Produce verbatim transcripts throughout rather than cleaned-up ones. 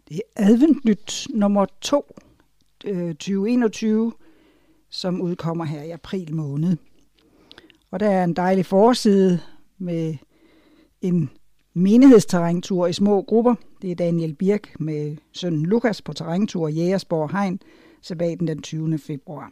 Det er Adventnyt nummer to, tyve enogtyve, som udkommer her i april måned. Og der er en dejlig forside med en menighedsterræntur i små grupper. Det er Daniel Birk med sønnen Lukas på terræntur i Jægersborg Hegn, sabbaten den tyvende februar.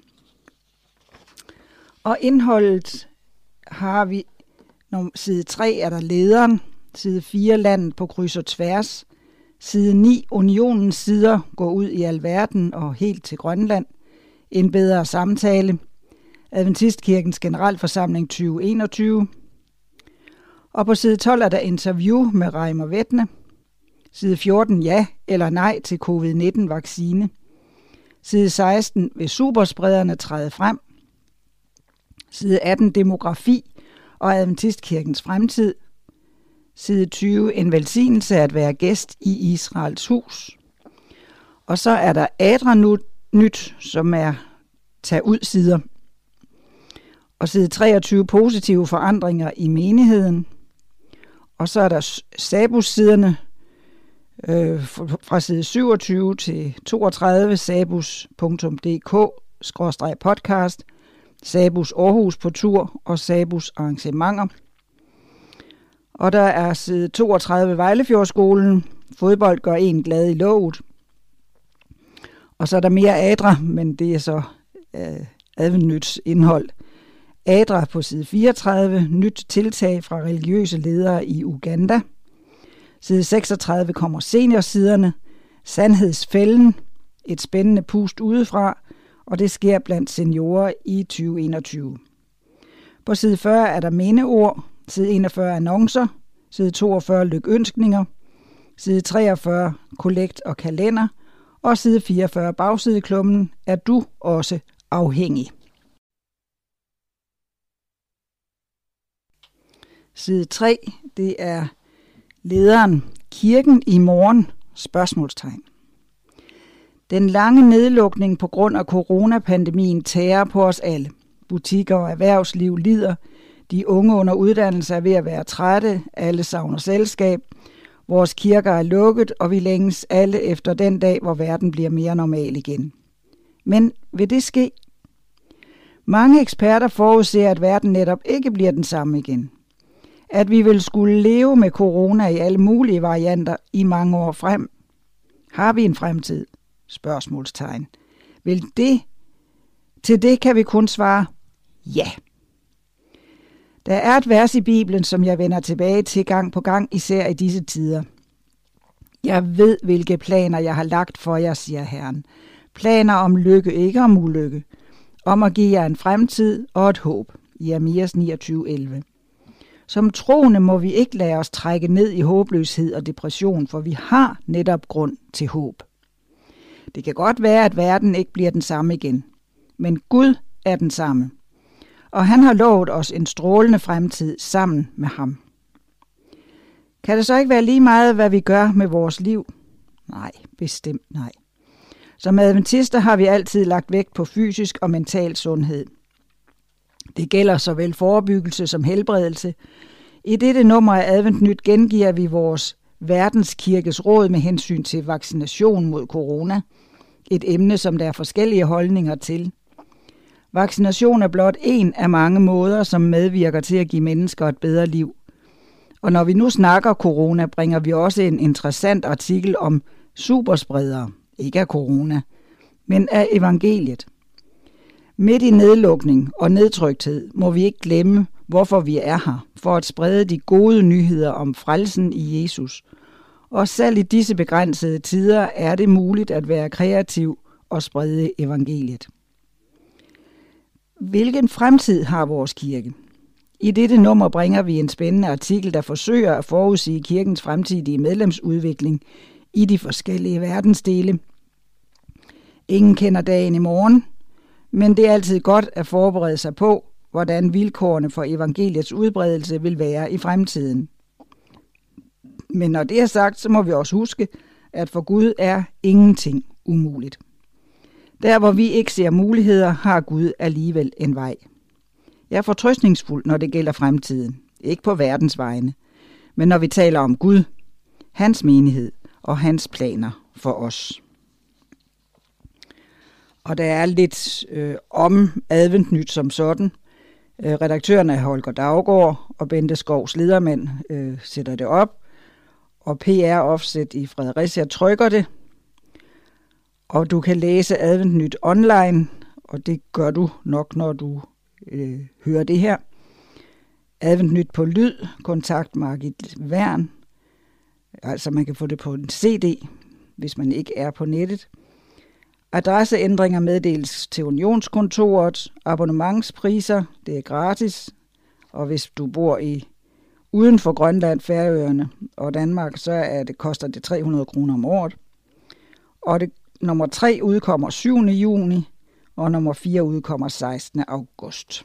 Og indholdet har vi, når side tre er der lederen, side fire landet på kryds og tværs, side ni unionens sider går ud i alverden og helt til Grønland, en bedre samtale, Adventistkirkens generalforsamling tyve enogtyve, og på side tolv er der interview med Reimer Wettne, side fjorten ja eller nej til covid nitten vaccine, side seksten vil supersprederne træde frem, side atten demografi og Adventistkirkens fremtid, side tyve en velsignelse at være gæst i Israels hus. Og så er der Adra-nyt, som er tag ud sider. Og side treogtyve positive forandringer i menigheden. Og så er der Sabus-siderne øh, fra side syvogtyve til toogtredive, sabus punktum d k skråstreg podcast, Sabus Aarhus på tur og Sabus arrangementer. Og der er side toogtredive Vejlefjordskolen, fodbold gør en glad i låget. Og så er der mere Adra, men det er så øh, Adventnyts indhold. Adra på side fireogtredive, nyt tiltag fra religiøse ledere i Uganda. Side seksogtredive kommer seniorsiderne, Sandhedsfælden, et spændende pust udefra, og det sker blandt seniorer i tyve enogtyve. På side fyrre er der mindeord, side enogfyrre annoncer, side toogfyrre lykønskninger, side treogfyrre kollekt og kalender, og side fireogfyrre bagsideklummen er du også afhængig. Side tre, det er lederen, kirken i morgen, spørgsmålstegn. Den lange nedlukning på grund af coronapandemien tærer på os alle. Butikker og erhvervsliv lider. De unge under uddannelse er ved at være trætte. Alle savner selskab. Vores kirker er lukket, og vi længes alle efter den dag, hvor verden bliver mere normal igen. Men vil det ske? Mange eksperter forudser, at verden netop ikke bliver den samme igen. At vi vil skulle leve med corona i alle mulige varianter i mange år frem. Har vi en fremtid? Spørgsmålstegn. Vil det? Til det kan vi kun svare ja. Der er et vers i Bibelen, som jeg vender tilbage til gang på gang, især i disse tider. Jeg ved, hvilke planer jeg har lagt for jer, siger Herren. Planer om lykke, ikke om ulykke. Om at give jer en fremtid og et håb. Jeremias niogtyve elleve. Som troende må vi ikke lade os trække ned i håbløshed og depression, for vi har netop grund til håb. Det kan godt være, at verden ikke bliver den samme igen. Men Gud er den samme. Og han har lovet os en strålende fremtid sammen med ham. Kan det så ikke være lige meget, hvad vi gør med vores liv? Nej, bestemt nej. Som adventister har vi altid lagt vægt på fysisk og mental sundhed. Det gælder såvel forebyggelse som helbredelse. I dette nummer af Adventnyt gengiver vi vores verdenskirkes råd med hensyn til vaccination mod corona. Et emne, som der er forskellige holdninger til. Vaccination er blot en af mange måder, som medvirker til at give mennesker et bedre liv. Og når vi nu snakker corona, bringer vi også en interessant artikel om superspredere, ikke af corona, men af evangeliet. Midt i nedlukning og nedtrykthed må vi ikke glemme, hvorfor vi er her, for at sprede de gode nyheder om frelsen i Jesus. Og selv i disse begrænsede tider er det muligt at være kreativ og sprede evangeliet. Hvilken fremtid har vores kirke? I dette nummer bringer vi en spændende artikel, der forsøger at forudsige kirkens fremtidige medlemsudvikling i de forskellige verdensdele. Ingen kender dagen i morgen, men det er altid godt at forberede sig på, hvordan vilkårene for evangeliets udbredelse vil være i fremtiden. Men når det er sagt, så må vi også huske, at for Gud er ingenting umuligt. Der hvor vi ikke ser muligheder, har Gud alligevel en vej. Jeg er fortrøstningsfuld, når det gælder fremtiden. Ikke på verdens vegne, men når vi taler om Gud, hans menighed og hans planer for os. Og der er lidt øh, om Adventnyt som sådan. Øh, redaktøren er Holger Daugaard, og Bente Skovs ledermand øh, sætter det op. Og P R Offset i Fredericia trykker det. Og du kan læse Adventnyt online, og det gør du nok, når du øh, hører det her. Adventnyt på lyd, kontakt Margit Wern. Altså man kan få det på en C D, hvis man ikke er på nettet. Adresseændringer meddeles til Unionskontoret. Abonnementspriser, det er gratis. Og hvis du bor i uden for Grønland, Færøerne og Danmark, så er det, koster det tre hundrede kroner om året. Og det, nummer tre udkommer syvende juni, og nummer fire udkommer sekstende august.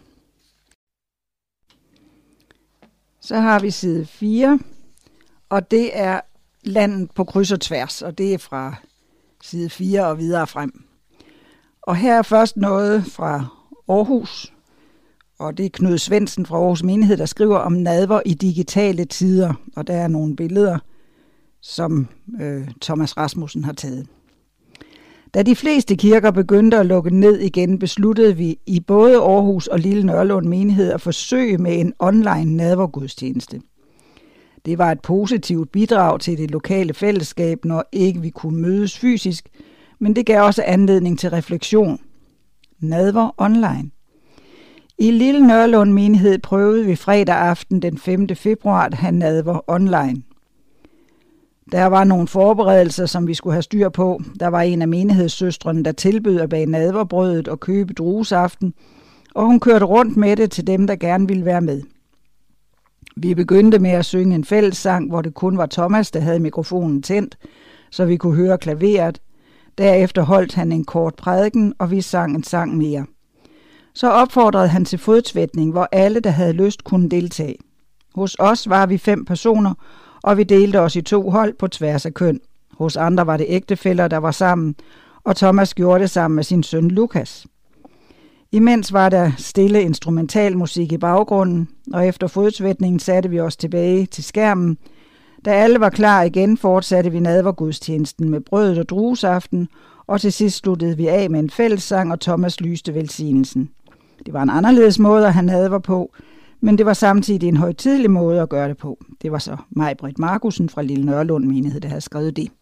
Så har vi side fire, og det er landet på kryds og tværs, og det er fra side fire og videre frem. Og her er først noget fra Aarhus, og det er Knud Svendsen fra Aarhus Menighed, der skriver om nadver i digitale tider, og der er nogle billeder, som øh, Thomas Rasmussen har taget. Da de fleste kirker begyndte at lukke ned igen, besluttede vi i både Aarhus og Lille Nørlund Menighed at forsøge med en online nadvergudstjeneste. Det var et positivt bidrag til det lokale fællesskab, når ikke vi kunne mødes fysisk, men det gav også anledning til refleksion. Nadver online. I Lille Nørlund Menighed prøvede vi fredag aften den femte februar at have nadver online. Der var nogle forberedelser, som vi skulle have styr på. Der var en af menighedssøstrene, der tilbød at bage nadverbrødet og købe druesaften, og hun kørte rundt med det til dem, der gerne ville være med. Vi begyndte med at synge en fællessang, hvor det kun var Thomas, der havde mikrofonen tændt, så vi kunne høre klaveret. Derefter holdt han en kort prædiken, og vi sang en sang mere. Så opfordrede han til fodsvætning, hvor alle, der havde lyst, kunne deltage. Hos os var vi fem personer, og vi delte os i to hold på tværs af køn. Hos andre var det ægtefæller, der var sammen, og Thomas gjorde det sammen med sin søn Lukas. Imens var der stille instrumentalmusik i baggrunden, og efter fodsvætningen satte vi os tilbage til skærmen. Da alle var klar igen, fortsatte vi nadvergudstjenesten med brødet og druesaften, og til sidst sluttede vi af med en fællessang, og Thomas lyste velsignelsen. Det var en anderledes måde at have nadver på, men det var samtidig en højtidelig måde at gøre det på. Det var så Maj-Britt Markussen fra Lille Nørlund Menighed, der havde skrevet det.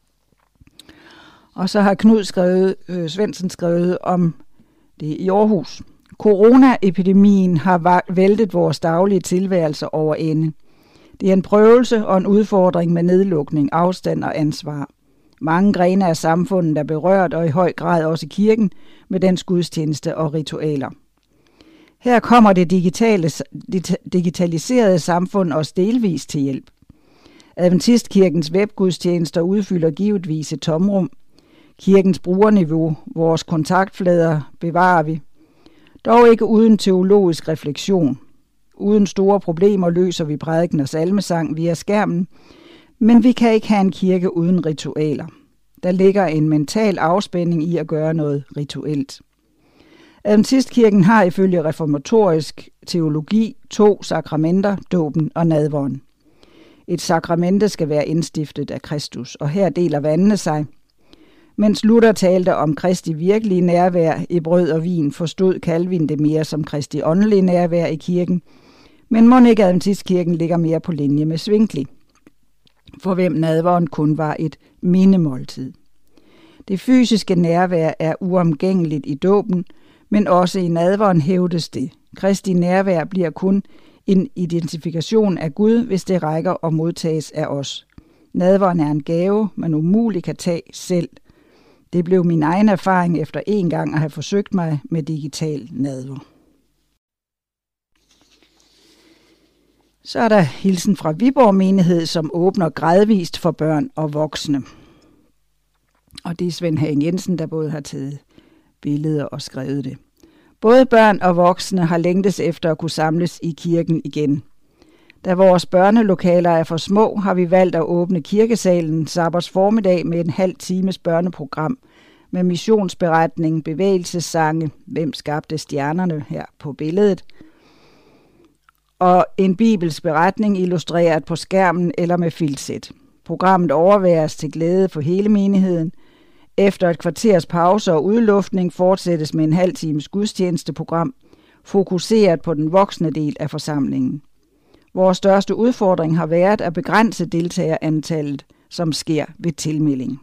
Og så har Knud skrevet, øh, Svendsen skrevet om det i Aarhus. Coronaepidemien har væltet vores daglige tilværelse over ende. Det er en prøvelse og en udfordring med nedlukning, afstand og ansvar. Mange grene af samfundet er berørt, og i høj grad også kirken, med dens gudstjeneste og ritualer. Her kommer det digitale, digitaliserede samfund også delvis til hjælp. Adventistkirkens webgudstjenester udfylder givetvis et tomrum. Kirkens brugerniveau, vores kontaktflader, bevarer vi. Dog ikke uden teologisk refleksion. Uden store problemer løser vi prædiken og salmesang via skærmen, men vi kan ikke have en kirke uden ritualer. Der ligger en mental afspænding i at gøre noget rituelt. Adventistkirken har ifølge reformatorisk teologi to sakramenter, dåben og nadveren. Et sakramente skal være indstiftet af Kristus, og her deler vandene sig. Mens Luther talte om Kristi virkelige nærvær i brød og vin, forstod Calvin det mere som Kristi åndelige nærvær i kirken, men mon ikke Adventistkirken ligger mere på linje med Zwingli, for hvem nadveren kun var et mindemåltid. Det fysiske nærvær er uomgængeligt i dåben, men også i nadveren hævdes det. Kristi nærvær bliver kun en identifikation af Gud, hvis det rækker og modtages af os. Nadveren er en gave, man umuligt kan tage selv. Det blev min egen erfaring efter en gang at have forsøgt mig med digital nadver. Så er der hilsen fra Viborg Menighed, som åbner gradvist for børn og voksne. Og det er Svend Hagen Jensen, der både har taget billeder og skrevet det. Både børn og voksne har længtes efter at kunne samles i kirken igen. Da vores børnelokaler er for små, har vi valgt at åbne kirkesalen sabbats formiddag med en halv times børneprogram med missionsberetning, bevægelsessange, hvem skabte stjernerne her på billedet, og en bibels beretning illustreret på skærmen eller med filtsæt. Programmet overværes til glæde for hele menigheden. Efter et kvarters pause og udluftning fortsættes med en halv times gudstjenesteprogram, fokuseret på den voksne del af forsamlingen. Vores største udfordring har været at begrænse deltagerantallet, som sker ved tilmelding.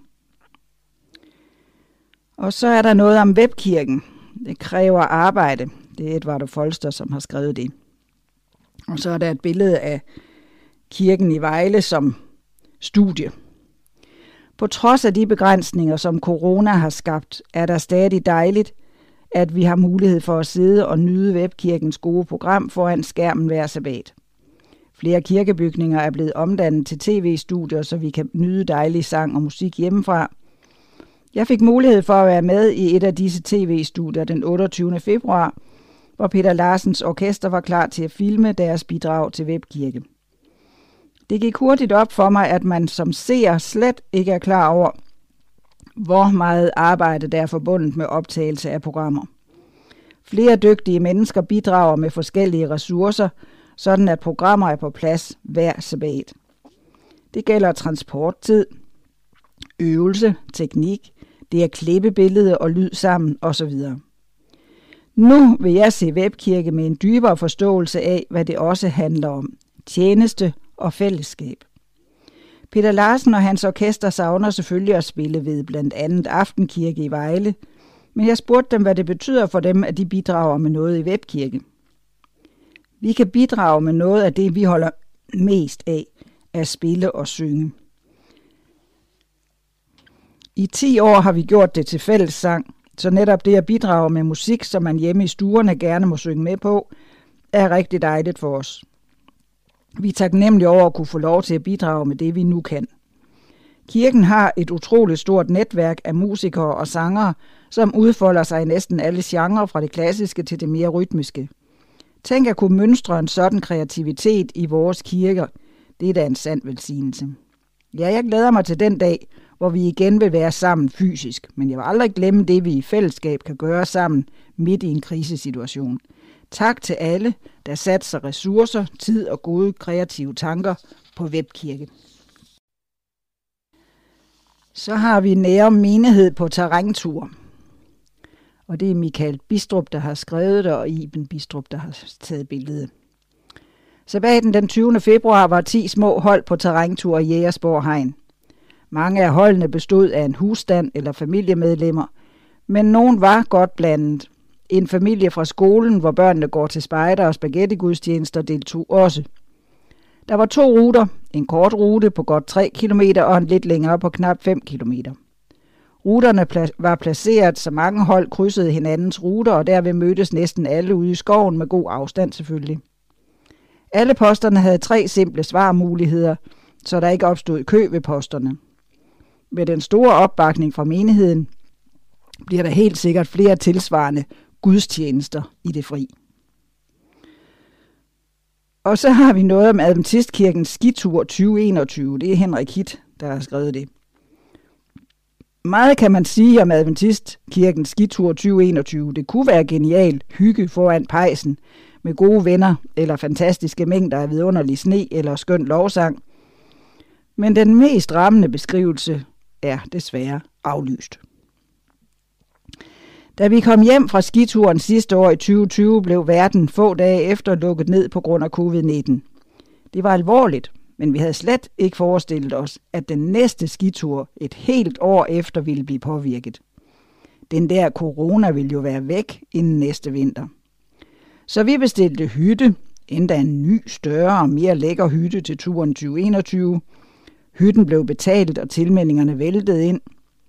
Og så er der noget om webkirken. Det kræver arbejde. Det er Edvard Folster, som har skrevet det. Og så er der et billede af kirken i Vejle som studie. På trods af de begrænsninger, som corona har skabt, er der stadig dejligt, at vi har mulighed for at sidde og nyde webkirkens gode program foran skærmen hver sabbat. Flere kirkebygninger er blevet omdannet til tv-studier, så vi kan nyde dejlig sang og musik hjemmefra. Jeg fik mulighed for at være med i et af disse tv-studier den otteogtyvende februar, hvor Peter Larsens orkester var klar til at filme deres bidrag til webkirke. Det gik hurtigt op for mig, at man som seer slet ikke er klar over, hvor meget arbejde der er forbundet med optagelse af programmer. Flere dygtige mennesker bidrager med forskellige ressourcer, sådan at programmer er på plads hver sabbat. Det gælder transporttid, øvelse, teknik, det er klippe billede og lyd sammen osv. Nu vil jeg se webkirke med en dybere forståelse af, hvad det også handler om. Tjeneste og fællesskab. Peter Larsen og hans orkester savner selvfølgelig at spille ved blandt andet Aftenkirke i Vejle, men jeg spurgte dem, hvad det betyder for dem, at de bidrager med noget i webkirke. Vi kan bidrage med noget af det, vi holder mest af, at spille og synge. I ti år har vi gjort det til fællessang, så netop det at bidrage med musik, som man hjemme i stuerne gerne må synge med på, er rigtig dejligt for os. Vi er taknemmelige over at kunne få lov til at bidrage med det, vi nu kan. Kirken har et utroligt stort netværk af musikere og sangere, som udfolder sig i næsten alle genrer, fra det klassiske til det mere rytmiske. Tænk at kunne mønstre en sådan kreativitet i vores kirker. Det er da en sand velsignelse. Ja, jeg glæder mig til den dag, hvor vi igen vil være sammen fysisk, men jeg vil aldrig glemme det, vi i fællesskab kan gøre sammen midt i en krisesituation. Tak til alle, der satser ressourcer, tid og gode kreative tanker på webkirke. Så har vi Nærum Menighed på terræntur. Og det er Michael Bistrup, der har skrevet det, og Iben Bistrup, der har taget billedet. Sabbaten den tyvende februar var ti små hold på terræntur i Jægersborg Hegn. Mange af holdene bestod af en husstand eller familiemedlemmer, men nogen var godt blandet. En familie fra skolen, hvor børnene går til spejder og spaghettigudstjenester, deltog også. Der var to ruter, en kort rute på godt tre kilometer og en lidt længere på knap fem kilometer. Ruterne var placeret, så mange hold krydsede hinandens ruter, og derved mødtes næsten alle ude i skoven med god afstand selvfølgelig. Alle posterne havde tre simple svarmuligheder, så der ikke opstod kø ved posterne. Med den store opbakning fra menigheden bliver der helt sikkert flere tilsvarende gudstjenester i det fri. Og så har vi noget om Adventistkirkens skitur tyve enogtyve. Det er Henrik Hitt, der har skrevet det. Meget kan man sige om Adventistkirkens skitur tyve enogtyve. Det kunne være genial hygge foran pejsen med gode venner eller fantastiske mængder af vidunderlig sne eller skøn lovsang. Men den mest rammende beskrivelse er desværre aflyst. Da vi kom hjem fra skituren sidste år i tyve tyve, blev verden få dage efter lukket ned på grund af covid nitten. Det var alvorligt, men vi havde slet ikke forestillet os, at den næste skitur et helt år efter ville blive påvirket. Den der corona ville jo være væk inden næste vinter. Så vi bestilte hytte, endda en ny, større og mere lækker hytte til turen tyve enogtyve. Hytten blev betalt, og tilmeldingerne væltede ind.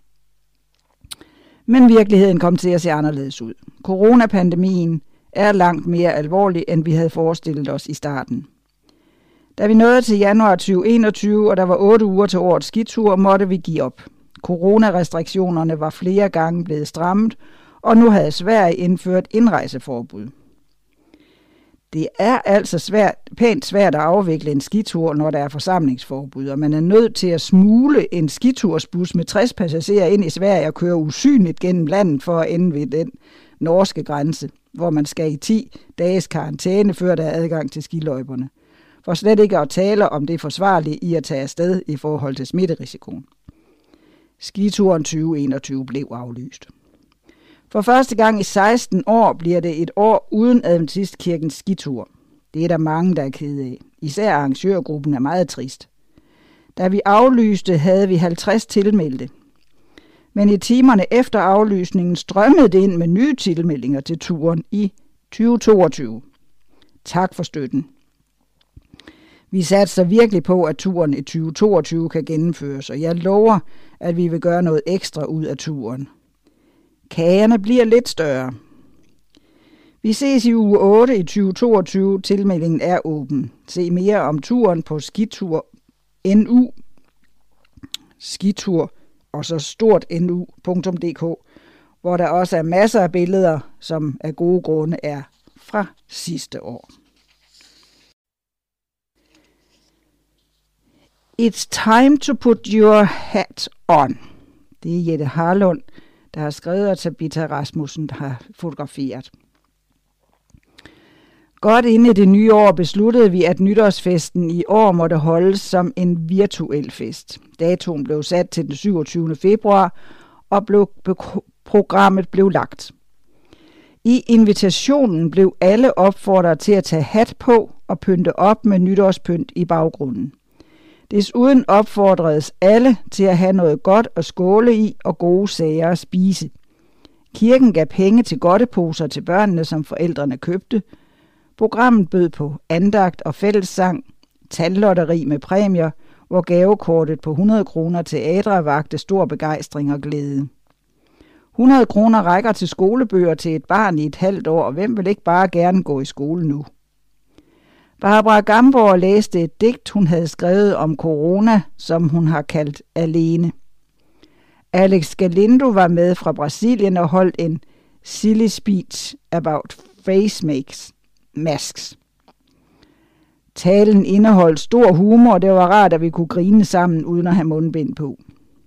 Men virkeligheden kom til at se anderledes ud. Coronapandemien er langt mere alvorlig, end vi havde forestillet os i starten. Da vi nåede til januar tyve enogtyve, og der var otte uger til årets skitur, måtte vi give op. Coronarestriktionerne var flere gange blevet strammet, og nu havde Sverige indført indrejseforbud. Det er altså svært, pænt svært at afvikle en skitur, når der er forsamlingsforbud, og man er nødt til at smule en skitursbus med tres passagerer ind i Sverige og køre usynligt gennem landet for at ende ved den norske grænse, hvor man skal i ti dages karantæne, før der er adgang til skiløjperne. For slet ikke at tale om det forsvarlige i at tage afsted i forhold til smitterisikoen. Skituren tyve enogtyve blev aflyst. For første gang i seksten år bliver det et år uden Adventistkirkens skitur. Det er der mange, der er kede af. Især arrangørgruppen er meget trist. Da vi aflyste, havde vi halvtreds tilmeldte. Men i timerne efter aflysningen strømmede det ind med nye tilmeldinger til turen i tyve toogtyve. Tak for støtten. Vi satser virkelig på, at turen i tyve toogtyve kan gennemføres, og jeg lover, at vi vil gøre noget ekstra ud af turen. Kagerne bliver lidt større. Vi ses i uge otte i tyve toogtyve. Tilmeldingen er åben. Se mere om turen på skitur nu, skitur og så stort nu punktum d k, hvor der også er masser af billeder, som af gode grunde er fra sidste år. It's time to put your hat on. Det er Jette Harlund, der har skrevet, og Tabitha Rasmussen, der har fotograferet. Godt inde i det nye år besluttede vi, at nytårsfesten i år måtte holdes som en virtuel fest. Datoen blev sat til den syvogtyvende februar, og blev, programmet blev lagt. I invitationen blev alle opfordret til at tage hat på og pynte op med nytårspynt i baggrunden. Desuden opfordredes alle til at have noget godt at skåle i og gode sager at spise. Kirken gav penge til godteposer til børnene, som forældrene købte. Programmet bød på andagt og fællessang, tallotteri med præmier, hvor gavekortet på hundrede kroner til Adra vagte stor begejstring og glæde. hundrede kroner rækker til skolebøger til et barn i et halvt år, og hvem vil ikke bare gerne gå i skole nu? Barbara Gamborg læste et digt, hun havde skrevet om corona, som hun har kaldt Alene. Alex Galindo var med fra Brasilien og holdt en silly speech about face makes, masks. Talen indeholdt stor humor, og det var rart, at vi kunne grine sammen uden at have mundbind på.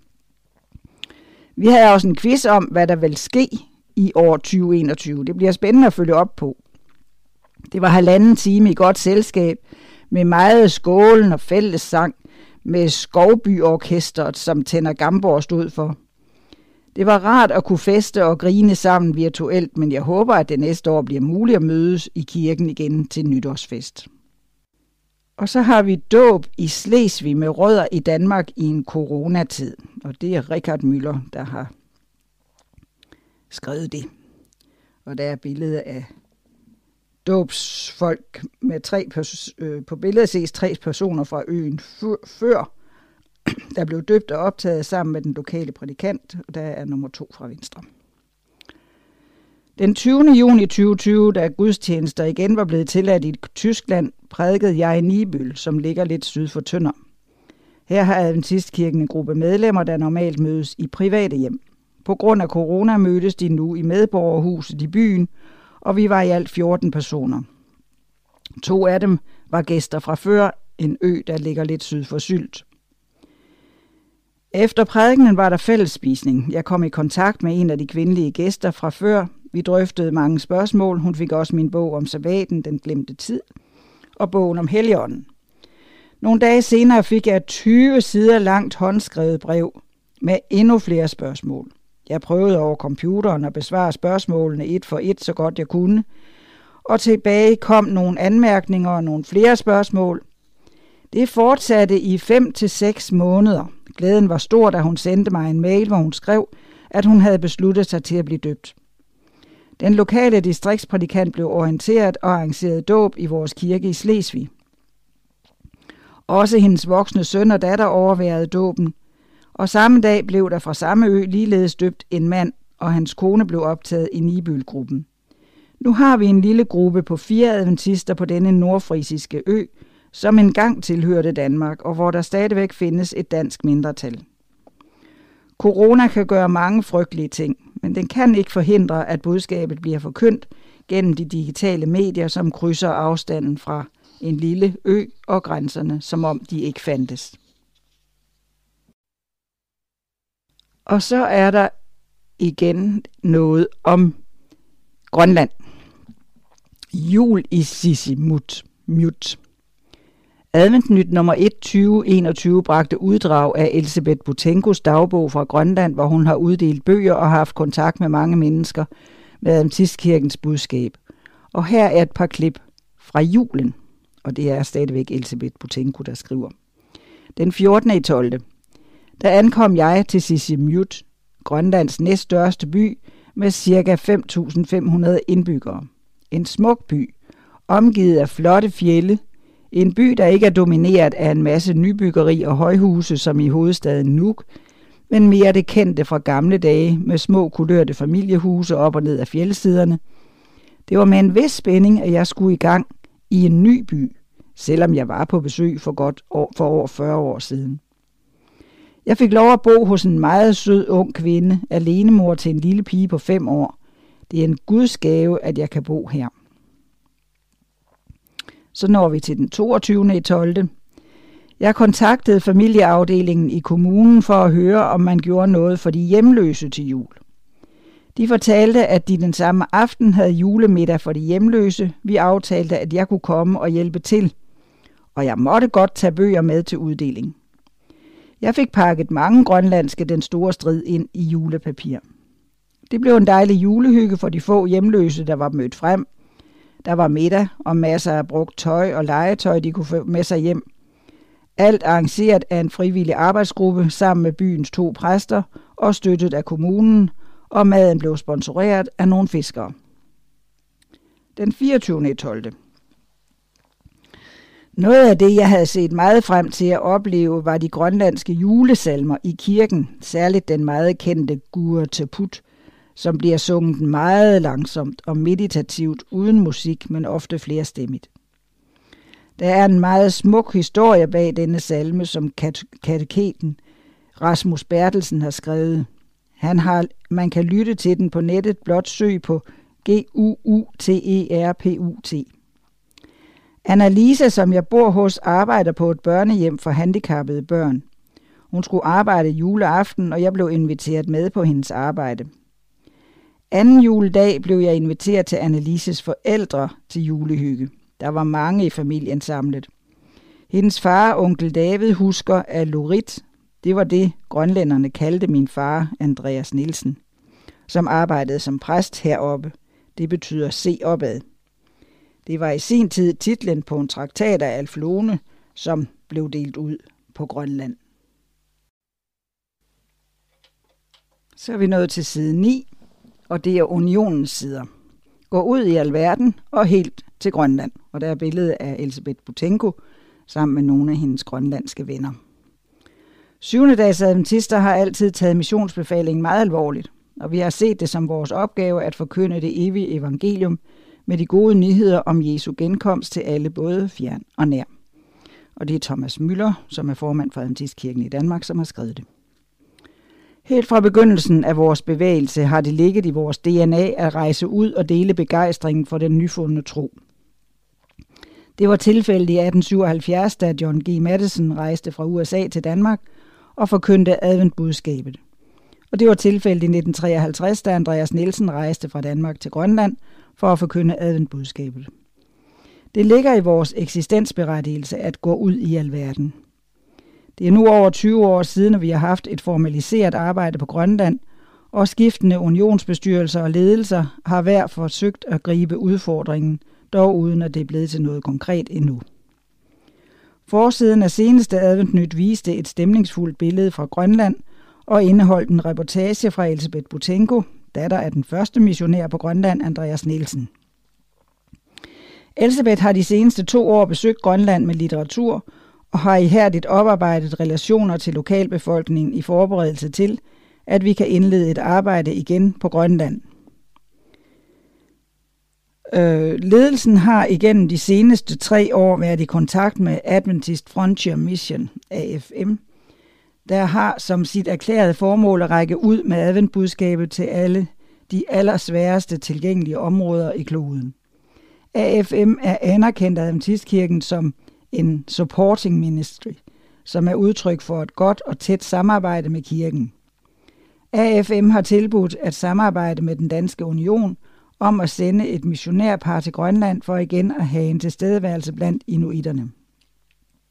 Vi havde også en quiz om, hvad der vil ske i år tyve enogtyve. Det bliver spændende at følge op på. Det var halvanden time i godt selskab, med meget skålen og fællessang, med Skovbyorkestret, som Tenna Gamborg stod for. Det var rart at kunne feste og grine sammen virtuelt, men jeg håber, at det næste år bliver muligt at mødes i kirken igen til nytårsfest. Og så har vi dåb i Slesvig med rødder i Danmark i en coronatid, og det er Richard Müller, der har skrevet det. Og der er billeder af dåbsfolk med tre pers- øh, på billedet ses tre personer fra øen før, der blev døbt og optaget sammen med den lokale prædikant, og der er nummer to fra venstre. Den tyvende juni tyve tyve, da gudstjenester igen var blevet tilladt i Tyskland, prædikede jeg i Nibøl, som ligger lidt syd for Tønder. Her har Adventistkirken en gruppe medlemmer, der normalt mødes i private hjem. På grund af corona mødtes de nu i medborgerhuset i byen, og vi var i alt fjorten personer. To af dem var gæster fra Før, en ø, der ligger lidt syd for Sylt. Efter prædikenen var der fællesspisning. Jeg kom i kontakt med en af de kvindelige gæster fra Før. Vi drøftede mange spørgsmål. Hun fik også min bog om sabbaten, Den glemte tid, og bogen om Helligånden. Nogle dage senere fik jeg et tyve sider langt håndskrevet brev med endnu flere spørgsmål. Jeg prøvede over computeren at besvare spørgsmålene et for et, så godt jeg kunne. Og tilbage kom nogle anmærkninger og nogle flere spørgsmål. Det fortsatte i fem til seks måneder. Glæden var stor, da hun sendte mig en mail, hvor hun skrev, at hun havde besluttet sig til at blive døbt. Den lokale distriktsprædikant blev orienteret og arrangeret dåb i vores kirke i Slesvig. Også hendes voksne søn og datter overværede dåben, og samme dag blev der fra samme ø ligeledes døbt en mand, og hans kone blev optaget i Nibøl-gruppen. Nu har vi en lille gruppe på fire adventister på denne nordfrisiske ø, som engang tilhørte Danmark, og hvor der stadigvæk findes et dansk mindretal. Corona kan gøre mange frygtelige ting, men den kan ikke forhindre, at budskabet bliver forkyndt gennem de digitale medier, som krydser afstanden fra en lille ø og grænserne, som om de ikke fandtes. Og så er der igen noget om Grønland. Jul i Sisimiut. Adventnyt nummer et tyve enogtyve bragte uddrag af Elsebeth Butenkos dagbog fra Grønland, hvor hun har uddelt bøger og har haft kontakt med mange mennesker med Adventistkirkens budskab. Og her er et par klip fra julen, og det er stadigvæk Elsebeth Butenko, der skriver. Den fjortende tolvte Der ankom jeg til Sisimiut, Grønlands næststørste by, med ca. fem tusind fem hundrede indbyggere. En smuk by, omgivet af flotte fjelde. En by, der ikke er domineret af en masse nybyggeri og højhuse, som i hovedstaden Nuuk, men mere det kendte fra gamle dage med små kulørte familiehuse op og ned af fjeldsiderne. Det var med en vis spænding, at jeg skulle i gang i en ny by, selvom jeg var på besøg for godt år, for over fyrre år siden. Jeg fik lov at bo hos en meget sød ung kvinde, alenemor til en lille pige på fem år. Det er en Guds gave, at jeg kan bo her. Så når vi til den toogtyvende tolvte Jeg kontaktede familieafdelingen i kommunen for at høre, om man gjorde noget for de hjemløse til jul. De fortalte, at de den samme aften havde julemiddag for de hjemløse. Vi aftalte, at jeg kunne komme og hjælpe til, og jeg måtte godt tage bøger med til uddeling. Jeg fik pakket mange grønlandske Den Store Strid ind i julepapir. Det blev en dejlig julehygge for de få hjemløse, der var mødt frem. Der var middag og masser af brugt tøj og legetøj, de kunne få med sig hjem. Alt arrangeret af en frivillig arbejdsgruppe sammen med byens to præster og støttet af kommunen, og maden blev sponsoreret af nogle fiskere. Den fireogtyvende tolvte Noget af det, jeg havde set meget frem til at opleve, var de grønlandske julesalmer i kirken, særligt den meget kendte Guurteput, som bliver sunget meget langsomt og meditativt uden musik, men ofte flerstemmigt. Der er en meget smuk historie bag denne salme, som kateketen Rasmus Bertelsen har skrevet. Han har, man kan lytte til den på nettet, blot søg på G U U T E R P U T. Annalisa, som jeg bor hos, arbejder på et børnehjem for handicappede børn. Hun skulle arbejde juleaften, og jeg blev inviteret med på hendes arbejde. Anden juledag blev jeg inviteret til Annalises forældre til julehygge. Der var mange i familien samlet. Hendes far, onkel David, husker af Lorit. Det var det, grønlænderne kaldte min far, Andreas Nielsen, som arbejdede som præst heroppe. Det betyder se opad. Det var i sin tid titlen på en traktat af Alf Lone, som blev delt ud på Grønland. Så er vi nået til side ni, og det er unionens sider. Gå ud i alverden og helt til Grønland. Og der er billedet af Elsebeth Butenko sammen med nogle af hendes grønlandske venner. Syvende dags adventister har altid taget missionsbefalingen meget alvorligt, og vi har set det som vores opgave at forkynde det evige evangelium med de gode nyheder om Jesu genkomst til alle, både fjern og nær. Og det er Thomas Müller, som er formand for Adventistkirken i Danmark, som har skrevet det. Helt fra begyndelsen af vores bevægelse har det ligget i vores D N A at rejse ud og dele begejstringen for den nyfundne tro. Det var tilfældet i atten syvoghalvfjerds, da John G. Madison rejste fra U S A til Danmark og forkyndte adventbudskabet. Og det var tilfældet i nitten treoghalvtreds, da Andreas Nielsen rejste fra Danmark til Grønland for at forkynde adventbudskabet. Det ligger i vores eksistensberettigelse at gå ud i alverden. Det er nu over tyve år siden, at vi har haft et formaliseret arbejde på Grønland, og skiftende unionsbestyrelser og ledelser har hver forsøgt at gribe udfordringen, dog uden at det er blevet til noget konkret endnu. Forsiden af seneste Adventnyt viste et stemningsfuldt billede fra Grønland og indeholdt en reportage fra Elsebeth Butenko, datter af den første missionær på Grønland, Andreas Nielsen. Elsebeth har de seneste to år besøgt Grønland med litteratur og har ihærdigt oparbejdet relationer til lokalbefolkningen i forberedelse til, at vi kan indlede et arbejde igen på Grønland. Øh, ledelsen har igennem de seneste tre år været i kontakt med Adventist Frontier Mission, A F M, der har som sit erklærede formål at række ud med adventbudskabet til alle de allersværeste tilgængelige områder i kloden. A F M er anerkendt af Adventistkirken som en supporting ministry, som er udtryk for et godt og tæt samarbejde med kirken. A F M har tilbudt at samarbejde med den danske union om at sende et missionærpar til Grønland for igen at have en tilstedeværelse blandt inuiterne.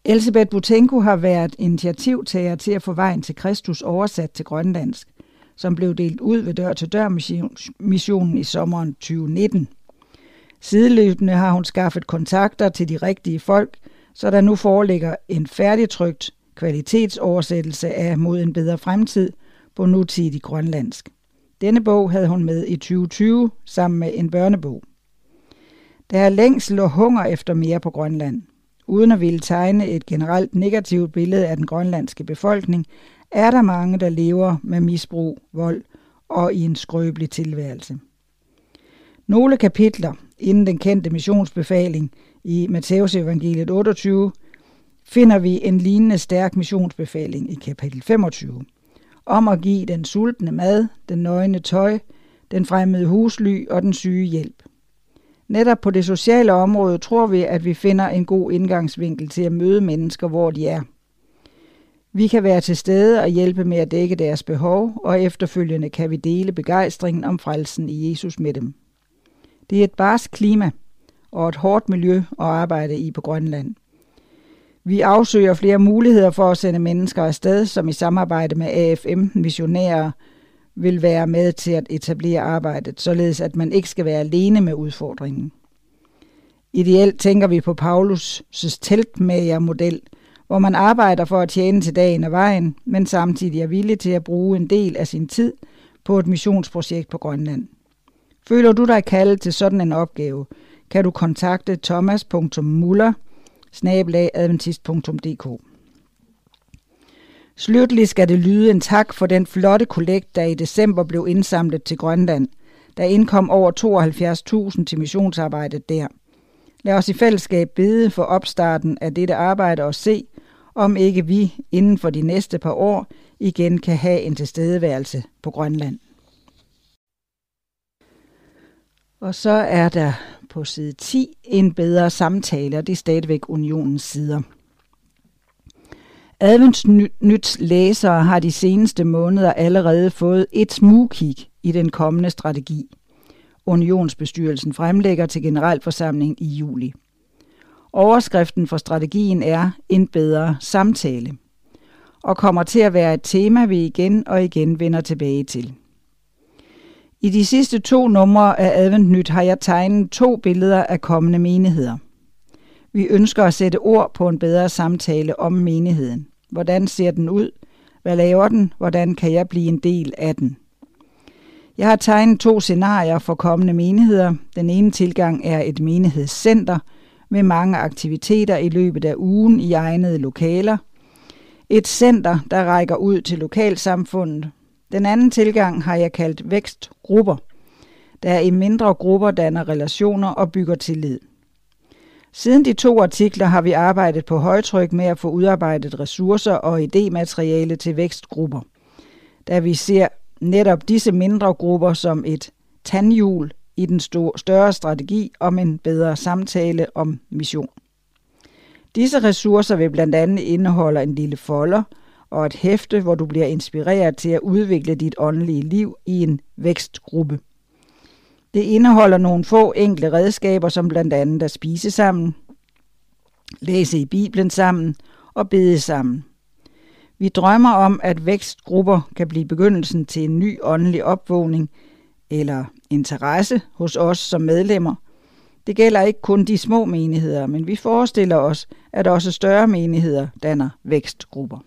Elsebeth Butenko har været initiativtager til at få Vejen til Kristus oversat til grønlandsk, som blev delt ud ved Dør-til-Dør-missionen i sommeren tyve nitten. Sideløbende har hun skaffet kontakter til de rigtige folk, så der nu foreligger en færdigtrykt kvalitetsoversættelse af Mod en bedre fremtid på nutidig grønlandsk. Denne bog havde hun med i tyve tyve sammen med en børnebog. Der er længsel og hunger efter mere på Grønland. Uden at ville tegne et generelt negativt billede af den grønlandske befolkning, er der mange, der lever med misbrug, vold og i en skrøbelig tilværelse. Nogle kapitler inden den kendte missionsbefaling i Matthæus evangeliet otteogtyve finder vi en lignende stærk missionsbefaling i kapitel femogtyve, om at give den sultne mad, den nøgne tøj, den fremmede husly og den syge hjælp. Netop på det sociale område tror vi, at vi finder en god indgangsvinkel til at møde mennesker, hvor de er. Vi kan være til stede og hjælpe med at dække deres behov, og efterfølgende kan vi dele begejstringen om frelsen i Jesus med dem. Det er et barskt klima og et hårdt miljø at arbejde i på Grønland. Vi afsøger flere muligheder for at sende mennesker afsted, som i samarbejde med A F M-missionærer vil være med til at etablere arbejdet, således at man ikke skal være alene med udfordringen. Ideelt tænker vi på Paulus' teltmagermodel, hvor man arbejder for at tjene til dagen og vejen, men samtidig er villig til at bruge en del af sin tid på et missionsprojekt på Grønland. Føler du dig kaldet til sådan en opgave, kan du kontakte thomas punktum muller bindestreg adventist punktum d k. Slutteligt skal det lyde en tak for den flotte kollekt, der i december blev indsamlet til Grønland. Der indkom over tooghalvfjerds tusind til missionsarbejdet der. Lad os i fællesskab bede for opstarten af dette arbejde og se, om ikke vi inden for de næste par år igen kan have en tilstedeværelse på Grønland. Og så er der på side ti en bedre samtale, og det er stadigvæk Unionens sider. Adventsnyts læsere har de seneste måneder allerede fået et smugkig i den kommende strategi. Unionsbestyrelsen fremlægger til generalforsamling i juli. Overskriften for strategien er en bedre samtale, og kommer til at være et tema, vi igen og igen vender tilbage til. I de sidste to numre af Adventnyt har jeg tegnet to billeder af kommende menigheder. Vi ønsker at sætte ord på en bedre samtale om menigheden. Hvordan ser den ud? Hvad laver den? Hvordan kan jeg blive en del af den? Jeg har tegnet to scenarier for kommende menigheder. Den ene tilgang er et menighedscenter med mange aktiviteter i løbet af ugen i egnede lokaler. Et center, der rækker ud til lokalsamfundet. Den anden tilgang har jeg kaldt vækstgrupper, der i mindre grupper danner relationer og bygger tillid. Siden de to artikler har vi arbejdet på højtryk med at få udarbejdet ressourcer og idémateriale til vækstgrupper, da vi ser netop disse mindre grupper som et tandhjul i den større strategi om en bedre samtale om mission. Disse ressourcer vil blandt andet indeholde en lille folder og et hæfte, hvor du bliver inspireret til at udvikle dit åndelige liv i en vækstgruppe. Det indeholder nogle få enkle redskaber, som blandt andet at spise sammen, læse i Bibelen sammen og bede sammen. Vi drømmer om, at vækstgrupper kan blive begyndelsen til en ny åndelig opvågning eller interesse hos os som medlemmer. Det gælder ikke kun de små menigheder, men vi forestiller os, at også større menigheder danner vækstgrupper.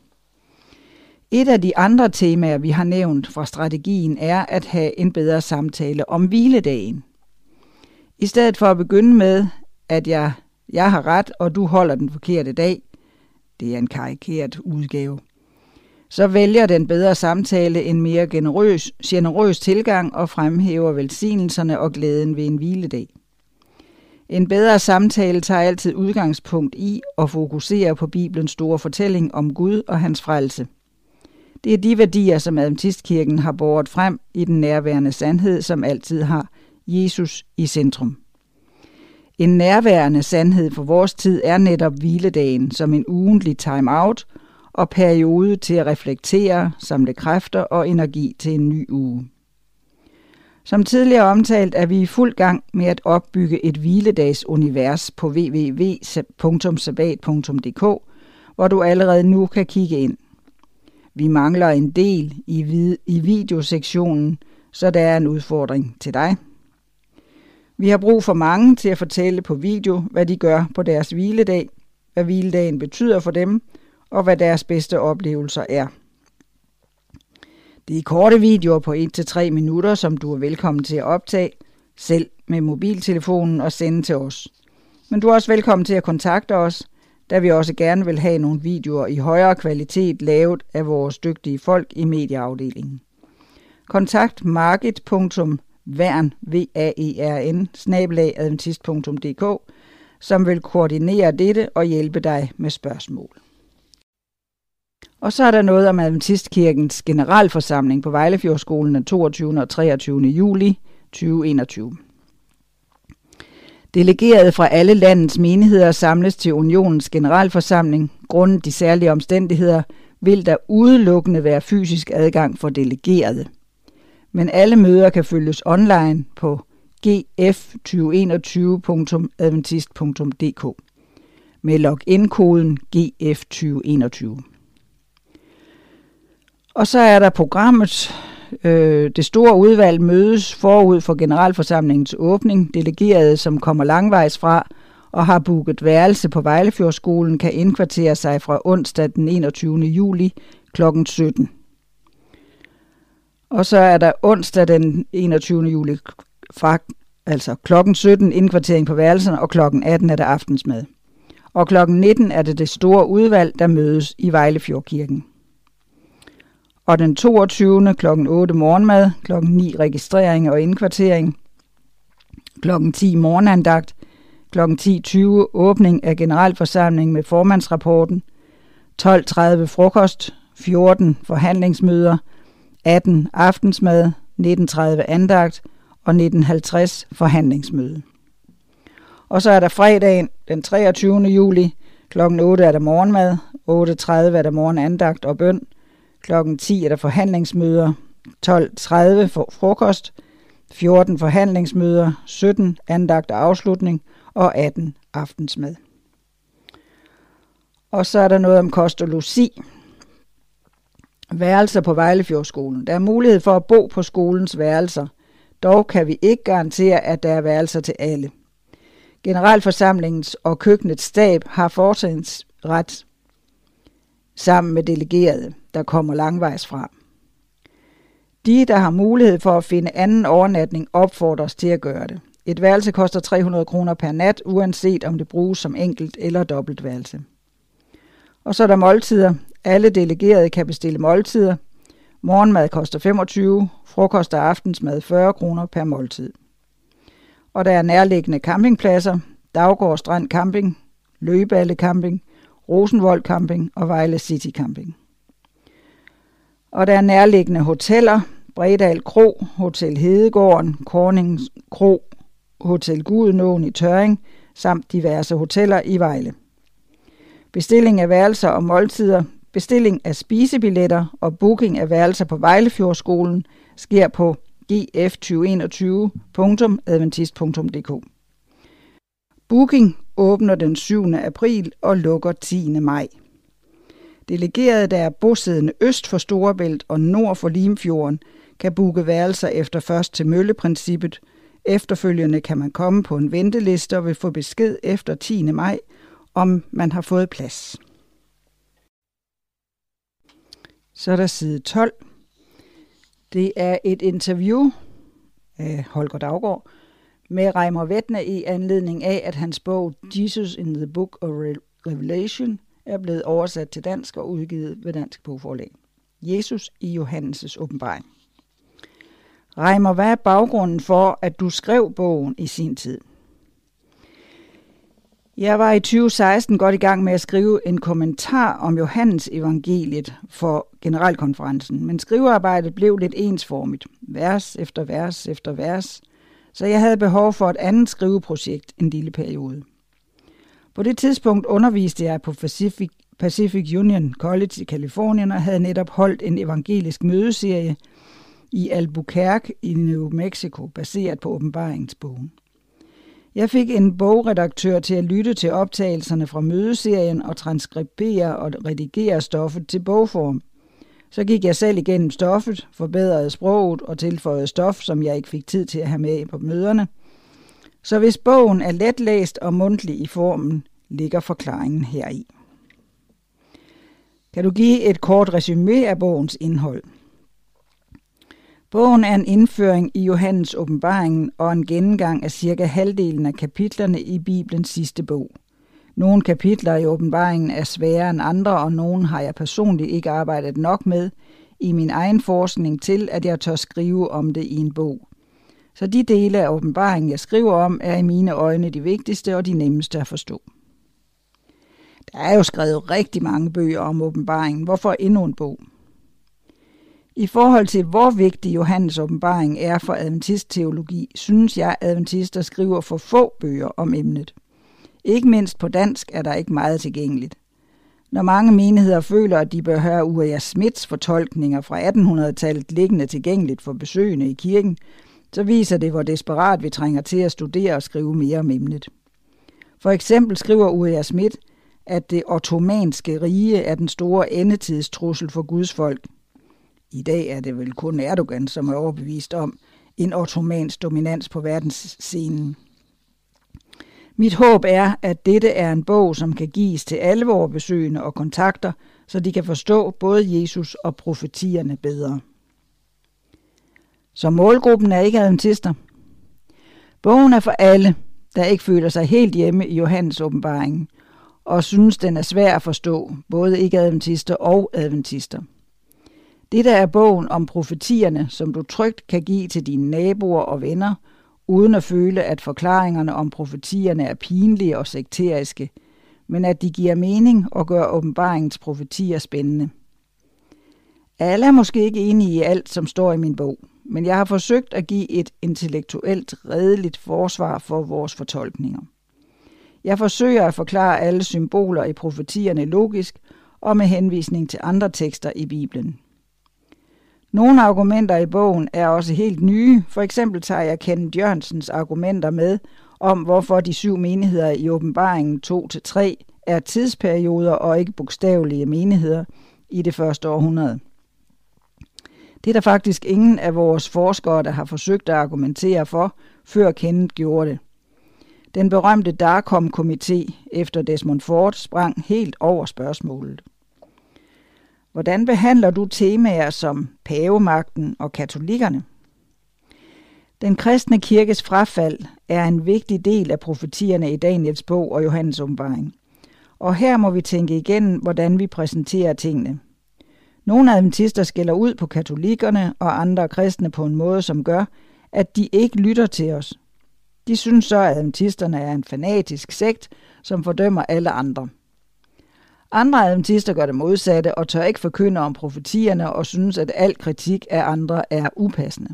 Et af de andre temaer, vi har nævnt fra strategien, er at have en bedre samtale om hviledagen. I stedet for at begynde med, at jeg, jeg har ret, og du holder den forkerte dag, det er en karikeret udgave, så vælger den bedre samtale en mere generøs, generøs tilgang og fremhæver velsignelserne og glæden ved en hviledag. En bedre samtale tager altid udgangspunkt i og fokuserer på Bibelens store fortælling om Gud og hans frelse. Det er de værdier, som Adventistkirken har båret frem i den nærværende sandhed, som altid har Jesus i centrum. En nærværende sandhed for vores tid er netop hviledagen som en ugentlig time-out og periode til at reflektere, samle kræfter og energi til en ny uge. Som tidligere omtalt er vi i fuld gang med at opbygge et hviledagsunivers på w w w punktum sabbat punktum d k, hvor du allerede nu kan kigge ind. Vi mangler en del i, vid- i videosektionen, så der er en udfordring til dig. Vi har brug for mange til at fortælle på video, hvad de gør på deres hviledag, hvad hviledagen betyder for dem, og hvad deres bedste oplevelser er. Det er korte videoer på et til tre minutter, som du er velkommen til at optage, selv med mobiltelefonen og sende til os. Men du er også velkommen til at kontakte os, da vi også gerne vil have nogle videoer i højere kvalitet lavet af vores dygtige folk i medieafdelingen. Kontakt market punktum værn snabel-a adventist punktum d k, som vil koordinere dette og hjælpe dig med spørgsmål. Og så er der noget om Adventistkirkens generalforsamling på Vejlefjordskolen den toogtyvende og treogtyvende juli to tusind og enogtyve. Delegerede fra alle landets menigheder samles til unionens generalforsamling. Grundet de særlige omstændigheder vil der udelukkende være fysisk adgang for delegerede. Men alle møder kan følges online på g f to tusind og enogtyve punktum adventist punktum d k med login-koden G F to tusind og enogtyve. Og så er der programmet. Øh, det store udvalg mødes forud for generalforsamlingens åbning. Delegerede, som kommer langvejs fra og har booket værelse på Vejlefjordskolen, kan indkvartere sig fra onsdag den enogtyvende juli klokken sytten. Og så er der onsdag den enogtyvende juli fra altså klokken sytten indkvartering på værelserne, og klokken atten er der aftensmad. Og klokken nitten er det det store udvalg, der mødes i Vejlefjordkirken. Og den toogtyvende klokken otte morgenmad, klokken ni registrering og indkvartering, klokken ti morgenandagt, klokken ti tyve åbning af generalforsamling med formandsrapporten, tolv tredive frokost, fjorten forhandlingsmøder, atten aftensmad, nitten tredive andagt og nitten halvtreds forhandlingsmøde. Og så er der fredagen den treogtyvende juli, klokken otte er der morgenmad, otte tredive er der morgenandagt og bøn, klokken ti er der forhandlingsmøder, tolv tredive for frokost, fjorten forhandlingsmøder, sytten andagt og afslutning og atten aftensmad. Og så er der noget om kost og logi. Værelser på Vejlefjordskolen. Der er mulighed for at bo på skolens værelser. Dog kan vi ikke garantere, at der er værelser til alle. Generalforsamlingens og køkkenets stab har fortrinsret sammen med delegerede, der kommer langvejs fra. De, der har mulighed for at finde anden overnatning, opfordres til at gøre det. Et værelse koster tre hundrede kroner per nat, uanset om det bruges som enkelt eller dobbelt værelse. Og så er der måltider. Alle delegerede kan bestille måltider. Morgenmad koster femogtyve, frokost og aftensmad fyrre kroner per måltid. Og der er nærliggende campingpladser, Daggård Strand Camping, Løgeballe Camping, Rosenvold Camping og Vejle City Camping. Og der er nærliggende hoteller, Bredal Kro, Hotel Hedegården, Korning Kro, Hotel Gudenåen i Tørring, samt diverse hoteller i Vejle. Bestilling af værelser og måltider, bestilling af spisebilletter og booking af værelser på Vejlefjordskolen sker på g f to tusind og enogtyve punktum adventist punktum d k. Booking åbner den syvende april og lukker tiende maj. Delegerede, der er bosiddende øst for Storebælt og nord for Limfjorden, kan booke værelser efter først til mølle-princippet. Efterfølgende kan man komme på en venteliste og vil få besked efter tiende maj, om man har fået plads. Så er der side tolv. Det er et interview af Holger Daggård med Reimer Wettner i anledning af, at hans bog Jesus in the Book of Revelation er blevet oversat til dansk og udgivet ved Dansk Bogforlag. Jesus i Johannes' åbenbaring. Reimer, hvad er baggrunden for, at du skrev bogen i sin tid? Jeg var i tyve seksten godt i gang med at skrive en kommentar om Johannes evangeliet for generalkonferencen, men skrivearbejdet blev lidt ensformigt, vers efter vers efter vers, så jeg havde behov for et andet skriveprojekt en lille periode. På det tidspunkt underviste jeg på Pacific, Pacific Union College i Californien og havde netop holdt en evangelisk mødeserie i Albuquerque i New Mexico, baseret på åbenbaringsbogen. Jeg fik en bogredaktør til at lytte til optagelserne fra mødeserien og transkribere og redigere stoffet til bogform. Så gik jeg selv igennem stoffet, forbedrede sproget og tilføjede stof, som jeg ikke fik tid til at have med på møderne. Så hvis bogen er letlæst og mundtlig i formen, ligger forklaringen heri. Kan du give et kort resumé af bogens indhold? Bogen er en indføring i Johannes åbenbaringen og en gennemgang af cirka halvdelen af kapitlerne i Bibelens sidste bog. Nogle kapitler i åbenbaringen er sværere end andre, og nogle har jeg personligt ikke arbejdet nok med i min egen forskning til, at jeg tør skrive om det i en bog. Så de dele af åbenbaringen, jeg skriver om, er i mine øjne de vigtigste og de nemmeste at forstå. Der er jo skrevet rigtig mange bøger om åbenbaringen. Hvorfor endnu en bog? I forhold til, hvor vigtig Johannes åbenbaring er for adventistteologi, synes jeg, at adventister skriver for få bøger om emnet. Ikke mindst på dansk er der ikke meget tilgængeligt. Når mange menigheder føler, at de bør høre Uriah Smiths fortolkninger fra attenhundredetallet liggende tilgængeligt for besøgende i kirken, så viser det, hvor desperat vi trænger til at studere og skrive mere om emnet. For eksempel skriver Uriah Smith, at det ottomanske rige er den store endetidstrussel for Guds folk. I dag er det vel kun Erdogan, som er overbevist om en ottomansk dominans på verdensscenen. Mit håb er, at dette er en bog, som kan gives til alle vores besøgende og kontakter, så de kan forstå både Jesus og profetierne bedre. Så målgruppen er ikke adventister. Bogen er for alle, der ikke føler sig helt hjemme i Johannes åbenbaringen, og synes, den er svær at forstå, både ikke-adventister og adventister. Dette er bogen om profetierne, som du trygt kan give til dine naboer og venner, uden at føle, at forklaringerne om profetierne er pinlige og sekteriske, men at de giver mening og gør åbenbaringens profetier spændende. Alle er måske ikke enige i alt, som står i min bog, men jeg har forsøgt at give et intellektuelt redeligt forsvar for vores fortolkninger. Jeg forsøger at forklare alle symboler i profetierne logisk og med henvisning til andre tekster i Bibelen. Nogle argumenter i bogen er også helt nye. For eksempel tager jeg Kenneth Jørgensens argumenter med om, hvorfor de syv menigheder i åbenbaringen to til tre er tidsperioder og ikke bogstavelige menigheder i det første århundrede. Det er der faktisk ingen af vores forskere, der har forsøgt at argumentere for, før Kenneth gjorde det. Den berømte Darkom-komité efter Desmond Ford sprang helt over spørgsmålet. Hvordan behandler du temaer som pavemagten og katolikkerne? Den kristne kirkes frafald er en vigtig del af profetierne i Daniels bog og Johannes åbenbaring. Og her må vi tænke igennem, hvordan vi præsenterer tingene. Nogle adventister skælder ud på katolikkerne og andre kristne på en måde, som gør, at de ikke lytter til os. De synes så, at adventisterne er en fanatisk sekt, som fordømmer alle andre. Andre adventister gør det modsatte og tør ikke forkynde om profetierne og synes, at al kritik af andre er upassende.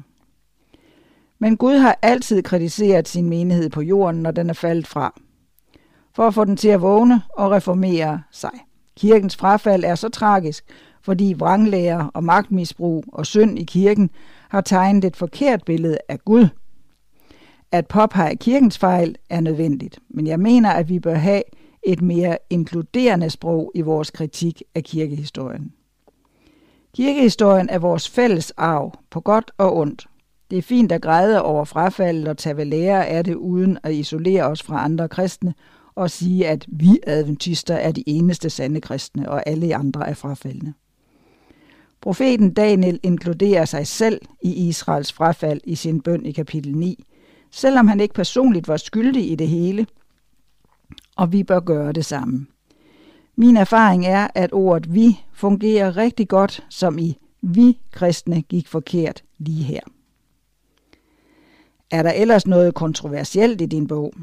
Men Gud har altid kritiseret sin menighed på jorden, når den er faldet fra, for at få den til at vågne og reformere sig. Kirkens frafald er så tragisk, fordi vranglærer og magtmisbrug og synd i kirken har tegnet et forkert billede af Gud. At påpege kirkens fejl er nødvendigt, men jeg mener, at vi bør have et mere inkluderende sprog i vores kritik af kirkehistorien. Kirkehistorien er vores fælles arv, på godt og ondt. Det er fint at græde over frafaldet og tage ved lære af det, uden at isolere os fra andre kristne og sige, at vi adventister er de eneste sande kristne, og alle andre er frafaldne. Profeten Daniel inkluderer sig selv i Israels frafald i sin bøn i kapitel ni, selvom han ikke personligt var skyldig i det hele, og vi bør gøre det samme. Min erfaring er, at ordet vi fungerer rigtig godt, som i vi kristne gik forkert lige her. Er der ellers noget kontroversielt i din bog?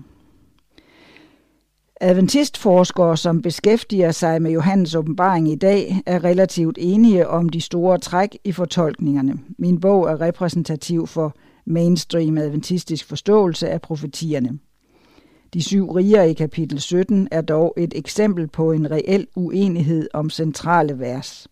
Adventistforskere, som beskæftiger sig med Johannes åbenbaring i dag, er relativt enige om de store træk i fortolkningerne. Min bog er repræsentativ for mainstream adventistisk forståelse af profetierne. De syv riger i kapitel sytten er dog et eksempel på en reel uenighed om centrale vers.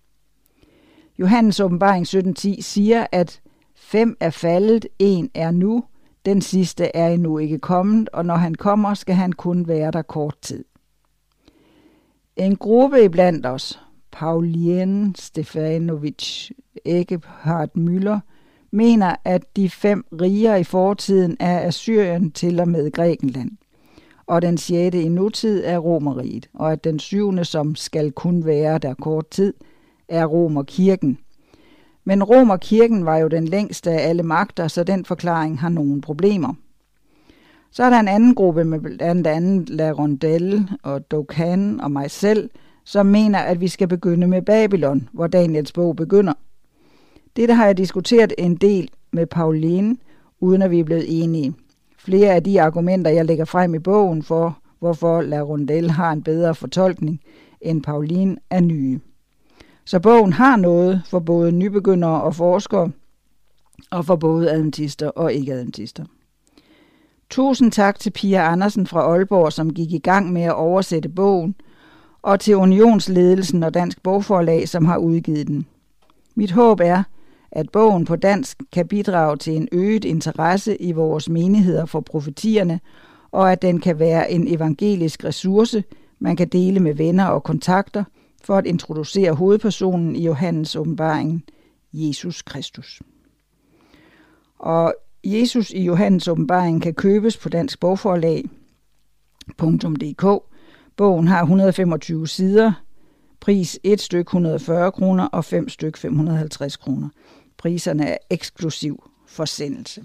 Johannes åbenbaring sytten ti siger, at fem er faldet, en er nu, Den sidste er endnu ikke kommet, og når han kommer, skal han kun være der kort tid. En gruppe iblandt os, Pauline Stefanovic Eckhardt Müller, mener, at de fem riger i fortiden er Assyrien til og med Grækenland, og den sjette i nutid er Romerriget, og at den syvende, som skal kun være der kort tid, er Romerkirken. Men Romerkirken var jo den længste af alle magter, så den forklaring har nogle problemer. Så er der en anden gruppe med blandt andet La Rondelle og Dokan og mig selv, som mener, at vi skal begynde med Babylon, hvor Daniels bog begynder. Dette har jeg diskuteret en del med Pauline, uden at vi er blevet enige. Flere af de argumenter, jeg lægger frem i bogen for, hvorfor La Rondelle har en bedre fortolkning end Pauline, er nye. Så bogen har noget for både nybegyndere og forskere, og for både adventister og ikke-adventister. Tusind tak til Pia Andersen fra Aalborg, som gik i gang med at oversætte bogen, og til Unionsledelsen og Dansk Bogforlag, som har udgivet den. Mit håb er, at bogen på dansk kan bidrage til en øget interesse i vores menigheder for profetierne, og at den kan være en evangelisk ressource, man kan dele med venner og kontakter, for at introducere hovedpersonen i Johannes åbenbaringen, Jesus Kristus. Og Jesus i Johannes åbenbaringen kan købes på Dansk Bogforlag punktum d k. Bogen har et hundrede og femogtyve sider, pris et styk et hundrede og fyrre kroner og fem styk fem hundrede og halvtreds kroner. Priserne er eksklusiv forsendelse.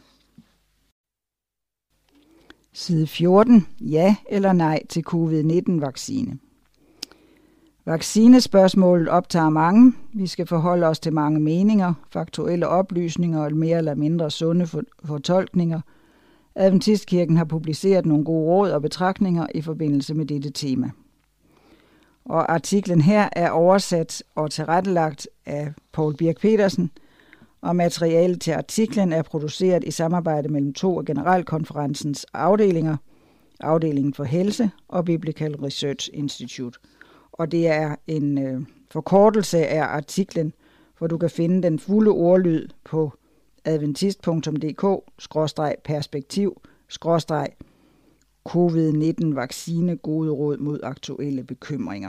Side fjorten. Ja eller nej til covid nitten vaccine. Vaccinespørgsmålet optager mange. Vi skal forholde os til mange meninger, faktuelle oplysninger og mere eller mindre sunde fortolkninger. Adventistkirken har publiceret nogle gode råd og betragtninger i forbindelse med dette tema. Og artiklen her er oversat og tilrettelagt af Poul Birk Petersen, og materialet til artiklen er produceret i samarbejde mellem to af generalkonferencens afdelinger, afdelingen for helse og Biblical Research Institute. Og det er en øh, forkortelse af artiklen, hvor du kan finde den fulde ordlyd på adventist punktum d k skråstreg perspektiv skråstreg covid nitten vaccine gode råd mod aktuelle bekymringer.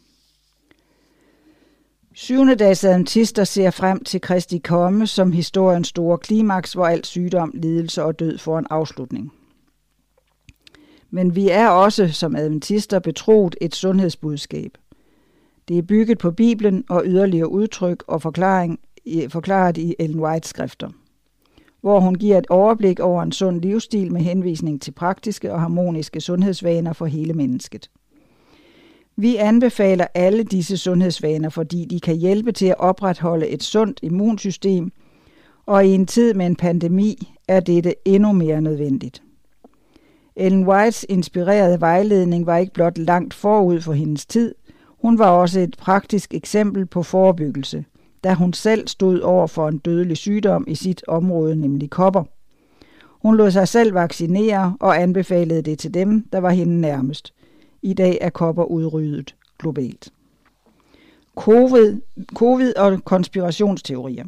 Syvende dags adventister ser frem til Kristi komme som historiens store klimaks, hvor al sygdom, lidelse og død får en afslutning. Men vi er også som adventister betroet et sundhedsbudskab. Det er bygget på Bibelen og yderligere udtryk og forklaring, forklaret i Ellen Whites skrifter, hvor hun giver et overblik over en sund livsstil med henvisning til praktiske og harmoniske sundhedsvaner for hele mennesket. Vi anbefaler alle disse sundhedsvaner, fordi de kan hjælpe til at opretholde et sundt immunsystem, og i en tid med en pandemi er dette endnu mere nødvendigt. Ellen Whites inspirerede vejledning var ikke blot langt forud for hendes tid, hun var også et praktisk eksempel på forebyggelse, da hun selv stod over for en dødelig sygdom i sit område, nemlig kopper. Hun lod sig selv vaccinere og anbefalede det til dem, der var hende nærmest. I dag er kopper udryddet globalt. COVID, COVID og konspirationsteorier.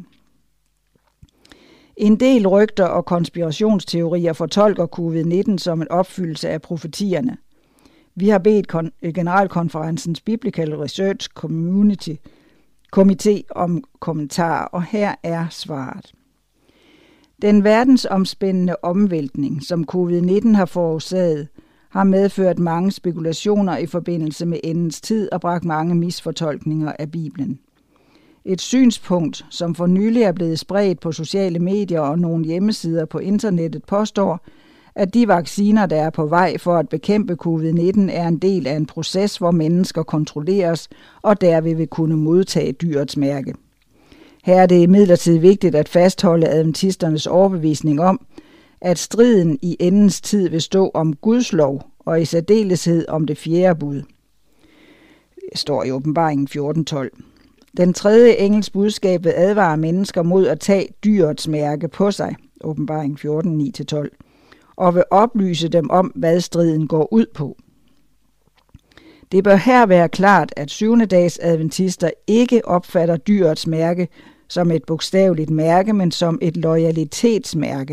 En del rygter og konspirationsteorier fortolker covid nitten som en opfyldelse af profetierne. Vi har bedt kon- generalkonferencens Biblical Research Community Komité om kommentarer, og her er svaret. Den verdensomspændende omvæltning, som covid nitten har forårsaget, har medført mange spekulationer i forbindelse med endens tid og bragt mange misfortolkninger af Bibelen. Et synspunkt, som for nylig er blevet spredt på sociale medier og nogle hjemmesider på internettet, påstår, at de vacciner, der er på vej for at bekæmpe covid nitten, er en del af en proces, hvor mennesker kontrolleres og derved vil kunne modtage dyrets mærke. Her er det imidlertid vigtigt at fastholde adventisternes overbevisning om, at striden i endens tid vil stå om Guds lov og i særdeleshed om det fjerde bud. Det står i åbenbaringen fjorten tolv. Den tredje engels budskab vil advare mennesker mod at tage dyrets mærke på sig, åbenbaringen fjorten ni til tolv, og vil oplyse dem om, hvad striden går ud på. Det bør her være klart, at syvende dags adventister ikke opfatter dyrets mærke som et bogstaveligt mærke, men som et loyalitetsmærke,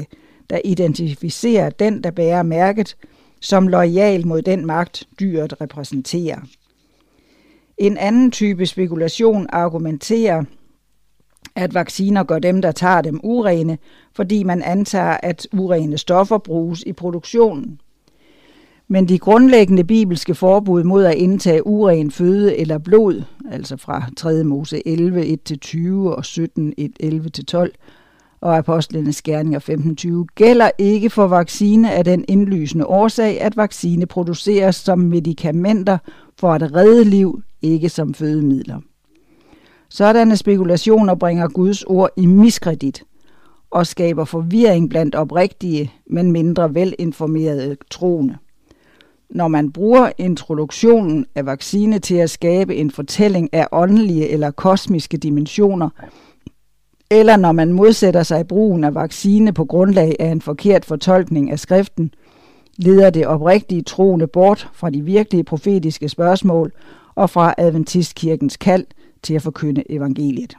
der identificerer den, der bærer mærket, som loyal mod den magt, dyret repræsenterer. En anden type spekulation argumenterer, at vacciner gør dem, der tager dem, urene, fordi man antager, at urene stoffer bruges i produktionen. Men de grundlæggende bibelske forbud mod at indtage uren føde eller blod, altså fra tredje Mose elleve, et til tyve og sytten, et, elleve til tolv og Apostlenes Gerninger femten tyve, gælder ikke for vaccine af den indlysende årsag, at vaccine produceres som medicamenter for at redde liv, ikke som fødemidler. Sådanne spekulationer bringer Guds ord i miskredit og skaber forvirring blandt oprigtige, men mindre velinformerede troende. Når man bruger introduktionen af vaccine til at skabe en fortælling af åndelige eller kosmiske dimensioner, eller når man modsætter sig brugen af vaccine på grundlag af en forkert fortolkning af skriften, leder det oprigtige troende bort fra de virkelige profetiske spørgsmål og fra adventistkirkens kald til at forkynde evangeliet.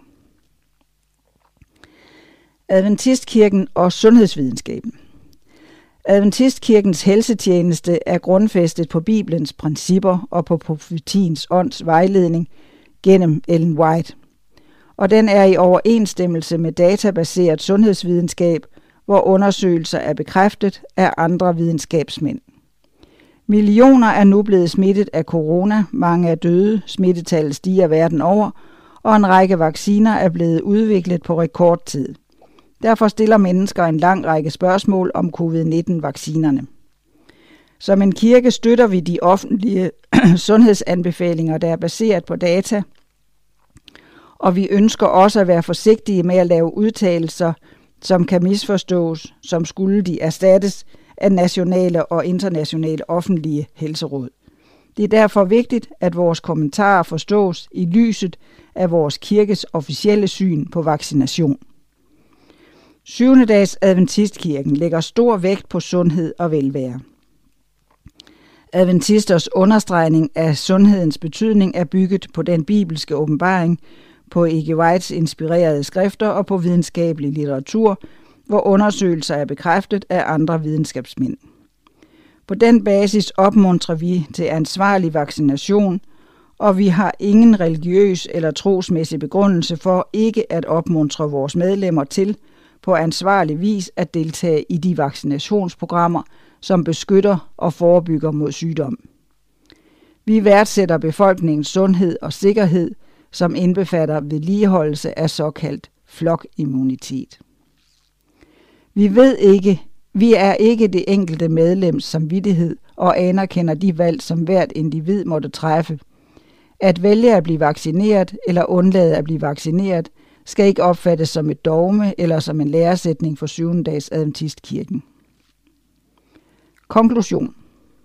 Adventistkirken og sundhedsvidenskaben. Adventistkirkens helsetjeneste er grundfæstet på Bibelens principper og på profetiens ånds vejledning gennem Ellen White. Og den er i overensstemmelse med databaseret sundhedsvidenskab, hvor undersøgelser er bekræftet af andre videnskabsmænd. Millioner er nu blevet smittet af corona, mange er døde, smittetallet stiger verden over, og en række vacciner er blevet udviklet på rekordtid. Derfor stiller mennesker en lang række spørgsmål om covid nitten vaccinerne. Som en kirke støtter vi de offentlige sundhedsanbefalinger, der er baseret på data, og vi ønsker også at være forsigtige med at lave udtalelser, som kan misforstås, som skulle de erstattes af nationale og internationale offentlige helseråd. Det er derfor vigtigt, at vores kommentarer forstås i lyset af vores kirkes officielle syn på vaccination. Syvende dags Adventistkirken lægger stor vægt på sundhed og velvære. Adventisters understregning af sundhedens betydning er bygget på den bibelske åbenbaring, på E G Whites inspirerede skrifter og på videnskabelig litteratur, hvor undersøgelser er bekræftet af andre videnskabsmænd. På den basis opmuntrer vi til ansvarlig vaccination, og vi har ingen religiøs eller trosmæssig begrundelse for ikke at opmuntre vores medlemmer til på ansvarlig vis at deltage i de vaccinationsprogrammer, som beskytter og forebygger mod sygdom. Vi værdsætter befolkningens sundhed og sikkerhed, som indbefatter vedligeholdelse af såkaldt flokimmunitet. Vi ved ikke, vi er ikke det enkelte medlems samvittighed og anerkender de valg, som hvert individ måtte træffe. At vælge at blive vaccineret eller undlade at blive vaccineret, skal ikke opfattes som et dogme eller som en læresætning for syvende dags Adventistkirken. Konklusion.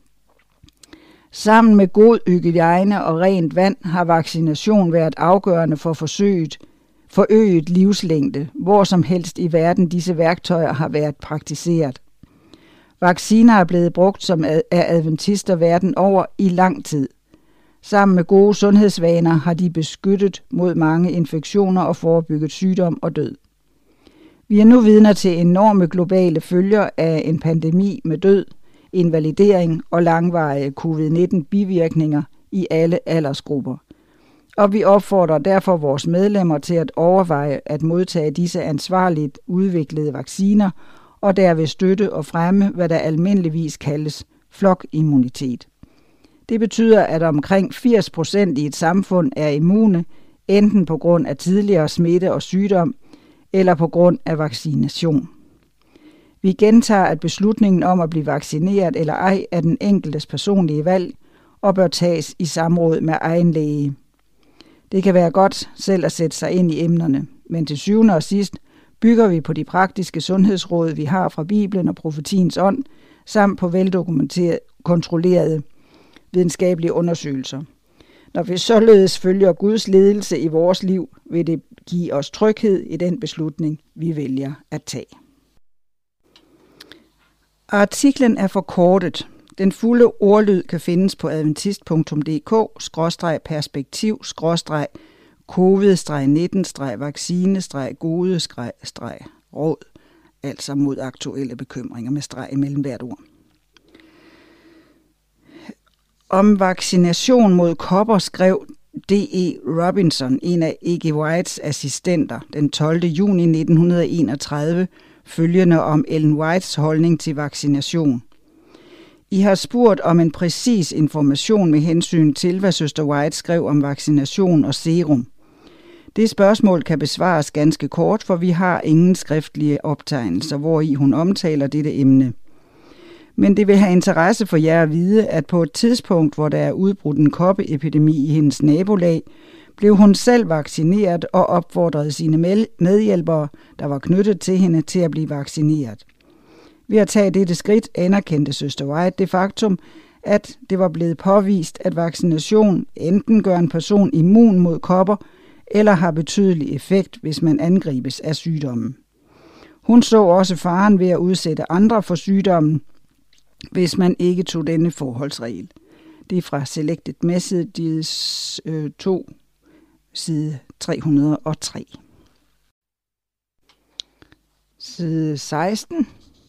Sammen med god hygiejne og rent vand har vaccination været afgørende for forsøget, forøget livslængde, hvor som helst i verden disse værktøjer har været praktiseret. Vacciner er blevet brugt som af adventister verden over i lang tid. Sammen med gode sundhedsvaner har de beskyttet mod mange infektioner og forebygget sygdom og død. Vi er nu vidner til enorme globale følger af en pandemi med død, invalidering og langvarige covid nitten bivirkninger i alle aldersgrupper. Og vi opfordrer derfor vores medlemmer til at overveje at modtage disse ansvarligt udviklede vacciner og derved støtte og fremme, hvad der almindeligvis kaldes flokimmunitet. Det betyder, at omkring firs procent i et samfund er immune, enten på grund af tidligere smitte og sygdom, eller på grund af vaccination. Vi gentager, at beslutningen om at blive vaccineret eller ej er den enkeltes personlige valg, og bør tages i samråd med egen læge. Det kan være godt selv at sætte sig ind i emnerne, men til syvende og sidst bygger vi på de praktiske sundhedsråd, vi har fra Bibelen og profetiens ånd, samt på veldokumenterede, kontrollerede videnskabelige undersøgelser. Når vi således følger Guds ledelse i vores liv, vil det give os tryghed i den beslutning, vi vælger at tage. Artiklen er forkortet. Den fulde ordlyd kan findes på adventist punktum d k skråstreg perspektiv skråstreg covid nitten vaccine gode råd. altså mod aktuelle bekymringer med streg imellem hvert ord. Om vaccination mod kopper skrev D E Robinson, en af E G Whites assistenter, den tolvte juni nitten enogtredive, følgende om Ellen Whites holdning til vaccination. I har spurgt om en præcis information med hensyn til, hvad søster White skrev om vaccination og serum. Det spørgsmål kan besvares ganske kort, for vi har ingen skriftlige optegnelser, hvori hun omtaler dette emne. Men det vil have interesse for jer at vide, at på et tidspunkt, hvor der er udbrudt en koppeepidemi i hendes nabolag, blev hun selv vaccineret og opfordrede sine medhjælpere, der var knyttet til hende, til at blive vaccineret. Ved at tage dette skridt anerkendte søster White det faktum, at det var blevet påvist, at vaccination enten gør en person immun mod kopper, eller har betydelig effekt, hvis man angribes af sygdommen. Hun så også faren ved at udsætte andre for sygdommen, hvis man ikke tog denne forholdsregel. Det er fra Selected Messages øh, to, side tre hundrede og tre. Side seksten.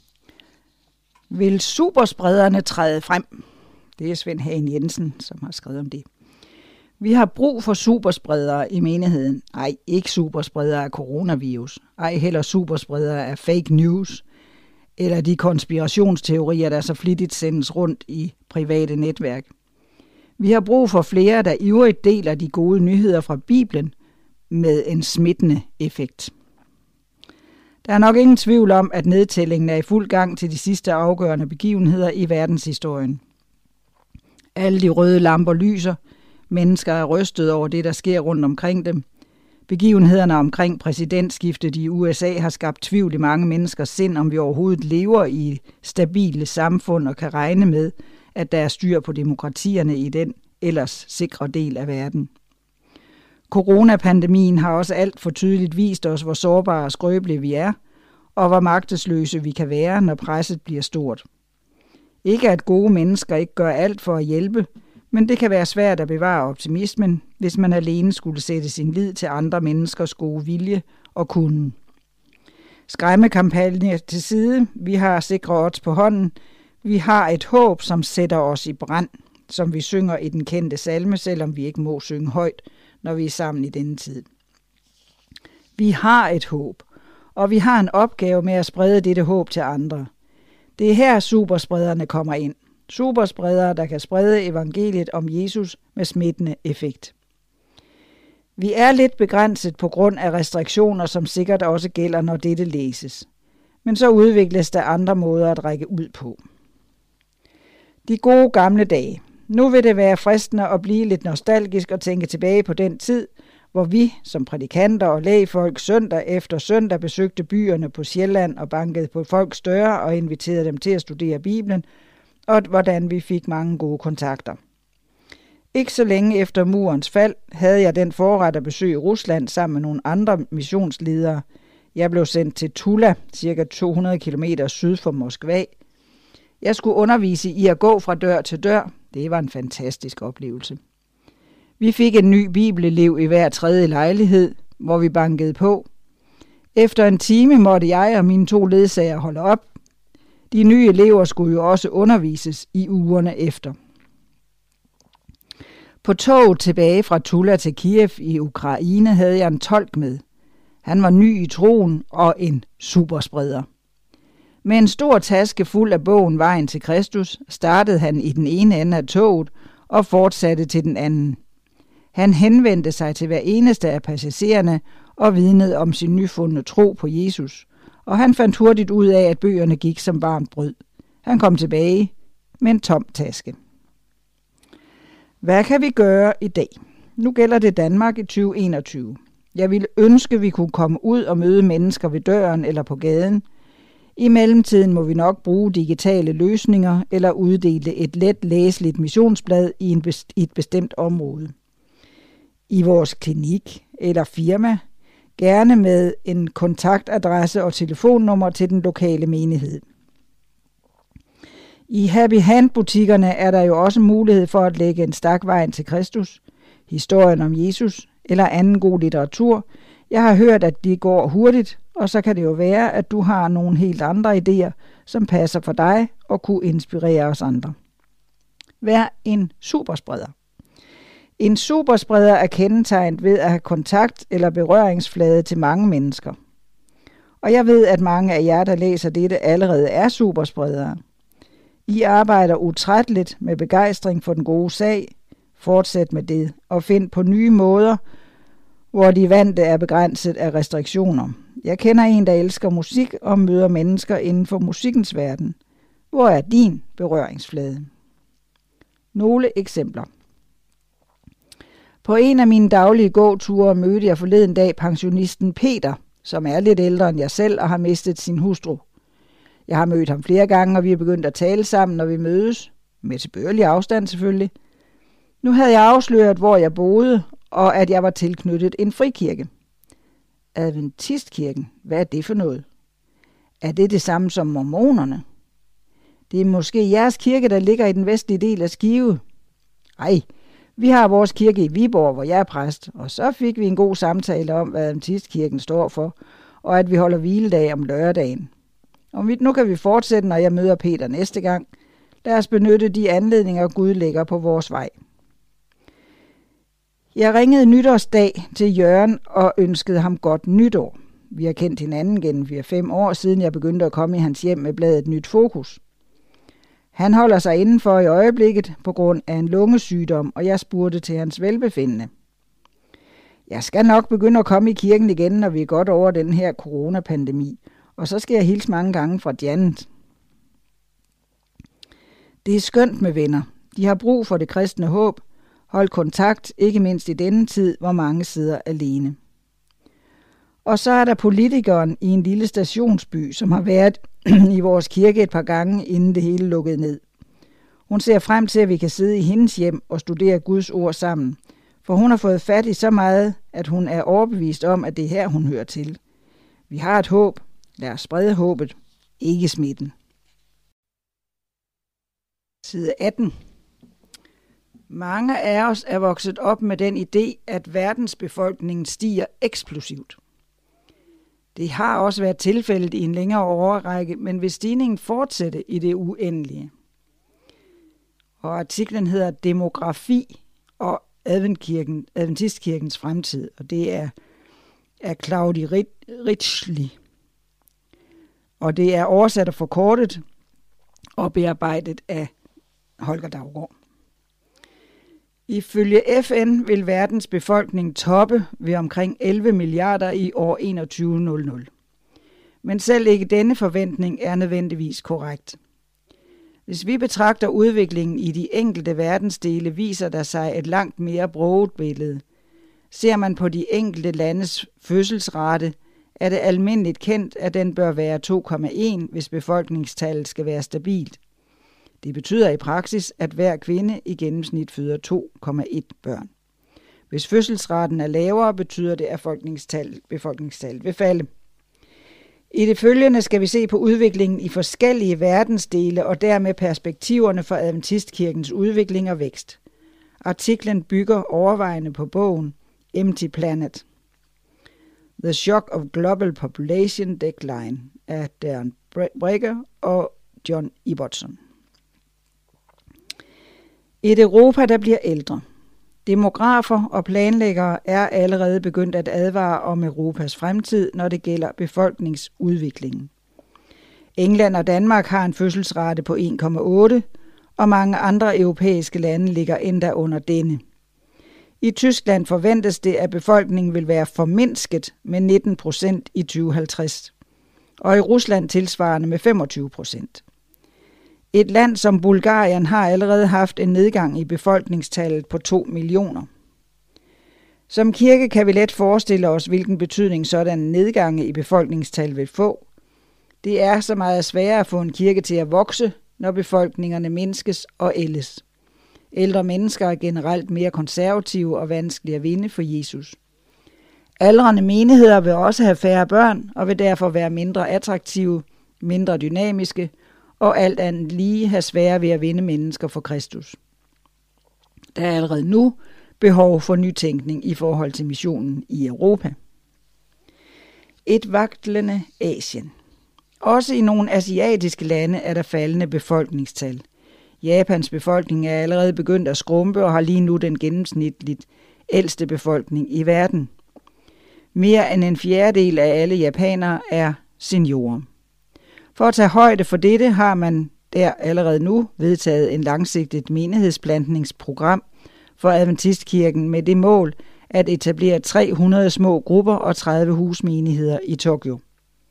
Vil supersprederne træde frem? Det er Svend Hagen Jensen, som har skrevet om det. Vi har brug for superspredere i menigheden. Ej, ikke superspredere af coronavirus. Ej, heller superspredere af fake news. Eller de konspirationsteorier, der så flittigt sendes rundt i private netværk. Vi har brug for flere, der ivrigt deler de gode nyheder fra Bibelen med en smittende effekt. Der er nok ingen tvivl om, at nedtællingen er i fuld gang til de sidste afgørende begivenheder i verdenshistorien. Alle de røde lamper lyser. Mennesker er rystet over det, der sker rundt omkring dem. Begivenhederne omkring præsidentskiftet i U S A har skabt tvivl i mange menneskers sind, om vi overhovedet lever i stabile samfund og kan regne med, at der er styr på demokratierne i den ellers sikre del af verden. Coronapandemien har også alt for tydeligt vist os, hvor sårbare og skrøbelige vi er, og hvor magtesløse vi kan være, når presset bliver stort. Ikke at gode mennesker ikke gør alt for at hjælpe, men det kan være svært at bevare optimismen, hvis man alene skulle sætte sin lid til andre menneskers gode vilje og kunnen. Skræmmekampagne til side. Vi har sikre odds på hånden. Vi har et håb, som sætter os i brand, som vi synger i den kendte salme, selvom vi ikke må synge højt, når vi er sammen i denne tid. Vi har et håb, og vi har en opgave med at sprede dette håb til andre. Det er her supersprederne kommer ind. Superspredere, der kan sprede evangeliet om Jesus med smittende effekt. Vi er lidt begrænset på grund af restriktioner, som sikkert også gælder, når dette læses. Men så udvikles der andre måder at række ud på. De gode gamle dage. Nu vil det være fristende at blive lidt nostalgisk og tænke tilbage på den tid, hvor vi som prædikanter og lægfolk søndag efter søndag besøgte byerne på Sjælland og bankede på folks døre og inviterede dem til at studere Bibelen, og hvordan vi fik mange gode kontakter. Ikke så længe efter murens fald havde jeg den forret at besøge Rusland sammen med nogle andre missionsledere. Jeg blev sendt til Tula, cirka to hundrede kilometer syd for Moskva. Jeg skulle undervise i at gå fra dør til dør. Det var en fantastisk oplevelse. Vi fik en ny bibelelev i hver tredje lejlighed, hvor vi bankede på. Efter en time måtte jeg og mine to ledsager holde op. De nye elever skulle jo også undervises i ugerne efter. På toget tilbage fra Tula til Kiev i Ukraine havde jeg en tolk med. Han var ny i troen og en superspreder. Med en stor taske fuld af bogen Vejen til Kristus startede han i den ene ende af toget og fortsatte til den anden. Han henvendte sig til hver eneste af passagererne og vidnede om sin nyfundne tro på Jesus, og han fandt hurtigt ud af, at bøgerne gik som varmt brød. Han kom tilbage med en tom taske. Hvad kan vi gøre i dag? Nu gælder det Danmark i tyve enogtyve. Jeg ville ønske, at vi kunne komme ud og møde mennesker ved døren eller på gaden. I mellemtiden må vi nok bruge digitale løsninger eller uddele et let læseligt missionsblad i, en best- i et bestemt område. I vores klinik eller firma, gerne med en kontaktadresse og telefonnummer til den lokale menighed. I Happy Hand-butikkerne er der jo også mulighed for at lægge en stak Vejen til Kristus, historien om Jesus eller anden god litteratur. Jeg har hørt, at de går hurtigt og så kan det jo være, at du har nogle helt andre idéer, som passer for dig og kunne inspirere os andre. Vær en superspreder. En superspreder er kendetegnet ved at have kontakt eller berøringsflade til mange mennesker. Og jeg ved, at mange af jer, der læser dette, allerede er superspredere. I arbejder utrætteligt med begejstring for den gode sag. Fortsæt med det, og find på nye måder, hvor de vante er begrænset af restriktioner. Jeg kender en, der elsker musik og møder mennesker inden for musikkens verden. Hvor er din berøringsflade? Nogle eksempler. På en af mine daglige gåture mødte jeg forleden dag pensionisten Peter, som er lidt ældre end jeg selv og har mistet sin hustru. Jeg har mødt ham flere gange, og vi er begyndt at tale sammen, når vi mødes. Med tilbørlig afstand selvfølgelig. Nu havde jeg afsløret, hvor jeg boede, og at jeg var tilknyttet en frikirke. Adventistkirken, hvad er det for noget? Er det det samme som mormonerne? Det er måske jeres kirke, der ligger i den vestlige del af Skive. Ej, vi har vores kirke i Viborg, hvor jeg er præst, og så fik vi en god samtale om, hvad Adventistkirken står for, og at vi holder hviledag om lørdagen. Og nu kan vi fortsætte, når jeg møder Peter næste gang. Lad os benytte de anledninger, Gud lægger på vores vej. Jeg ringede nytårsdag til Jørgen og ønskede ham godt nytår. Vi har kendt hinanden gennem fire fem år, siden jeg begyndte at komme i hans hjem med bladet Nyt Fokus. Han holder sig indenfor i øjeblikket på grund af en lungesygdom, og jeg spurgte til hans velbefindende. Jeg skal nok begynde at komme i kirken igen, når vi er godt over den her coronapandemi, og så skal jeg hilse mange gange fra Janet. Det er skønt med venner. De har brug for det kristne håb. Hold kontakt, ikke mindst i denne tid, hvor mange sidder alene. Og så er der politikeren i en lille stationsby, som har været i vores kirke et par gange, inden det hele lukkede ned. Hun ser frem til, at vi kan sidde i hendes hjem og studere Guds ord sammen, for hun har fået fat i så meget, at hun er overbevist om, at det er her, hun hører til. Vi har et håb. Lad os sprede håbet, ikke smitten. Side atten. Mange af os er vokset op med den idé, at verdensbefolkningen stiger eksplosivt. Det har også været tilfældet i en længere årrække, men vil stigningen fortsætte i det uendelige? Og artiklen hedder Demografi og Adventkirken, Adventistkirkens fremtid, og det er af Claudi Ritschli. Og det er oversat og forkortet og bearbejdet af Holger Daugaard. Ifølge F N vil verdens befolkning toppe ved omkring elleve milliarder i år enogtyve hundrede. Men selv ikke denne forventning er nødvendigvis korrekt. Hvis vi betragter udviklingen i de enkelte verdensdele, viser der sig et langt mere broget billede. Ser man på de enkelte landes fødselsrate, er det almindeligt kendt, at den bør være to komma en, hvis befolkningstallet skal være stabilt. Det betyder i praksis, at hver kvinde i gennemsnit føder to komma et børn. Hvis fødselsraten er lavere, betyder det, at befolkningstallet vil falde. I det følgende skal vi se på udviklingen i forskellige verdensdele og dermed perspektiverne for Adventistkirkens udvikling og vækst. Artiklen bygger overvejende på bogen Empty Planet. The Shock of Global Population Decline af Darren Breger og John Ibbotson. Et Europa, der bliver ældre. Demografer og planlæggere er allerede begyndt at advare om Europas fremtid, når det gælder befolkningsudviklingen. England og Danmark har en fødselsrate på en komma otte, og mange andre europæiske lande ligger endda under denne. I Tyskland forventes det, at befolkningen vil være formindsket med nitten procent i tyve halvtreds, og i Rusland tilsvarende med femogtyve procent. Et land som Bulgarien har allerede haft en nedgang i befolkningstallet på to millioner. Som kirke kan vi let forestille os, hvilken betydning sådan en nedgang i befolkningstal vil få. Det er så meget sværere at få en kirke til at vokse, når befolkningerne mindskes og ældes. Ældre mennesker er generelt mere konservative og vanskelige at vinde for Jesus. Aldrende menigheder vil også have færre børn og vil derfor være mindre attraktive, mindre dynamiske og alt andet lige have svære ved at vinde mennesker for Kristus. Der er allerede nu behov for nytænkning i forhold til missionen i Europa. Et vaklende Asien. Også i nogle asiatiske lande er der faldende befolkningstal. Japans befolkning er allerede begyndt at skrumpe og har lige nu den gennemsnitligt ældste befolkning i verden. Mere end en fjerdedel af alle japanere er seniorer. For at tage højde for dette har man der allerede nu vedtaget en langsigtet menighedsplantningsprogram for Adventistkirken med det mål at etablere tre hundrede små grupper og tredive husmenigheder i Tokyo.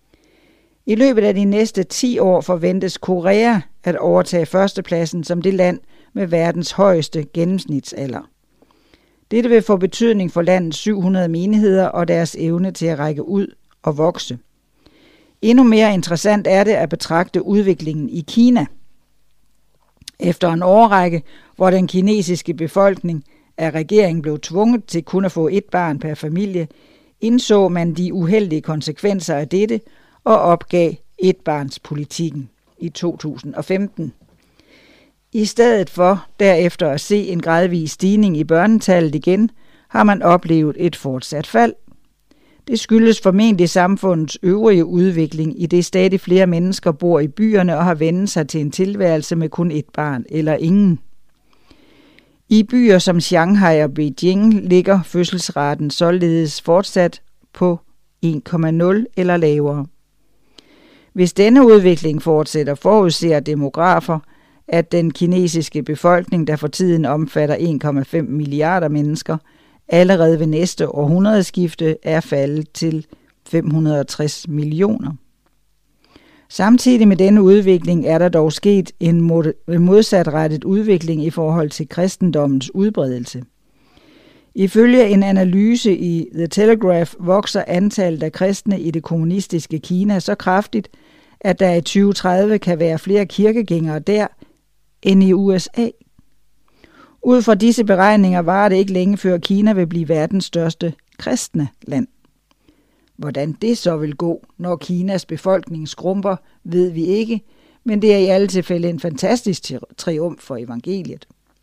I løbet af de næste ti år forventes Korea at overtage førstepladsen som det land med verdens højeste gennemsnitsalder. Dette vil få betydning for landets syv hundrede menigheder og deres evne til at række ud og vokse. Endnu mere interessant er det at betragte udviklingen i Kina. Efter en årrække, hvor den kinesiske befolkning af regeringen blev tvunget til kun at få et barn per familie, indså man de uheldige konsekvenser af dette og opgav etbarnspolitikken i to tusind og femten. I stedet for derefter at se en gradvis stigning i børnetallet igen, har man oplevet et fortsat fald. Det skyldes formentlig samfundets øvrige udvikling, i det stadig flere mennesker bor i byerne og har vendt sig til en tilværelse med kun et barn eller ingen. I byer som Shanghai og Beijing ligger fødselsraten således fortsat på en komma nul eller lavere. Hvis denne udvikling fortsætter, forudser demografer, at den kinesiske befolkning, der for tiden omfatter en komma fem milliarder mennesker, allerede ved næste århundredeskifte er faldet til fem hundrede og tres millioner. Samtidig med denne udvikling er der dog sket en modsatrettet udvikling i forhold til kristendommens udbredelse. Ifølge en analyse i The Telegraph vokser antallet af kristne i det kommunistiske Kina så kraftigt, at der i tyve tredive kan være flere kirkegængere der end i U S A. Ud fra disse beregninger varer det ikke længe før Kina vil blive verdens største kristne land. Hvordan det så vil gå, når Kinas befolkning skrumper, ved vi ikke, men det er i alle tilfælde en fantastisk triumf for evangeliet.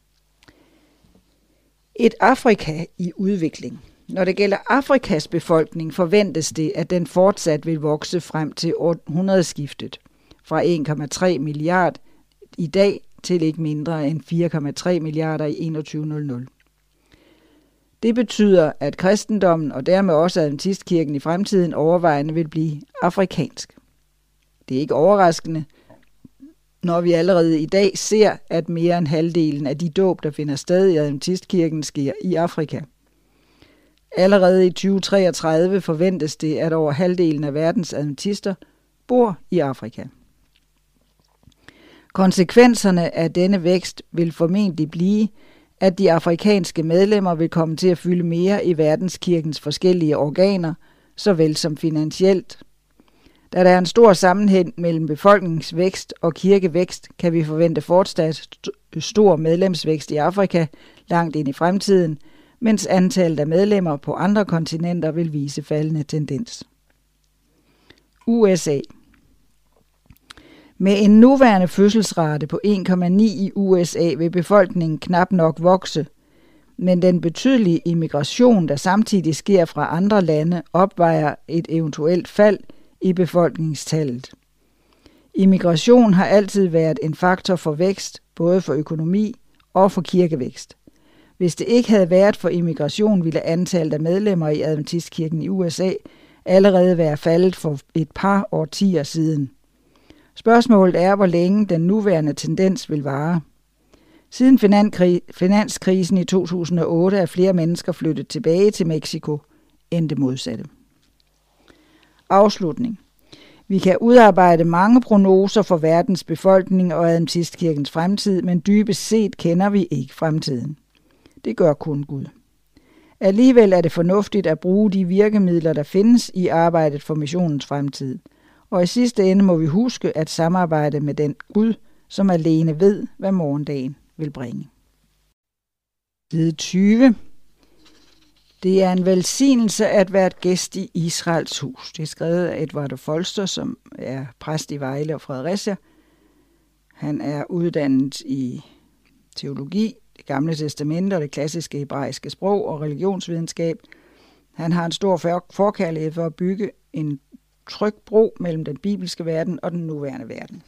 Et Afrika i udvikling. Når det gælder Afrikas befolkning, forventes det, at den fortsat vil vokse frem til århundredeskiftet fra en komma tre milliard i dag til ikke mindre end fire komma tre milliarder i enogtyve hundrede. Det betyder, at kristendommen og dermed også Adventistkirken i fremtiden overvejende vil blive afrikansk. Det er ikke overraskende, når vi allerede i dag ser, at mere end halvdelen af de dåb, der finder sted i Adventistkirken, sker i Afrika. Allerede i tyve treogtredive forventes det, at over halvdelen af verdens adventister bor i Afrika. Konsekvenserne af denne vækst vil formentlig blive, at de afrikanske medlemmer vil komme til at fylde mere i verdenskirkens forskellige organer, såvel som finansielt. Da der er en stor sammenhæng mellem befolkningsvækst og kirkevækst, kan vi forvente fortsat stor medlemsvækst i Afrika langt ind i fremtiden, mens antallet af medlemmer på andre kontinenter vil vise faldende tendens. U S A. Med en nuværende fødselsrate på en komma ni i U S A vil befolkningen knap nok vokse, men den betydelige immigration, der samtidig sker fra andre lande, opvejer et eventuelt fald i befolkningstallet. Immigration har altid været en faktor for vækst, både for økonomi og for kirkevækst. Hvis det ikke havde været for immigration, ville antallet af medlemmer i Adventistkirken i U S A allerede være faldet for et par årtier siden. Spørgsmålet er, hvor længe den nuværende tendens vil vare. Siden finanskrisen i to tusind og otte er flere mennesker flyttet tilbage til Mexico end det modsatte. Afslutning. Vi kan udarbejde mange prognoser for verdens befolkning og Adventistkirkens fremtid, men dybest set kender vi ikke fremtiden. Det gør kun Gud. Alligevel er det fornuftigt at bruge de virkemidler, der findes i arbejdet for missionens fremtid. Og i sidste ende må vi huske at samarbejde med den Gud, som alene ved, hvad morgendagen vil bringe. Side tyve. Det er en velsignelse at være et gæst i Israels hus. Det er skrevet af Edvard Folster, som er præst i Vejle og Fredericia. Han er uddannet i teologi, det gamle testamente og det klassiske hebraiske sprog og religionsvidenskab. Han har en stor forkærlighed for at bygge en tryg bro mellem den bibelske verden og den nuværende verden.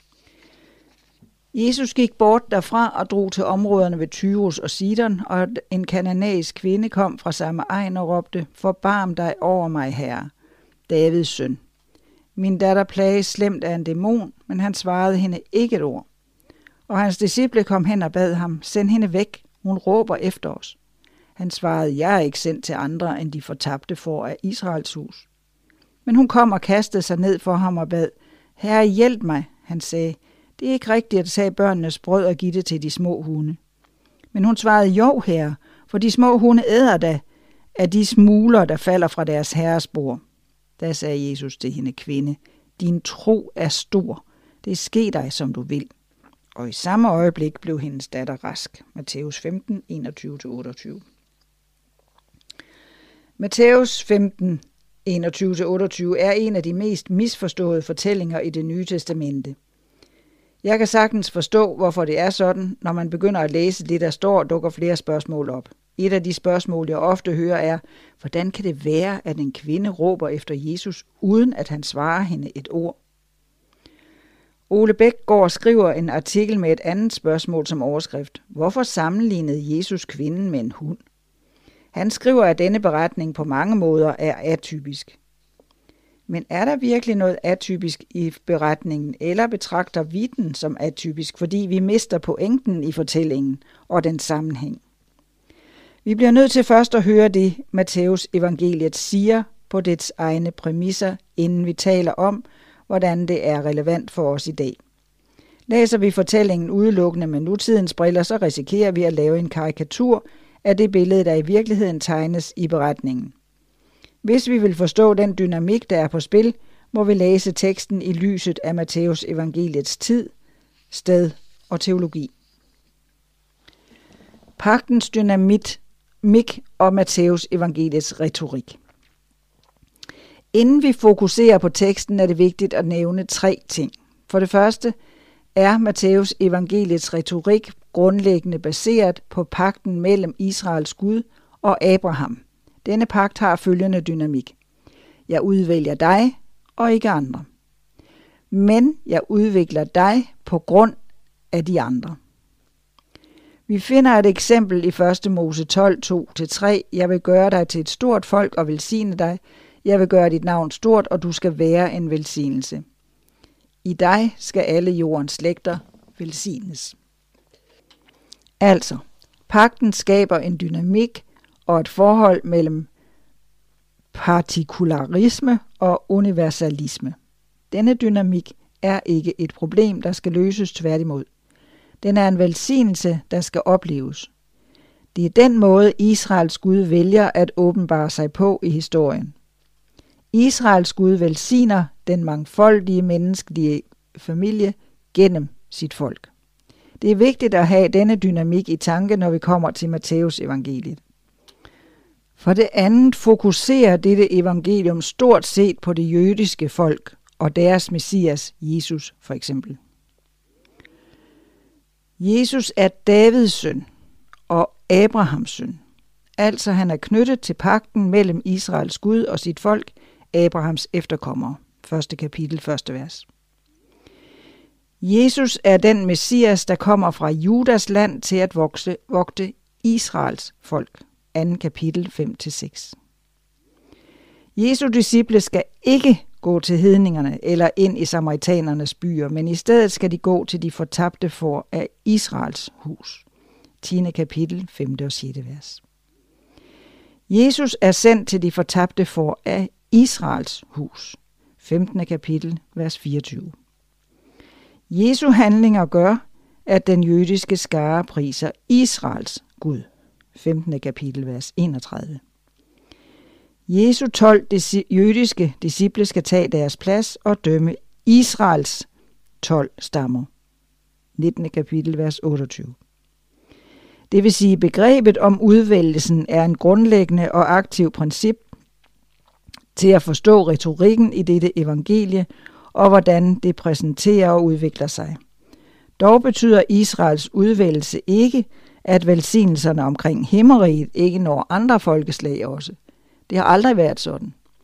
Jesus gik bort derfra og drog til områderne ved Tyrus og Sidon, og en kananæisk kvinde kom fra samme egen og råbte, forbarm dig over mig, herre, Davids søn. Min datter plages slemt af en dæmon, men han svarede hende ikke et ord. Og hans disciple kom hen og bad ham, send hende væk, hun råber efter os. Han svarede, jeg er ikke sendt til andre end de fortabte får af Israels hus. Men hun kom og kastede sig ned for ham og bad, herre hjælp mig, han sagde, det er ikke rigtigt at tage børnenes brød og give det til de små hunde. Men hun svarede, jo herre, for de små hunde æder da af de smuler, der falder fra deres herres bord. Da sagde Jesus til hende, kvinde, din tro er stor, det sker dig, som du vil. Og i samme øjeblik blev hendes datter rask. Matthæus femten, enogtyve til otteogtyve. Matthæus femten, enogtyve til otteogtyve er en af de mest misforståede fortællinger i Det Nye Testamente. Jeg kan sagtens forstå, hvorfor det er sådan, når man begynder at læse det, der står, dukker flere spørgsmål op. Et af de spørgsmål, jeg ofte hører, er, hvordan kan det være, at en kvinde råber efter Jesus, uden at han svarer hende et ord? Ole Bækgaard skriver en artikel med et andet spørgsmål som overskrift. Hvorfor sammenlignede Jesus kvinden med en hund? Han skriver, at denne beretning på mange måder er atypisk. Men er der virkelig noget atypisk i beretningen, eller betragter vi den som atypisk, fordi vi mister pointen i fortællingen og den sammenhæng? Vi bliver nødt til først at høre det, Matthæus evangeliet siger på dets egne præmisser, inden vi taler om, hvordan det er relevant for os i dag. Læser vi fortællingen udelukkende med nutidens briller, så risikerer vi at lave en karikatur af det billede, der i virkeligheden tegnes i beretningen. Hvis vi vil forstå den dynamik, der er på spil, må vi læse teksten i lyset af Matthæus evangeliets tid, sted og teologi. Pagtens dynamik og Matthæus evangeliets retorik. Inden vi fokuserer på teksten, er det vigtigt at nævne tre ting. For det første er Matthæus evangeliets retorik grundlæggende baseret på pagten mellem Israels Gud og Abraham. Denne pagt har følgende dynamik. Jeg udvælger dig og ikke andre. Men jeg udvikler dig på grund af de andre. Vi finder et eksempel i første Mose tolv, to til tre. Jeg vil gøre dig til et stort folk og velsigne dig. Jeg vil gøre dit navn stort, og du skal være en velsignelse. I dig skal alle jordens slægter velsignes. Altså, pagten skaber en dynamik og et forhold mellem partikularisme og universalisme. Denne dynamik er ikke et problem, der skal løses, tværtimod. Den er en velsignelse, der skal opleves. Det er den måde, Israels Gud vælger at åbenbare sig på i historien. Israels Gud velsigner den mangfoldige menneskelige familie gennem sit folk. Det er vigtigt at have denne dynamik i tanke, når vi kommer til Matthæus evangeliet. For det andet fokuserer dette evangelium stort set på det jødiske folk og deres messias, Jesus for eksempel. Jesus er Davids søn og Abrahams søn. Altså han er knyttet til pagten mellem Israels Gud og sit folk, Abrahams efterkommere. Første kapitel, første vers. Jesus er den messias, der kommer fra Judas land til at vokse, vogte Israels folk. Anden kapitel, fem til seks. Jesu disciple skal ikke gå til hedningerne eller ind i samaritanernes byer, men i stedet skal de gå til de fortabte får af Israels hus. tiende kapitel, femte og sjette vers. Jesus er sendt til de fortabte får af Israels hus. femtende kapitel, vers fireogtyve. Jesu handlinger gør, at den jødiske skare priser Israels Gud. femtende kapitel, vers enogtredive. Jesu tolv jødiske disciple skal tage deres plads og dømme Israels tolv stammer. nittende kapitel, vers otteogtyve. Det vil sige, begrebet om udvælgelsen er en grundlæggende og aktiv princip til at forstå retorikken i dette evangelie og hvordan det præsenterer og udvikler sig. Dog betyder Israels udvælgelse ikke, at velsignelserne omkring himmeriget ikke når andre folkeslag også. Det har aldrig været sådan.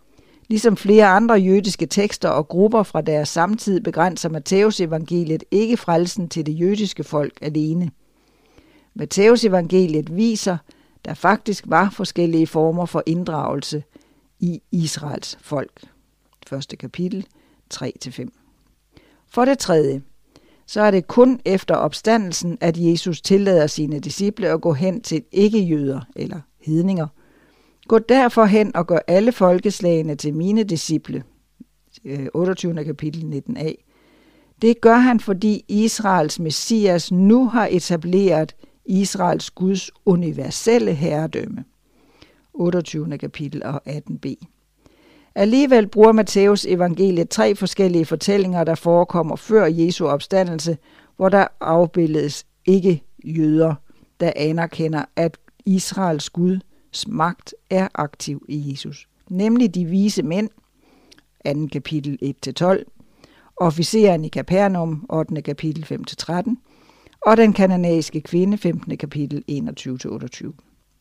Ligesom flere andre jødiske tekster og grupper fra deres samtid begrænser Matthæus evangeliet ikke frelsen til det jødiske folk alene. Matthæus evangeliet viser, der faktisk var forskellige former for inddragelse i Israels folk. Første kapitel, tre til fem. For det tredje, så er det kun efter opstandelsen, at Jesus tillader sine disciple at gå hen til ikke-jøder eller hedninger. Gå derfor hen og gør alle folkeslagene til mine disciple. otteogtyvende kapitel nitten a. Det gør han, fordi Israels Messias nu har etableret Israels Guds universelle herredømme. otteogtyvende kapitel og atten b. Alligevel bruger Matthæus evangeliet tre forskellige fortællinger, der forekommer før Jesu opstandelse, hvor der afbilledes ikke jøder, der anerkender, at Israels Guds magt er aktiv i Jesus. Nemlig de vise mænd, andet kapitel et til tolv, officeren i Kapernaum, ottende kapitel fem til tretten, og den kananæiske kvinde, femtende kapitel enogtyve til otteogtyve.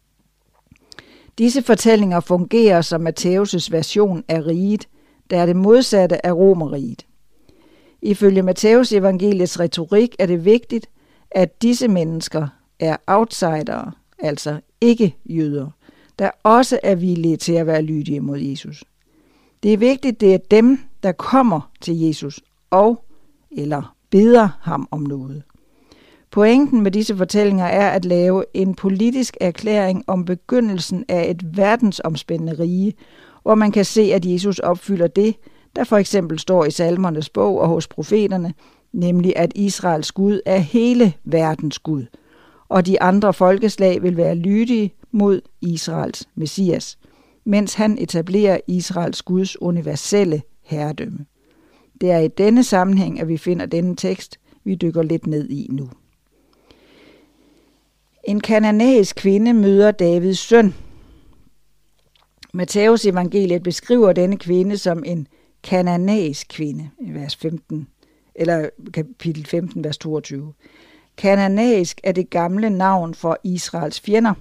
Disse fortællinger fungerer som Matthæus' version af riget, der er det modsatte af Romerriget. Ifølge Matthæus evangeliets retorik er det vigtigt, at disse mennesker er outsidere, altså ikke jøder, der også er villige til at være lydige mod Jesus. Det er vigtigt, det er dem, der kommer til Jesus og eller beder ham om noget. Pointen med disse fortællinger er at lave en politisk erklæring om begyndelsen af et verdensomspændende rige, hvor man kan se, at Jesus opfylder det, der for eksempel står i Salmernes bog og hos profeterne, nemlig at Israels Gud er hele verdens Gud, og de andre folkeslag vil være lydige mod Israels Messias, mens han etablerer Israels Guds universelle herredømme. Det er i denne sammenhæng, at vi finder denne tekst, vi dykker lidt ned i nu. En kananæisk kvinde møder Davids søn. Matthæus evangeliet beskriver denne kvinde som en kananæisk kvinde, i vers femten, eller kapitel femten, vers toogtyve. Kananæisk er det gamle navn for Israels fjender.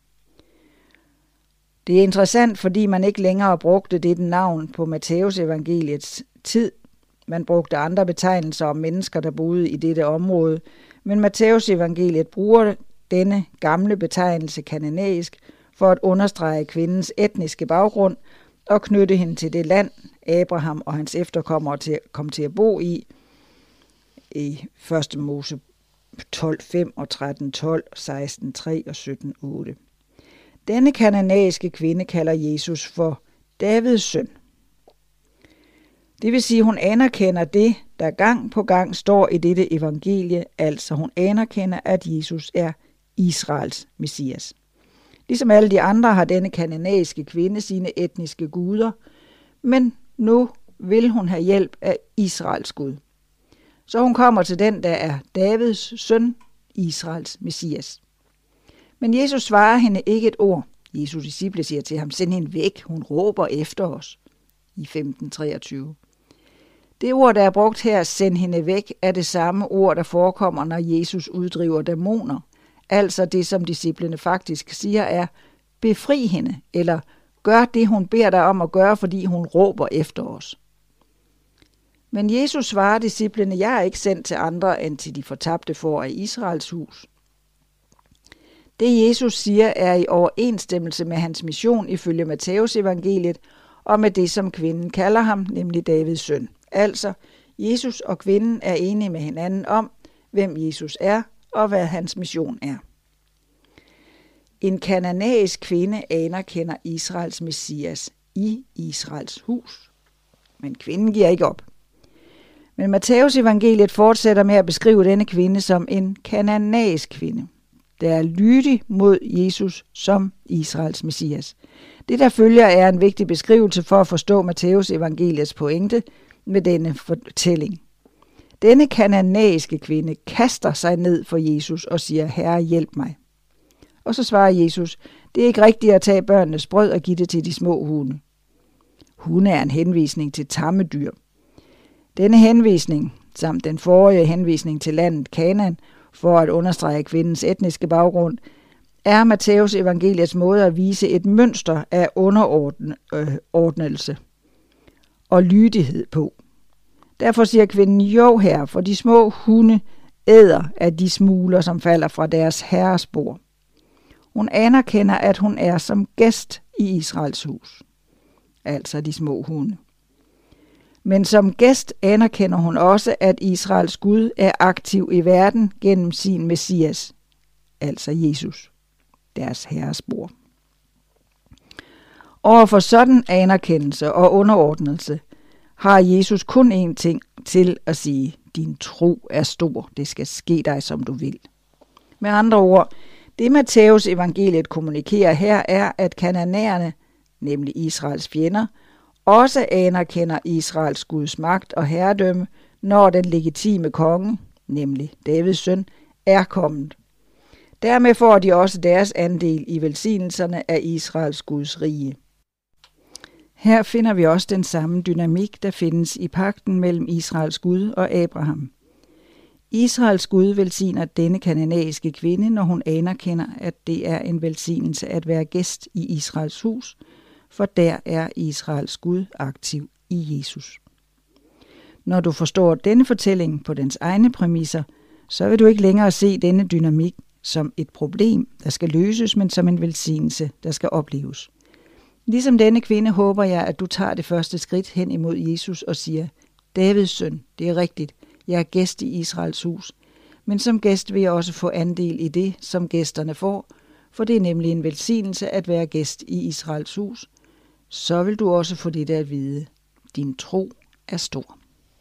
Det er interessant, fordi man ikke længere brugte dette navn på Matthæus evangeliets tid. Man brugte andre betegnelser om mennesker, der boede i dette område, men Matthæus evangeliet bruger denne gamle betegnelse kananæisk for at understrege kvindens etniske baggrund og knytte hende til det land, Abraham og hans efterkommere til, kom til at bo i, i første Mose tolv fem og tretten tolv, seksten tre og sytten otte. Denne kananæiske kvinde kalder Jesus for Davids søn. Det vil sige, at hun anerkender det, der gang på gang står i dette evangelie, altså hun anerkender, at Jesus er Israels Messias. Ligesom alle de andre har denne kananæiske kvinde sine etniske guder, men nu vil hun have hjælp af Israels Gud. Så hun kommer til den, der er Davids søn, Israels Messias. Men Jesus svarer hende ikke et ord. Jesus' disciple siger til ham, send hende væk, hun råber efter os, i femten treogtyve. Det ord, der er brugt her, send hende væk, er det samme ord, der forekommer, når Jesus uddriver dæmoner. Altså det, som disciplene faktisk siger, er, befri hende, eller gør det, hun beder dig om at gøre, fordi hun råber efter os. Men Jesus svarer disciplene, jeg er ikke sendt til andre, end til de fortabte får af Israels hus. Det Jesus siger, er i overensstemmelse med hans mission ifølge Matthæus evangeliet, og med det, som kvinden kalder ham, nemlig Davids søn. Altså, Jesus og kvinden er enige med hinanden om, hvem Jesus er, og hvad hans mission er. En kananæisk kvinde anerkender Israels Messias i Israels hus. Men kvinden giver ikke op. Men Matthæus evangeliet fortsætter med at beskrive denne kvinde som en kananæisk kvinde, der er lydig mod Jesus som Israels Messias. Det, der følger, er en vigtig beskrivelse for at forstå Matthæus evangeliets pointe med denne fortælling. Denne kananæiske kvinde kaster sig ned for Jesus og siger, Herre, hjælp mig. Og så svarer Jesus, det er ikke rigtigt at tage børnenes brød og give det til de små hunde. Hunde er en henvisning til tamme dyr. Denne henvisning, samt den forrige henvisning til landet Kanaan, for at understrege kvindens etniske baggrund, er Matthæus evangeliets måde at vise et mønster af underordnelse. og lydighed på. Derfor siger kvinden, jo herre, for de små hunde æder af de smuler, som falder fra deres herres bord. Hun anerkender, at hun er som gæst i Israels hus, altså de små hunde. Men som gæst anerkender hun også, at Israels Gud er aktiv i verden gennem sin Messias, altså Jesus, deres herres bror. Overfor sådan anerkendelse og underordnelse har Jesus kun én ting til at sige: din tro er stor, det skal ske dig, som du vil. Med andre ord, det Matthæus evangeliet kommunikerer her er, at kananæerne, nemlig Israels fjender, også anerkender Israels Guds magt og herredømme, når den legitime konge, nemlig Davids søn, er kommet. Dermed får de også deres andel i velsignelserne af Israels Guds rige. Her finder vi også den samme dynamik, der findes i pagten mellem Israels Gud og Abraham. Israels Gud velsigner denne kananæiske kvinde, når hun anerkender, at det er en velsignelse at være gæst i Israels hus, for der er Israels Gud aktiv i Jesus. Når du forstår denne fortælling på dens egne præmisser, så vil du ikke længere se denne dynamik som et problem, der skal løses, men som en velsignelse, der skal opleves. Ligesom denne kvinde håber jeg, at du tager det første skridt hen imod Jesus og siger: Davids søn, det er rigtigt, jeg er gæst i Israels hus, men som gæst vil jeg også få andel i det, som gæsterne får, for det er nemlig en velsignelse at være gæst i Israels hus. Så vil du også få det at vide: din tro er stor.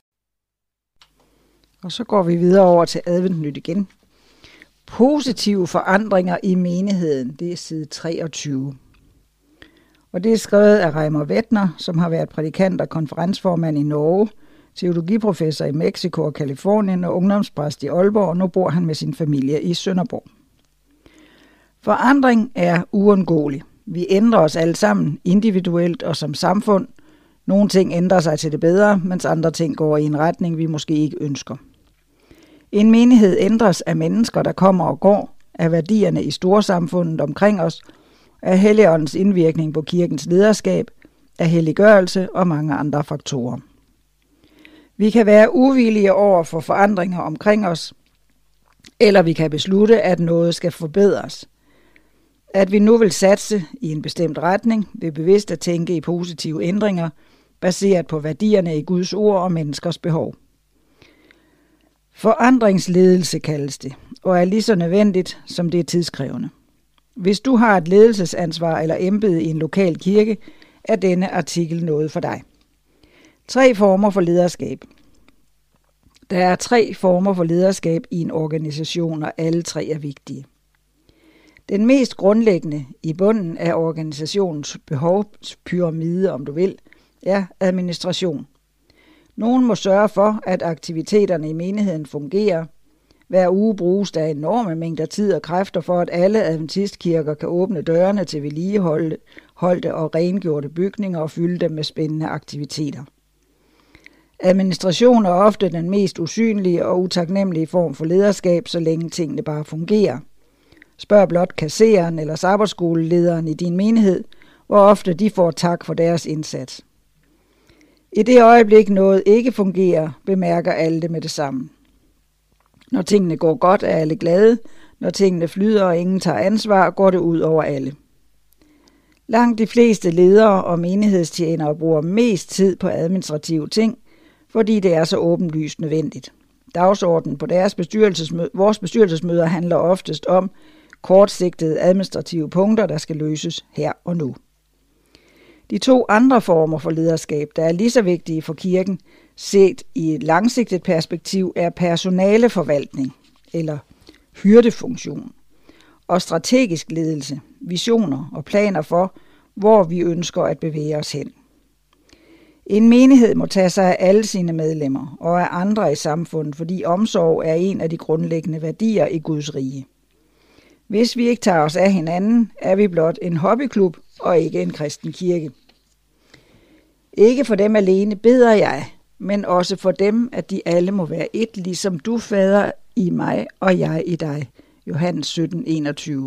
Og så går vi videre over til adventnyt igen. Positive forandringer i menigheden, det er side treogtyve. Og det er skrevet af Reimer Wettner, som har været prædikant og konferensformand i Norge, teologiprofessor i Mexico og Californien og ungdomspræst i Aalborg, og nu bor han med sin familie i Sønderborg. Forandring er uundgåelig. Vi ændrer os alle sammen, individuelt og som samfund. Nogle ting ændrer sig til det bedre, mens andre ting går i en retning, vi måske ikke ønsker. En menighed ændres af mennesker, der kommer og går, af værdierne i storsamfundet omkring os, af Helligåndens indvirkning på kirkens lederskab, af helliggørelse og mange andre faktorer. Vi kan være uvillige over for forandringer omkring os, eller vi kan beslutte, at noget skal forbedres. At vi nu vil satse i en bestemt retning, ved bevidst at tænke i positive ændringer, baseret på værdierne i Guds ord og menneskers behov. Forandringsledelse kaldes det, og er lige så nødvendigt, som det er tidskrævende. Hvis du har et ledelsesansvar eller embede i en lokal kirke, er denne artikel noget for dig. Tre former for lederskab. Der er tre former for lederskab i en organisation, og alle tre er vigtige. Den mest grundlæggende i bunden af organisationens behovspyramide, om du vil, er administration. Nogen må sørge for, at aktiviteterne i menigheden fungerer. Hver uge bruges der enorme mængder tid og kræfter for, at alle adventistkirker kan åbne dørene til vedligeholdte og rengjorte bygninger og fylde dem med spændende aktiviteter. Administration er ofte den mest usynlige og utaknemmelige form for lederskab, så længe tingene bare fungerer. Spørg blot kasseren eller sabbatskolelederen i din menighed, hvor ofte de får tak for deres indsats. I det øjeblik noget ikke fungerer, bemærker alle det med det samme. Når tingene går godt, er alle glade. Når tingene flyder og ingen tager ansvar, går det ud over alle. Langt de fleste ledere og menighedstjenere bruger mest tid på administrative ting, fordi det er så åbenlyst nødvendigt. Dagsordenen på deres bestyrelsesmø- vores bestyrelsesmøder handler oftest om kortsigtede administrative punkter, der skal løses her og nu. De to andre former for lederskab, der er lige så vigtige for kirken, set i et langsigtet perspektiv, er personaleforvaltning eller hyrdefunktion og strategisk ledelse, visioner og planer for, hvor vi ønsker at bevæge os hen. En menighed må tage sig af alle sine medlemmer og af andre i samfundet, fordi omsorg er en af de grundlæggende værdier i Guds rige. Hvis vi ikke tager os af hinanden, er vi blot en hobbyklub og ikke en kristen kirke. Ikke for dem alene beder jeg, men også for dem, at de alle må være et, ligesom du, Fader, i mig og jeg i dig. Johannes sytten enogtyve.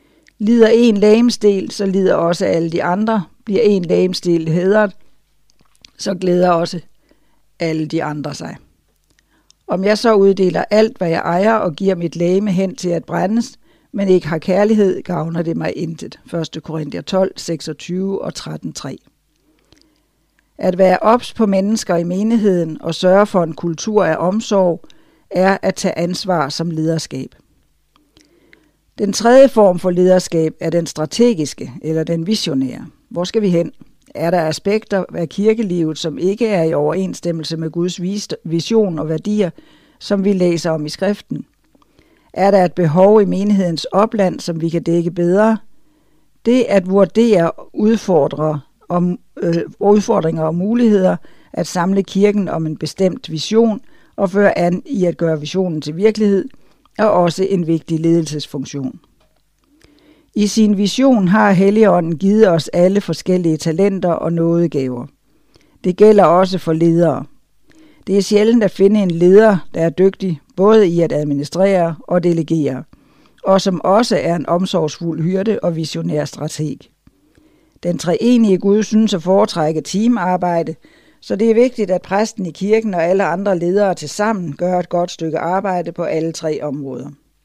Lider en legemsdel, så lider også alle de andre. Bliver en legemsdel hædret, så glæder også alle de andre sig. Om jeg så uddeler alt, hvad jeg ejer, og giver mit legeme hen til at brændes, men ikke har kærlighed, gavner det mig intet. første Korinther tolv, seksogtyve og tretten tre. At være ops på mennesker i menigheden og sørge for en kultur af omsorg, er at tage ansvar som lederskab. Den tredje form for lederskab er den strategiske eller den visionære. Hvor skal vi hen? Er der aspekter af kirkelivet, som ikke er i overensstemmelse med Guds vision og værdier, som vi læser om i skriften? Er der et behov i menighedens opland, som vi kan dække bedre? Det at vurdere udfordre om, øh, udfordringer og muligheder, at samle kirken om en bestemt vision og føre an i at gøre visionen til virkelighed, er også en vigtig ledelsesfunktion. I sin vision har Helligånden givet os alle forskellige talenter og nådegaver. Det gælder også for ledere. Det er sjældent at finde en leder, der er dygtig både i at administrere og delegere, og som også er en omsorgsfuld hyrde og visionær strateg. Den treenige Gud synes at foretrække teamarbejde, så det er vigtigt, at præsten i kirken og alle andre ledere tilsammen gør et godt stykke arbejde på alle tre områder.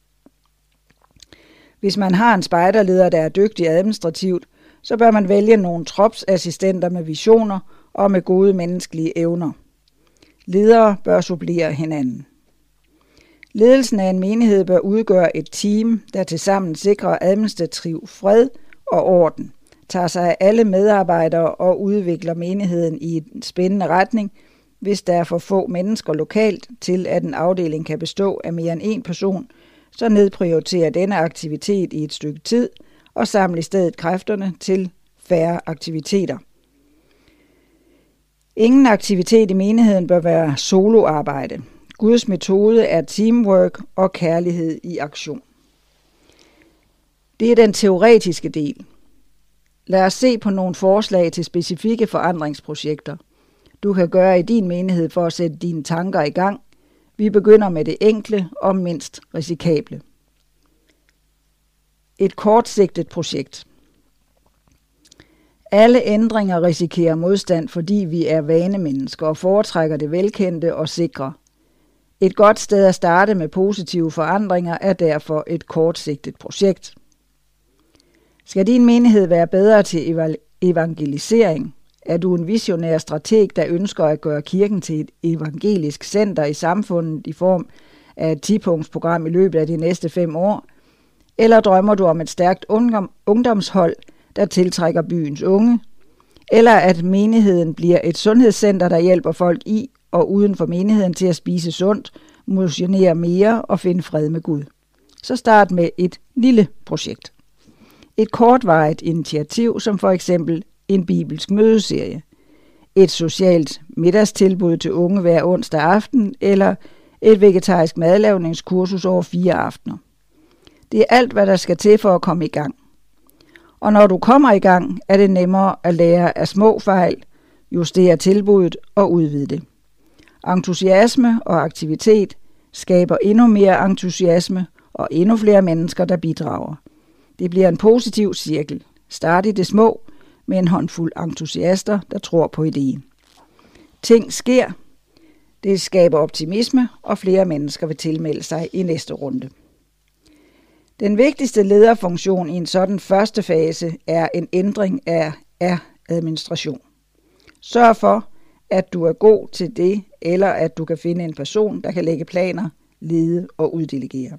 Hvis man har en spejderleder, der er dygtig administrativt, så bør man vælge nogle tropsassistenter med visioner og med gode menneskelige evner. Ledere bør supplere hinanden. Ledelsen af en menighed bør udgøre et team, der tilsammen sikrer administrativ fred og orden, tager sig af alle medarbejdere og udvikler menigheden i en spændende retning, hvis der er for få mennesker lokalt til, at en afdeling kan bestå af mere end én person, så nedprioriterer denne aktivitet i et stykke tid og samler i stedet kræfterne til færre aktiviteter. Ingen aktivitet i menigheden bør være soloarbejde. Guds metode er teamwork og kærlighed i aktion. Det er den teoretiske del. Lad os se på nogle forslag til specifikke forandringsprojekter, du kan gøre i din menighed for at sætte dine tanker i gang. Vi begynder med det enkle og mindst risikable. Et kortsigtet projekt. Alle ændringer risikerer modstand, fordi vi er vanemennesker og foretrækker det velkendte og sikre. Et godt sted at starte med positive forandringer er derfor et kortsigtet projekt. Skal din menighed være bedre til evangelisering? Er du en visionær strateg, der ønsker at gøre kirken til et evangelisk center i samfundet i form af et ti-punktsprogram i løbet af de næste fem år? Eller drømmer du om et stærkt ungdomshold, der tiltrækker byens unge? Eller at menigheden bliver et sundhedscenter, der hjælper folk i og uden for menigheden til at spise sundt, motionere mere og finde fred med Gud? Så start med et lille projekt. Et kortvarigt initiativ, som for eksempel en bibelsk mødeserie, et socialt middagstilbud til unge hver onsdag aften eller et vegetarisk madlavningskursus over fire aftener. Det er alt, hvad der skal til for at komme i gang. Og når du kommer i gang, er det nemmere at lære af små fejl, justere tilbuddet og udvide det. Entusiasme og aktivitet skaber endnu mere entusiasme og endnu flere mennesker, der bidrager. Det bliver en positiv cirkel. Start i det små med en håndfuld entusiaster, der tror på ideen. Ting sker. Det skaber optimisme, og flere mennesker vil tilmelde sig i næste runde. Den vigtigste lederfunktion i en sådan første fase er en ændring af, af administration. Sørg for, at du er god til det, eller at du kan finde en person, der kan lægge planer, lede og uddelegere.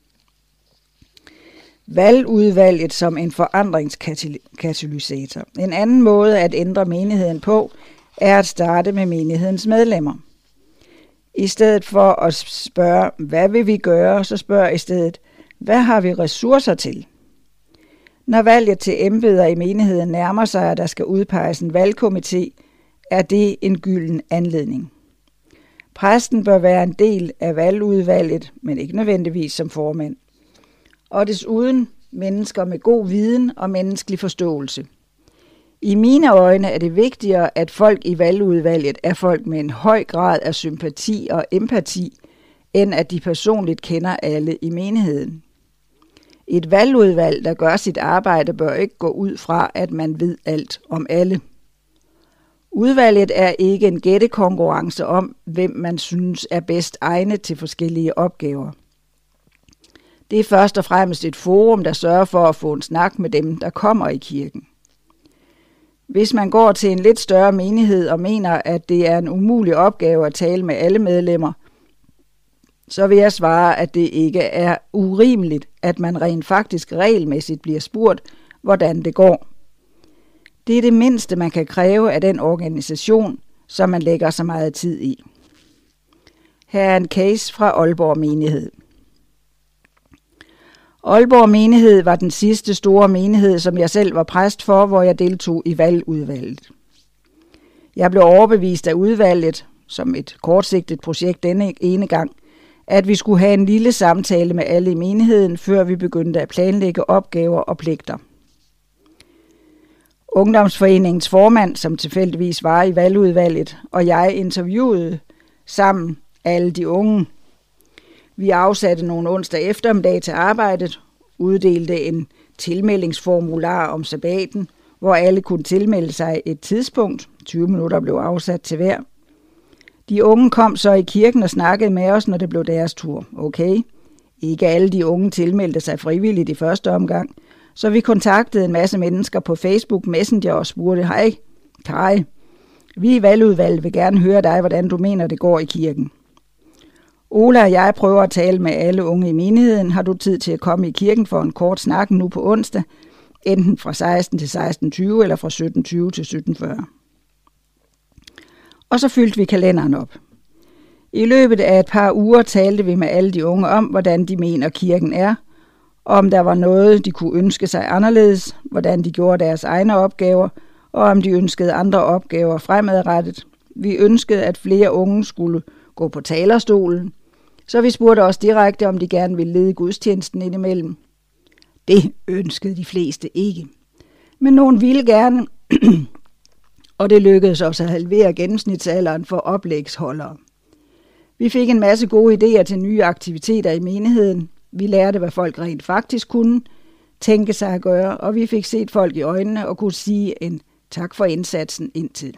Valgudvalget som en forandringskatalysator. En anden måde at ændre menigheden på, er at starte med menighedens medlemmer. I stedet for at spørge, hvad vil vi gøre, så spørg i stedet, hvad har vi ressourcer til? Når valget til embeder i menigheden nærmer sig, at der skal udpeges en valgkomité, er det en gylden anledning. Præsten bør være en del af valgudvalget, men ikke nødvendigvis som formand. Og desuden mennesker med god viden og menneskelig forståelse. I mine øjne er det vigtigere, at folk i valgudvalget er folk med en høj grad af sympati og empati, end at de personligt kender alle i menigheden. Et valgudvalg, der gør sit arbejde, bør ikke gå ud fra, at man ved alt om alle. Udvalget er ikke en gættekonkurrence om, hvem man synes er bedst egnet til forskellige opgaver. Det er først og fremmest et forum, der sørger for at få en snak med dem, der kommer i kirken. Hvis man går til en lidt større menighed og mener, at det er en umulig opgave at tale med alle medlemmer, så vil jeg svare, at det ikke er urimeligt, at man rent faktisk regelmæssigt bliver spurgt, hvordan det går. Det er det mindste, man kan kræve af den organisation, som man lægger så meget tid i. Her er en case fra Aalborg Menighed. Aalborg Menighed var den sidste store menighed, som jeg selv var præst for, hvor jeg deltog i valgudvalget. Jeg blev overbevist af udvalget, som et kortsigtet projekt denne ene gang, at vi skulle have en lille samtale med alle i menigheden, før vi begyndte at planlægge opgaver og pligter. Ungdomsforeningens formand, som tilfældigvis var i valgudvalget, og jeg interviewede sammen alle de unge. Vi afsatte nogle onsdag eftermiddag til arbejdet, uddelte en tilmeldingsformular om sabbaten, hvor alle kunne tilmelde sig et tidspunkt. tyve minutter blev afsat til hver. De unge kom så i kirken og snakkede med os, når det blev deres tur. Okay, ikke alle de unge tilmeldte sig frivilligt i første omgang, så vi kontaktede en masse mennesker på Facebook Messenger og spurgte, hej, Kai, vi i valgudvalget vil gerne høre dig, hvordan du mener, det går i kirken. Ola og jeg prøver at tale med alle unge i menigheden. Har du tid til at komme i kirken for en kort snak nu på onsdag, enten fra seksten til seksten tyve eller fra sytten tyve til sytten fyrre? Og så fyldte vi kalenderen op. I løbet af et par uger talte vi med alle de unge om, hvordan de mener kirken er, og om der var noget, de kunne ønske sig anderledes, hvordan de gjorde deres egne opgaver, og om de ønskede andre opgaver fremadrettet. Vi ønskede, at flere unge skulle gå på talerstolen, så vi spurgte os direkte, om de gerne ville lede gudstjenesten indimellem. Det ønskede de fleste ikke. Men nogen ville gerne, og det lykkedes os at halvere gennemsnitsalderen for oplægsholdere. Vi fik en masse gode idéer til nye aktiviteter i menigheden. Vi lærte, hvad folk rent faktisk kunne tænke sig at gøre, og vi fik set folk i øjnene og kunne sige en tak for indsatsen indtil.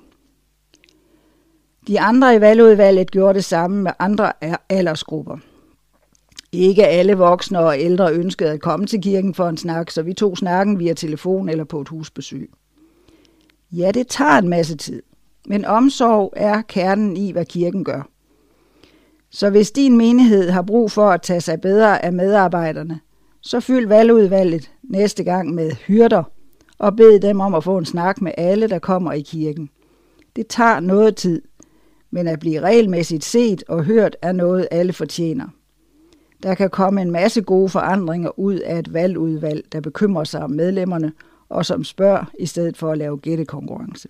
De andre i valgudvalget gjorde det samme med andre aldersgrupper. Ikke alle voksne og ældre ønskede at komme til kirken for en snak, så vi tog snakken via telefon eller på et husbesøg. Ja, det tager en masse tid, men omsorg er kernen i, hvad kirken gør. Så hvis din menighed har brug for at tage sig bedre af medarbejderne, så fyld valgudvalget næste gang med hyrder og bed dem om at få en snak med alle, der kommer i kirken. Det tager noget tid, men at blive regelmæssigt set og hørt er noget, alle fortjener. Der kan komme en masse gode forandringer ud af et valgudvalg, der bekymrer sig om medlemmerne og som spørger i stedet for at lave gættekonkurrence.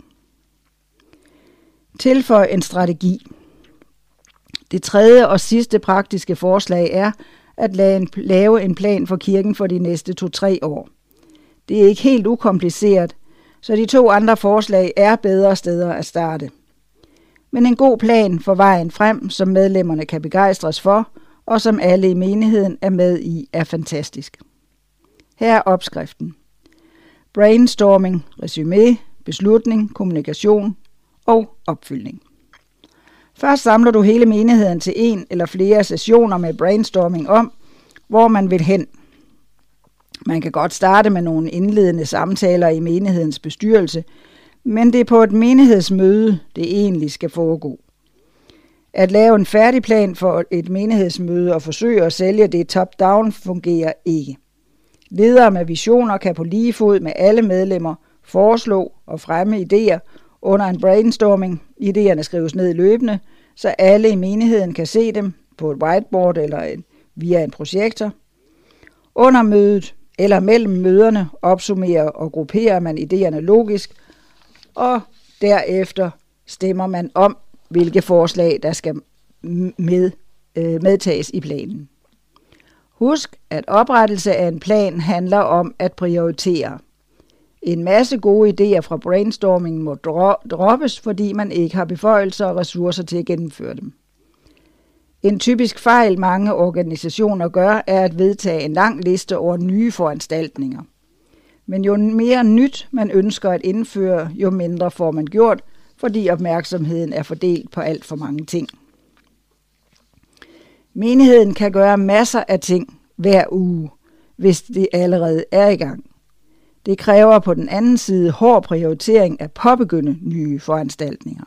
Tilføj en strategi. Det tredje og sidste praktiske forslag er at lave en plan for kirken for de næste to-tre år. Det er ikke helt ukompliceret, så de to andre forslag er bedre steder at starte. Men en god plan for vejen frem, som medlemmerne kan begejstres for, og som alle i menigheden er med i, er fantastisk. Her er opskriften. Brainstorming, resumé, beslutning, kommunikation og opfyldning. Først samler du hele menigheden til en eller flere sessioner med brainstorming om, hvor man vil hen. Man kan godt starte med nogle indledende samtaler i menighedens bestyrelse, men det er på et menighedsmøde, det egentlig skal foregå. At lave en færdig plan for et menighedsmøde og forsøge at sælge det top-down fungerer ikke. Ledere med visioner kan på lige fod med alle medlemmer foreslå og fremme idéer under en brainstorming. Idéerne skrives ned løbende, så alle i menigheden kan se dem på et whiteboard eller en, via en projektor. Under mødet eller mellem møderne opsummerer og grupperer man idéerne logisk, og derefter stemmer man om, hvilke forslag der skal med, øh, medtages i planen. Husk, at oprettelse af en plan handler om at prioritere. En masse gode idéer fra brainstormingen må dro- droppes, fordi man ikke har beføjelser og ressourcer til at gennemføre dem. En typisk fejl, mange organisationer gør, er at vedtage en lang liste over nye foranstaltninger. Men jo mere nyt man ønsker at indføre, jo mindre får man gjort, fordi opmærksomheden er fordelt på alt for mange ting. Menigheden kan gøre masser af ting hver uge, hvis det allerede er i gang. Det kræver på den anden side hård prioritering at påbegynde nye foranstaltninger.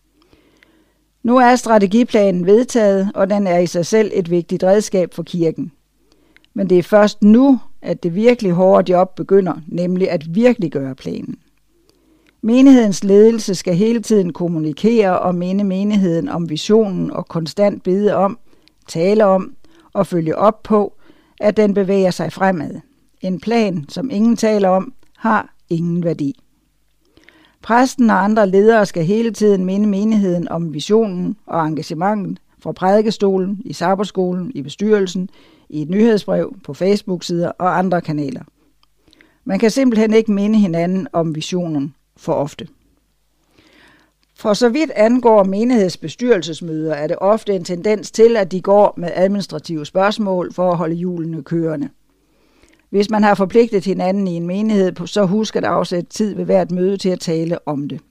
Nu er strategiplanen vedtaget, og den er i sig selv et vigtigt redskab for kirken. Men det er først nu, at det virkelig hårde job begynder, nemlig at virkeliggøre planen. Menighedens ledelse skal hele tiden kommunikere og minde menigheden om visionen og konstant bede om, tale om og følge op på, at den bevæger sig fremad. En plan, som ingen taler om, har ingen værdi. Præsten og andre ledere skal hele tiden minde menigheden om visionen og engagementet fra prædikestolen, i sabbatskolen, i bestyrelsen, i et nyhedsbrev, på Facebook-sider og andre kanaler. Man kan simpelthen ikke minde hinanden om visionen for ofte. For så vidt angår menighedsbestyrelsesmøder, er det ofte en tendens til, at de går med administrative spørgsmål for at holde hjulene kørende. Hvis man har forpligtet hinanden i en menighed, så husk at afsætte tid ved hvert møde til at tale om det.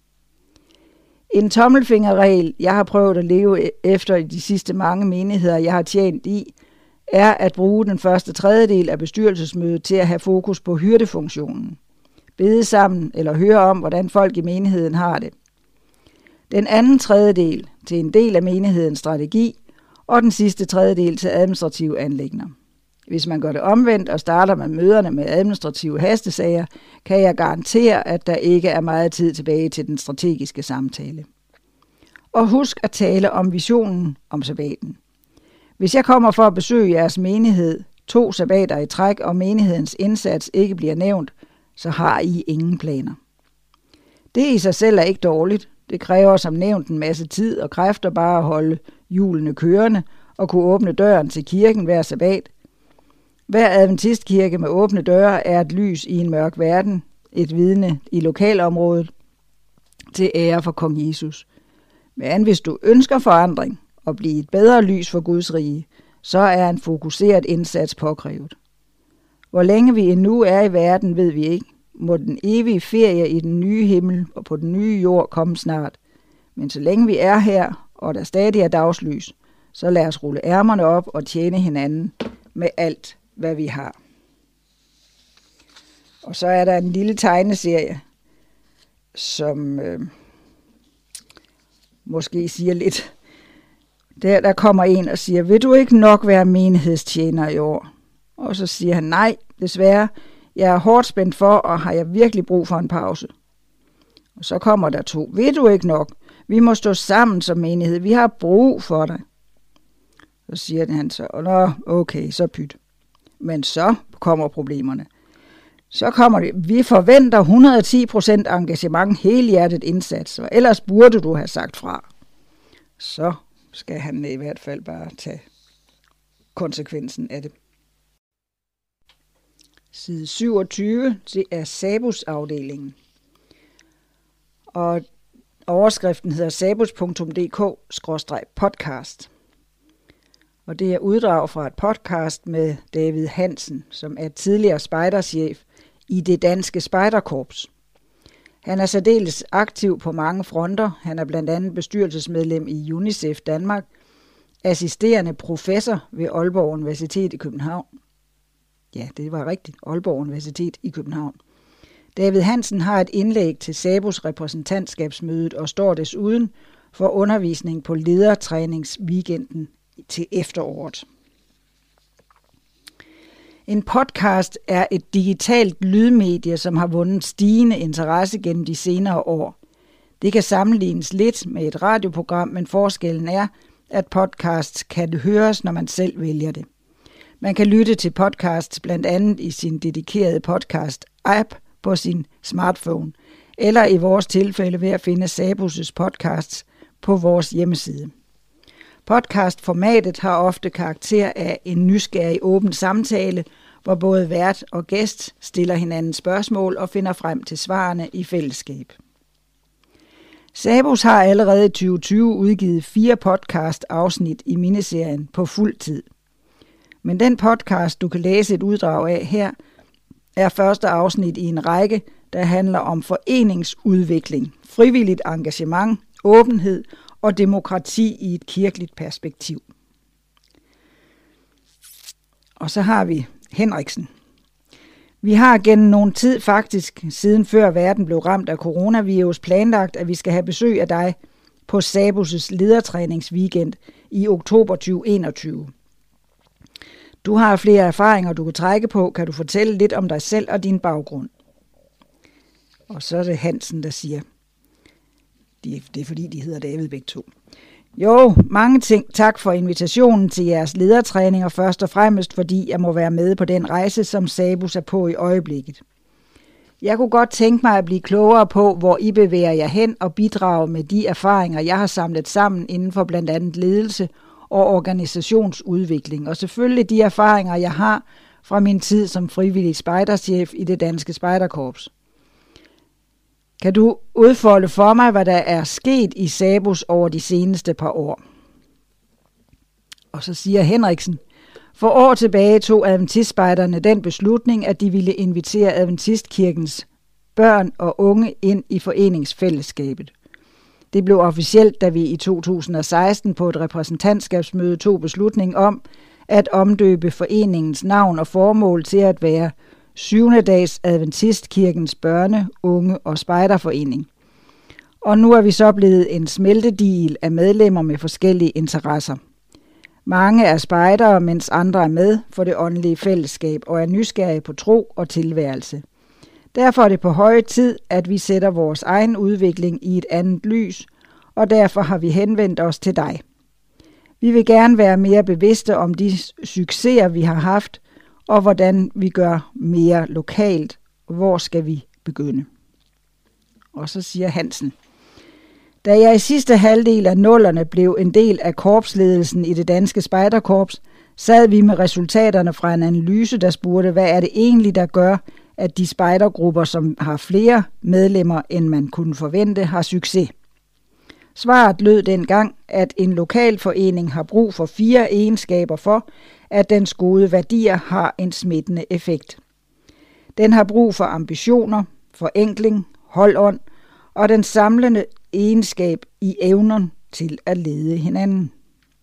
En tommelfingerregel, jeg har prøvet at leve efter i de sidste mange menigheder, jeg har tjent i, er at bruge den første tredjedel af bestyrelsesmødet til at have fokus på hyrdefunktionen. Bede sammen eller høre om, hvordan folk i menigheden har det. Den anden tredjedel til en del af menighedens strategi, og den sidste tredjedel til administrative anliggender. Hvis man gør det omvendt og starter med møderne med administrative hastesager, kan jeg garantere, at der ikke er meget tid tilbage til den strategiske samtale. Og husk at tale om visionen om sabbaten. Hvis jeg kommer for at besøge jeres menighed to sabbater i træk, og menighedens indsats ikke bliver nævnt, så har I ingen planer. Det i sig selv er ikke dårligt. Det kræver som nævnt en masse tid og kræfter bare at holde hjulene kørende og kunne åbne døren til kirken hver sabbat. Hver adventistkirke med åbne døre er et lys i en mørk verden, et vidne i lokalområdet til ære for kong Jesus. Men hvis du ønsker forandring og blive et bedre lys for Guds rige, så er en fokuseret indsats påkrævet. Hvor længe vi endnu er i verden, ved vi ikke. Må den evige ferie i den nye himmel og på den nye jord komme snart. Men så længe vi er her, og der stadig er dagslys, så lad os rulle ærmerne op og tjene hinanden med alt, hvad vi har. Og så er der en lille tegneserie, som øh, måske siger lidt. Der, der kommer en og siger, vil du ikke nok være menighedstjener i år? Og så siger han, nej, desværre. Jeg er hårdt spændt for, og har jeg virkelig brug for en pause? Og så kommer der to. Ved du ikke nok? Vi må stå sammen som menighed. Vi har brug for dig. Så siger han så, nå, okay, så pyt. Men så kommer problemerne. Så kommer det, vi forventer et hundrede og ti procent engagement, helhjertet indsats, og ellers burde du have sagt fra. Så skal han i hvert fald bare tage konsekvensen af det. Side syvogtyve, det er Sabus-afdelingen. Og overskriften hedder sabus punktum d k skråstreg podcast. Og det er uddrag fra et podcast med David Hansen, som er tidligere spejderchef i det danske spejderkorps. Han er særdeles aktiv på mange fronter. Han er blandt andet bestyrelsesmedlem i UNICEF Danmark, assisterende professor ved Aalborg Universitet i København. Ja, det var rigtigt. Aalborg Universitet i København. David Hansen har et indlæg til Sabus repræsentantskabsmødet og står desuden for undervisning på ledertræningsweekenden til efteråret. En podcast er et digitalt lydmedie, som har vundet stigende interesse gennem de senere år. Det kan sammenlignes lidt med et radioprogram, men forskellen er, at podcasts kan høres, når man selv vælger det. Man kan lytte til podcasts blandt andet i sin dedikerede podcast-app på sin smartphone, eller i vores tilfælde ved at finde Sabus' podcasts på vores hjemmeside. Podcastformatet har ofte karakter af en nysgerrig åben samtale, hvor både vært og gæst stiller hinanden spørgsmål og finder frem til svarene i fællesskab. Sabus har allerede i tyve tyve udgivet fire podcast-afsnit i miniserien på fuld tid. Men den podcast, du kan læse et uddrag af her, er første afsnit i en række der handler om foreningsudvikling, frivilligt engagement, åbenhed og demokrati i et kirkeligt perspektiv. Og så har vi Henriksen. Vi har gennem nogen tid faktisk, siden før verden blev ramt af coronavirus, planlagt, at vi skal have besøg af dig på SABUS' ledertræningsweekend i oktober tyve enogtyve. Du har flere erfaringer, du kan trække på. Kan du fortælle lidt om dig selv og din baggrund? Og så er det Hansen, der siger, det er fordi, de hedder David begge to. Jo, mange ting. Tak for invitationen til jeres ledertræning, og først og fremmest fordi jeg må være med på den rejse, som SABUS er på i øjeblikket. Jeg kunne godt tænke mig at blive klogere på, hvor I bevæger jer hen og bidrage med de erfaringer, jeg har samlet sammen inden for blandt andet ledelse og organisationsudvikling, og selvfølgelig de erfaringer, jeg har fra min tid som frivillig spejderchef i det danske spejderkorps. Kan du udfolde for mig, hvad der er sket i SABUS over de seneste par år? Og så siger Henriksen, for år tilbage tog adventistspejderne den beslutning, at de ville invitere Adventistkirkens børn og unge ind i foreningsfællesskabet. Det blev officielt, da vi i to tusind og seksten på et repræsentantskabsmøde tog beslutning om at omdøbe foreningens navn og formål til at være syvende dags Adventistkirkens børne-, unge- og spejderforening. Og nu er vi så blevet en smeltedigel af medlemmer med forskellige interesser. Mange er spejdere, mens andre er med for det åndelige fællesskab og er nysgerrige på tro og tilværelse. Derfor er det på høje tid, at vi sætter vores egen udvikling i et andet lys, og derfor har vi henvendt os til dig. Vi vil gerne være mere bevidste om de succeser, vi har haft, og hvordan vi gør mere lokalt. Hvor skal vi begynde? Og så siger Hansen, da jeg i sidste halvdel af nullerne blev en del af korpsledelsen i det danske spejderkorps, sad vi med resultaterne fra en analyse, der spurgte, hvad er det egentlig, der gør, at de spejdergrupper, som har flere medlemmer, end man kunne forvente, har succes. Svaret lød dengang, at en lokal forening har brug for fire egenskaber for, at dens gode værdier har en smittende effekt. Den har brug for ambitioner, forenkling, holdånd og den samlende egenskab i evnen til at lede hinanden.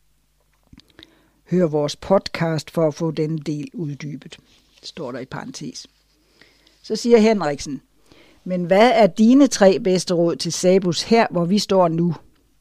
Hør vores podcast for at få denne del uddybet, står der i parentes. Så siger Henriksen, men hvad er dine tre bedste råd til SABUS her, hvor vi står nu?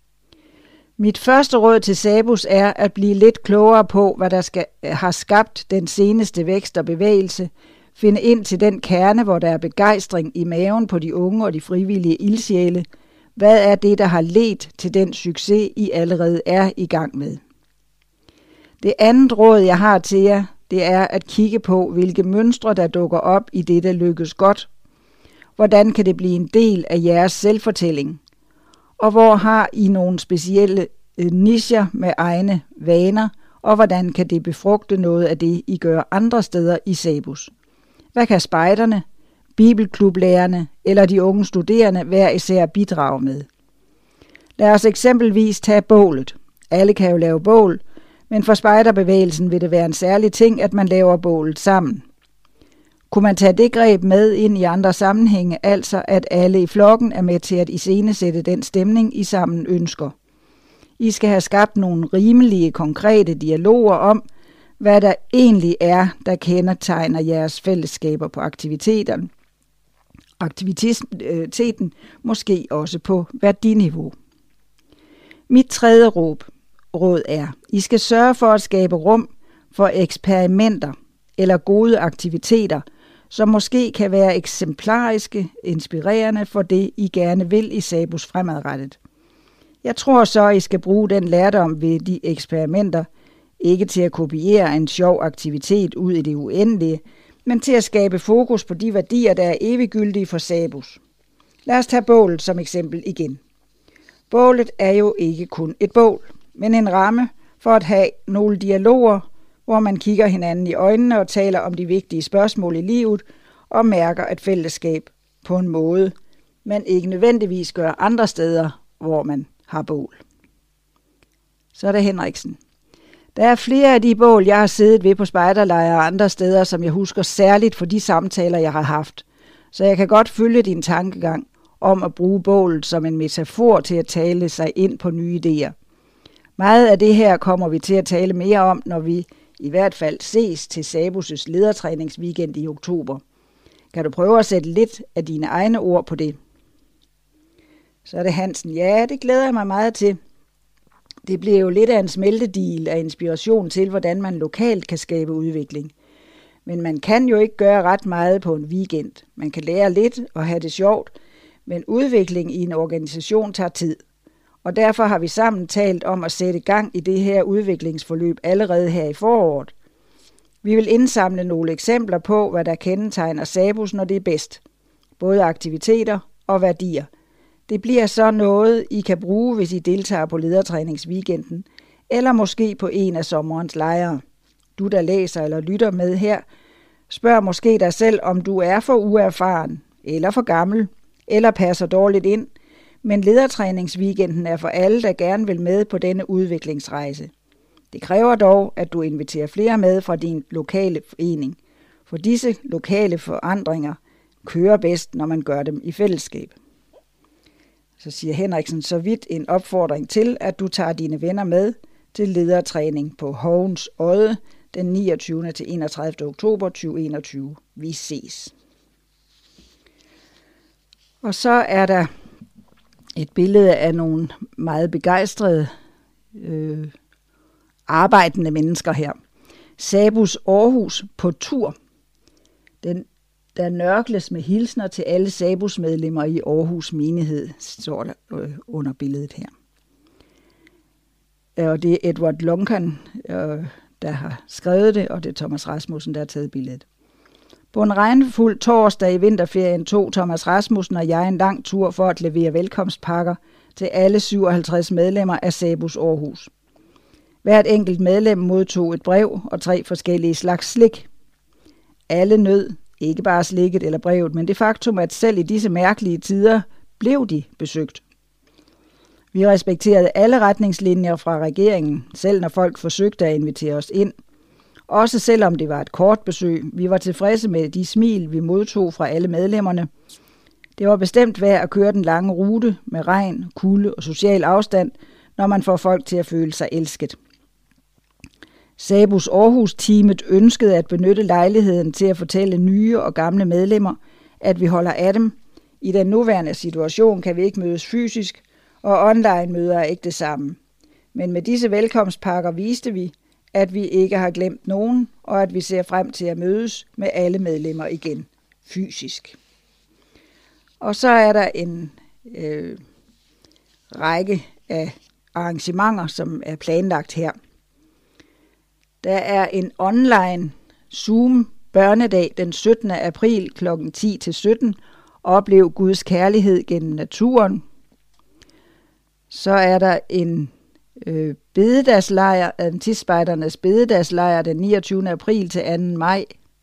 Mit første råd til SABUS er at blive lidt klogere på, hvad der skal, har skabt den seneste vækst og bevægelse, finde ind til den kerne, hvor der er begejstring i maven på de unge og de frivillige ildsjæle. Hvad er det, der har ledt til den succes, I allerede er i gang med? Det andet råd, jeg har til jer, det er at kigge på, hvilke mønstre, der dukker op i det, der lykkes godt. Hvordan kan det blive en del af jeres selvfortælling? Og hvor har I nogle specielle nicher med egne vaner, og hvordan kan det befrugte noget af det, I gør andre steder i SABUS? Hvad kan spejderne, bibelklublærerne eller de unge studerende hver især bidrage med? Lad os eksempelvis tage bålet. Alle kan jo lave bål, men for spejderbevægelsen vil det være en særlig ting, at man laver bålet sammen. Kunne man tage det greb med ind i andre sammenhænge, altså at alle i flokken er med til at iscenesætte den stemning, I sammen ønsker? I skal have skabt nogle rimelige, konkrete dialoger om, hvad der egentlig er, der kendetegner jeres fællesskaber på aktiviteterne. Aktiviteten måske også på værdiniveau. Mit tredje råb, råd er, I skal sørge for at skabe rum for eksperimenter eller gode aktiviteter, som måske kan være eksemplariske, inspirerende for det, I gerne vil i SABUS fremadrettet. Jeg tror så, I skal bruge den lærdom ved de eksperimenter, ikke til at kopiere en sjov aktivitet ud i det uendelige, men til at skabe fokus på de værdier, der er eviggyldige for SABUS. Lad os tage bålet som eksempel igen. Bålet er jo ikke kun et bål, men en ramme for at have nogle dialoger, hvor man kigger hinanden i øjnene og taler om de vigtige spørgsmål i livet og mærker et fællesskab på en måde, man ikke nødvendigvis gør andre steder, hvor man har bål. Så er det Henriksen. Der er flere af de bål, jeg har siddet ved på spejderlejre og andre steder, som jeg husker særligt for de samtaler, jeg har haft. så jeg kan godt følge din tankegang om at bruge bålet som en metafor til at tale sig ind på nye idéer. Meget af det her kommer vi til at tale mere om, når vi i hvert fald ses til Sabus' ledertræningsweekend i oktober. Kan du prøve at sætte lidt af dine egne ord på det? Så er det Hansen. Ja, det glæder jeg mig meget til. Det bliver jo lidt af en smeltedigel af inspiration til, hvordan man lokalt kan skabe udvikling. Men man kan jo ikke gøre ret meget på en weekend. Man kan lære lidt og have det sjovt, men udvikling i en organisation tager tid. Og derfor har vi sammen talt om at sætte gang i det her udviklingsforløb allerede her i foråret. Vi vil indsamle nogle eksempler på, hvad der kendetegner Sabus, når det er bedst. Både aktiviteter og værdier. Det bliver så noget, I kan bruge, hvis I deltager på ledertræningsweekenden, eller måske på en af sommerens lejre. Du, der læser eller lytter med her, spørg måske dig selv, om du er for uerfaren, eller for gammel, eller passer dårligt ind, men ledertræningsweekenden er for alle, der gerne vil med på denne udviklingsrejse. Det kræver dog, at du inviterer flere med fra din lokale forening, for disse lokale forandringer kører bedst, når man gør dem i fællesskab. Så siger Henriksen så vidt en opfordring til, at du tager dine venner med til ledertræning på Hovens Odde den niogtyvende til enogtredivte oktober to tusind og enogtyve. Vi ses. Og så er der et billede af nogle meget begejstrede øh, arbejdende mennesker her. Sabus Aarhus på tur. Den, der nørkles med hilsner til alle Sabus medlemmer i Aarhus menighed, står der øh, under billedet her. Og det er Edward Luncan, øh, der har skrevet det, og det er Thomas Rasmussen, der har taget billedet. På en regnfuld torsdag i vinterferien tog Thomas Rasmussen og jeg en lang tur for at levere velkomstpakker til alle syvoghalvtreds medlemmer af Sabus Aarhus. Hvert enkelt medlem modtog et brev og tre forskellige slags slik. Alle nød, ikke bare slikket eller brevet, men det faktum, at selv i disse mærkelige tider blev de besøgt. Vi respekterede alle retningslinjer fra regeringen, selv når folk forsøgte at invitere os ind. Også selvom det var et kort besøg, vi var tilfredse med de smil, vi modtog fra alle medlemmerne. Det var bestemt værd at køre den lange rute med regn, kulde og social afstand, når man får folk til at føle sig elsket. Sabus Aarhus-teamet ønskede at benytte lejligheden til at fortælle nye og gamle medlemmer, at vi holder af dem. I den nuværende situation kan vi ikke mødes fysisk, og online-møder er ikke det samme. Men med disse velkomstpakker viste vi, at vi ikke har glemt nogen, og at vi ser frem til at mødes med alle medlemmer igen, fysisk. Og så er der en øh, række af arrangementer, som er planlagt her. Der er en online Zoom børnedag den syttende april klokken ti til sytten. Oplev Guds kærlighed gennem naturen. Så er der en øh, bededagslejr, Adventistspejdernes bededagslejr den niogtyvende april til anden maj.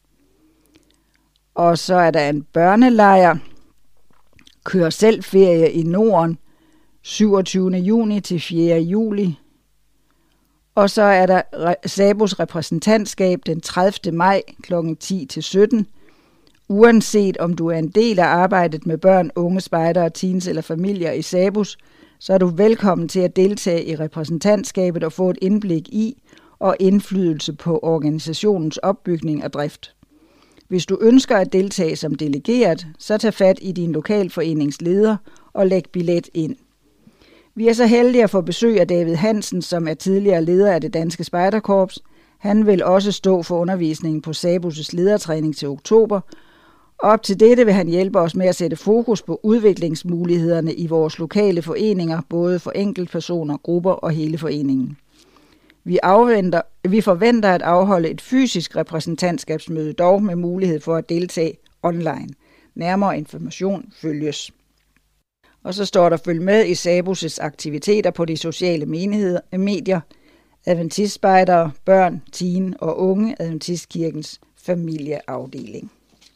Og så er der en børnelejr, Kør selv ferie i Norden, syvogtyvende juni til fjerde juli. Og så er der Sabus repræsentantskab den tredivte maj klokken ti til sytten. Uanset om du er en del af arbejdet med børn, unge spejdere, teens eller familier i Sabus, så er du velkommen til at deltage i repræsentantskabet og få et indblik i og indflydelse på organisationens opbygning og drift. Hvis du ønsker at deltage som delegeret, så tag fat i din lokalforeningsleder og læg billet ind. Vi er så heldige at få besøg af David Hansen, som er tidligere leder af det danske spejderkorps. Han vil også stå for undervisningen på Sabus' ledertræning til oktober. Op til dette vil han hjælpe os med at sætte fokus på udviklingsmulighederne i vores lokale foreninger, både for enkeltpersoner, grupper og hele foreningen. Vi, afventer, vi forventer at afholde et fysisk repræsentantskabsmøde, dog med mulighed for at deltage online. Nærmere information følges. Og så står der følg med i Sabus' aktiviteter på de sociale medier, Adventistspejdere, børn, teen og unge, Adventistkirkens familieafdeling.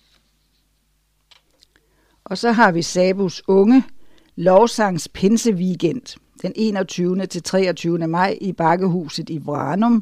Og så har vi Sabus unge lovsangs pinseweekend den enogtyvende til treogtyvende maj i Bakkehuset i Vranum.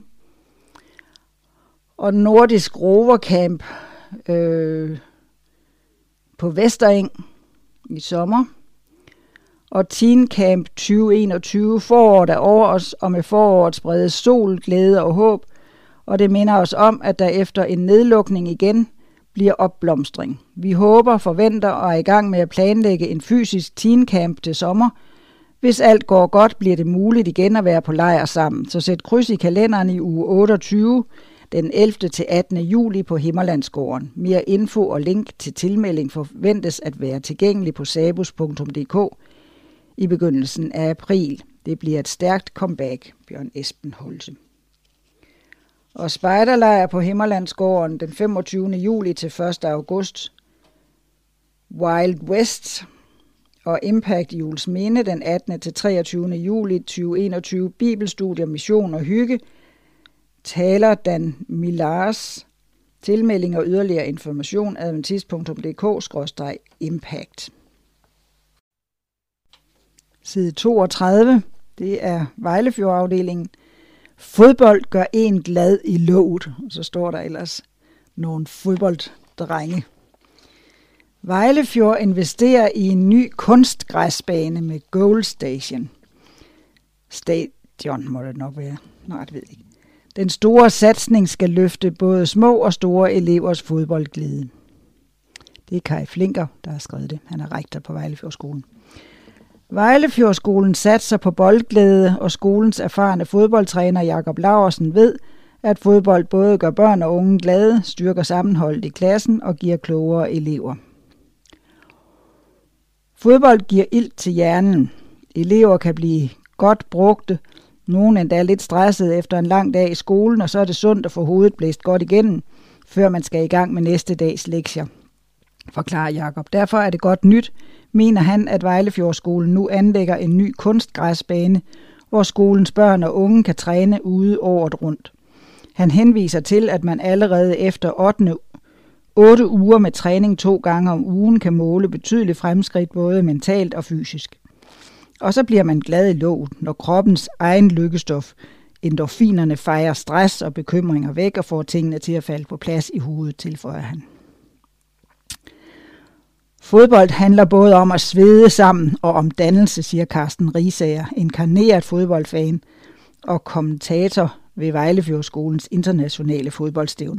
Og Nordisk Rovercamp, øh, på Vestereng i sommer. Og Teen Camp tyve enogtyve, foråret er over os, og med foråret spredes sol, glæde og håb. Og det minder os om, at der efter en nedlukning igen bliver opblomstring. Vi håber, forventer og er i gang med at planlægge en fysisk Teen Camp til sommer. Hvis alt går godt, bliver det muligt igen at være på lejr sammen. Så sæt kryds i kalenderen i uge otteogtyve, den ellevte til attende juli på Himmerlandsgården. Mere info og link til tilmelding forventes at være tilgængelig på sabus punktum d k i begyndelsen af april. Det bliver et stærkt comeback, Bjørn Esben Holse. Og spejderlejr på Himmerlandsgården den femogtyvende juli til første august. Wild West og Impact i Juelsminde den attende til treogtyvende juli tyve enogtyve. Bibelstudier, mission og hygge. Taler Dan Millars. Tilmelding og yderligere information adventist punktum d k skråstreg impact. Side toogtredive, det er Vejlefjord-afdelingen. Fodbold gør en glad i låget. Så står der ellers nogle fodbolddrenge. Vejlefjord investerer i en ny kunstgræsbane med Goal Station. Stadion må det nok være. Nej, det ved jeg ikke. Den store satsning skal løfte både små og store elevers fodboldglæde. Det er Kai Flinker, der har skrevet det. Han er rektor på Vejlefjordskolen. Vejlefjordskolen satser på boldglæde, og skolens erfarne fodboldtræner Jakob Laursen ved, at fodbold både gør børn og unge glade, styrker sammenholdet i klassen og giver klogere elever. Fodbold giver ilt til hjernen. Elever kan blive godt brugte, nogle endda lidt stresset efter en lang dag i skolen, og så er det sundt at få hovedet blæst godt igennem, før man skal i gang med næste dags lektier, forklarer Jakob. Derfor er det godt nyt, mener han, at Vejlefjordskolen nu anlægger en ny kunstgræsbane, hvor skolens børn og unge kan træne ude året rundt. Han henviser til, at man allerede efter otte uger med træning to gange om ugen kan måle betydeligt fremskridt både mentalt og fysisk. Og så bliver man glad i låget, når kroppens egen lykkestof, endorfinerne, fejrer stress og bekymringer væk og får tingene til at falde på plads i hovedet, tilføjer han. Fodbold handler både om at svede sammen og om dannelse, siger Carsten Risager, inkarneret fodboldfan og kommentator ved Vejlefjordskolens internationale fodboldstævne.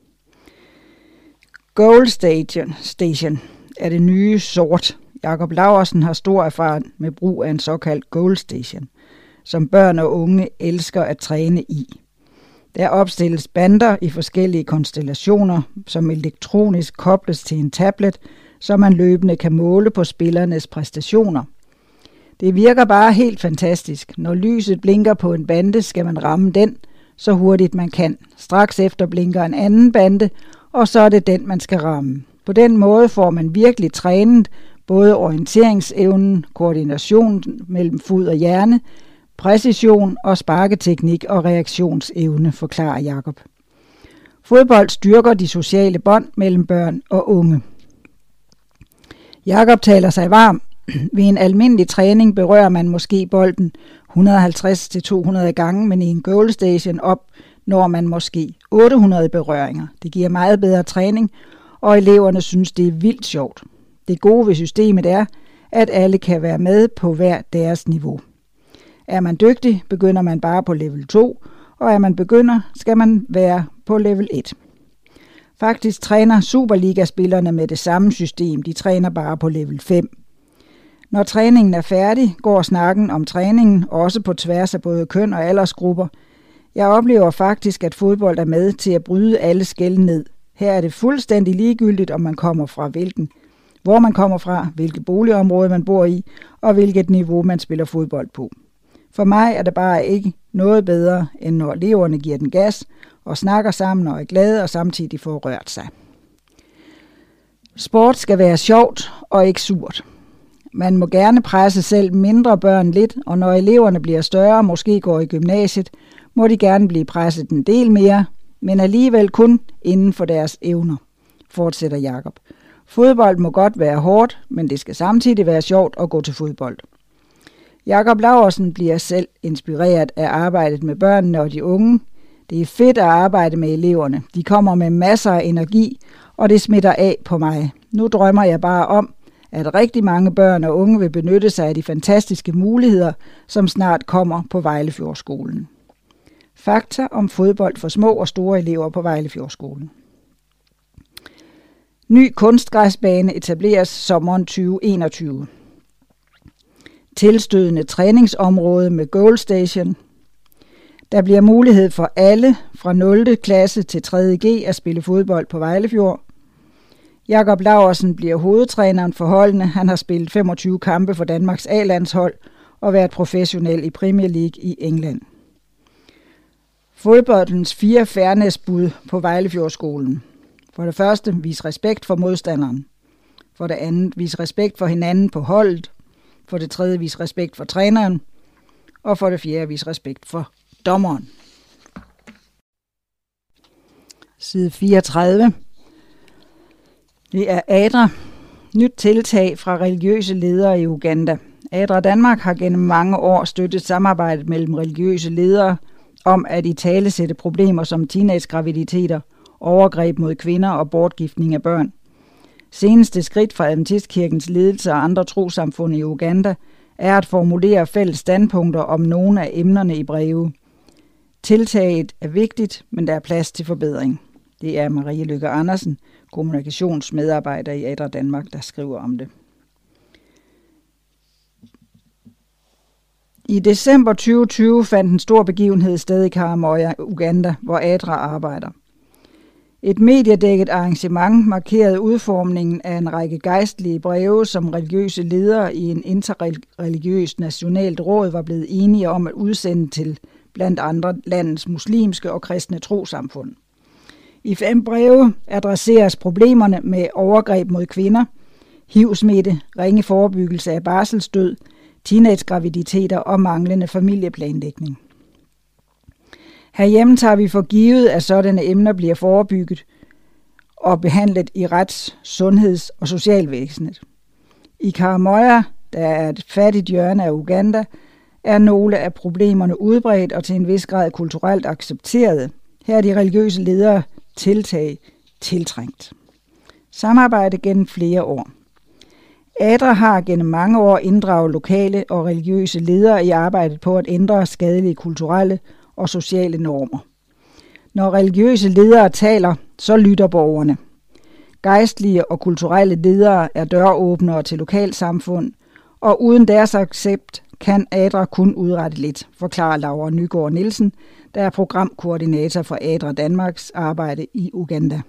Goal Station, Station er det nye sort. Jakob Laursen har stor erfaring med brug af en såkaldt Goal Station, som børn og unge elsker at træne i. Der opstilles bander i forskellige konstellationer, som elektronisk kobles til en tablet, så man løbende kan måle på spillernes præstationer. Det virker bare helt fantastisk. Når lyset blinker på en bande, skal man ramme den, så hurtigt man kan. Straks efter blinker en anden bande, og så er det den, man skal ramme. På den måde får man virkelig trænet både orienteringsevnen, koordination mellem fod og hjerne, præcision og sparketeknik og reaktionsevne, forklarer Jakob. Fodbold styrker de sociale bånd mellem børn og unge. Jakob taler sig varm. Ved en almindelig træning berører man måske bolden et hundrede og halvtreds til to hundrede gange, men i en Goal Station op når man måske otte hundrede berøringer. Det giver meget bedre træning, og eleverne synes, det er vildt sjovt. Det gode ved systemet er, at alle kan være med på hver deres niveau. Er man dygtig, begynder man bare på level to, og er man begynder, skal man være på level et. Faktisk træner Superliga-spillerne med det samme system. De træner bare på level fem. Når træningen er færdig, går snakken om træningen også på tværs af både køn og aldersgrupper. Jeg oplever faktisk, at fodbold er med til at bryde alle skel ned. Her er det fuldstændig ligegyldigt, om man kommer fra hvilken, hvor man kommer fra, hvilket boligområde man bor i, og hvilket niveau man spiller fodbold på. For mig er det bare ikke noget bedre, end når eleverne giver den gas og snakker sammen og er glade og samtidig får rørt sig. Sport skal være sjovt og ikke surt. Man må gerne presse selv mindre børn lidt, og når eleverne bliver større, måske går i gymnasiet, må de gerne blive presset en del mere, men alligevel kun inden for deres evner, fortsætter Jakob. Fodbold må godt være hårdt, men det skal samtidig være sjovt at gå til fodbold. Jakob Laursen bliver selv inspireret af arbejdet med børnene og de unge. Det er fedt at arbejde med eleverne. De kommer med masser af energi, og det smitter af på mig. Nu drømmer jeg bare om, at rigtig mange børn og unge vil benytte sig af de fantastiske muligheder, som snart kommer på Vejlefjordskolen. Fakta om fodbold for små og store elever på Vejlefjordskolen. Ny kunstgræsbane etableres sommeren tyve enogtyve. Tilstødende træningsområde med goalstation. Der bliver mulighed for alle fra nul klasse til tredje G at spille fodbold på Vejlefjord. Jakob Laursen bliver hovedtræneren for holdene. Han har spillet femogtyve kampe for Danmarks A-landshold og været professionel i Premier League i England. Fodboldens fire fairnessbud på Vejlefjordskolen. For det første, vis respekt for modstanderen. For det andet, vis respekt for hinanden på holdet. For det tredje, vis respekt for træneren. Og for det fjerde, vis respekt for dommeren. Side fireogtredive. Det er A D R A. Nyt tiltag fra religiøse ledere i Uganda. A D R A Danmark har gennem mange år støttet samarbejdet mellem religiøse ledere om at italesætte problemer som teenagegraviditeter, overgreb mod kvinder og bortgiftning af børn. Seneste skridt fra Adventistkirkens ledelse og andre trossamfund i Uganda er at formulere fælles standpunkter om nogle af emnerne i breve. Tiltaget er vigtigt, men der er plads til forbedring. Det er Marie Lykke Andersen, kommunikationsmedarbejder i A D R A Danmark, der skriver om det. I december tyve tyve fandt en stor begivenhed sted i Karamoja, Uganda, hvor A D R A arbejder. Et mediedækket arrangement markerede udformningen af en række gejstlige breve, som religiøse ledere i en interreligiøst nationalt råd var blevet enige om at udsende til blandt andre landets muslimske og kristne trossamfund. I fem breve adresseres problemerne med overgreb mod kvinder, H I V-smitte, ringe forebyggelse af barselsdød, teenagegraviditeter og manglende familieplanlægning. Herhjemme tager vi for givet, at sådanne emner bliver forebygget og behandlet i rets-, sundheds- og socialvæsenet. I Karamoja, der er et fattigt hjørne af Uganda, er nogle af problemerne udbredt og til en vis grad kulturelt accepteret. Her er de religiøse ledere tiltag tiltrængt. Samarbejde gennem flere år. A D R A har gennem mange år inddraget lokale og religiøse ledere i arbejdet på at ændre skadelige kulturelle og sociale normer. Når religiøse ledere taler, så lytter borgerne. Gejstlige og kulturelle ledere er døråbnere til lokalsamfund, og uden deres accept kan A D R A kun udrette lidt, forklarer Laura Nygaard Nielsen, der er programkoordinator for A D R A Danmarks arbejde i Uganda.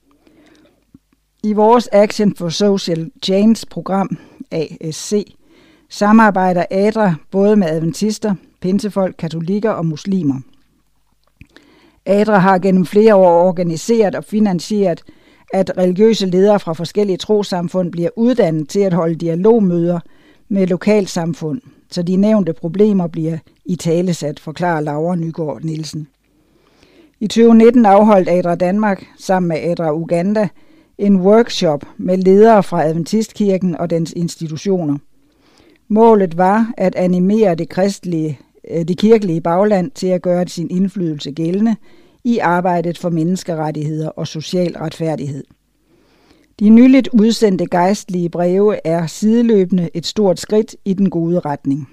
I vores Action for Social Change program, A S C, samarbejder A D R A både med adventister, pinsefolk, katolikker og muslimer. A D R A har gennem flere år organiseret og finansieret, at religiøse ledere fra forskellige trossamfund bliver uddannet til at holde dialogmøder med lokalsamfund, så de nævnte problemer bliver italesat, forklarer Laura Nygaard Nielsen. I tyve nitten afholdt A D R A Danmark sammen med A D R A Uganda en workshop med ledere fra Adventistkirken og dens institutioner. Målet var at animere det, kristelige, det kirkelige bagland til at gøre sin indflydelse gældende i arbejdet for menneskerettigheder og social retfærdighed. De nyligt udsendte gejstlige breve er sideløbende et stort skridt i den gode retning.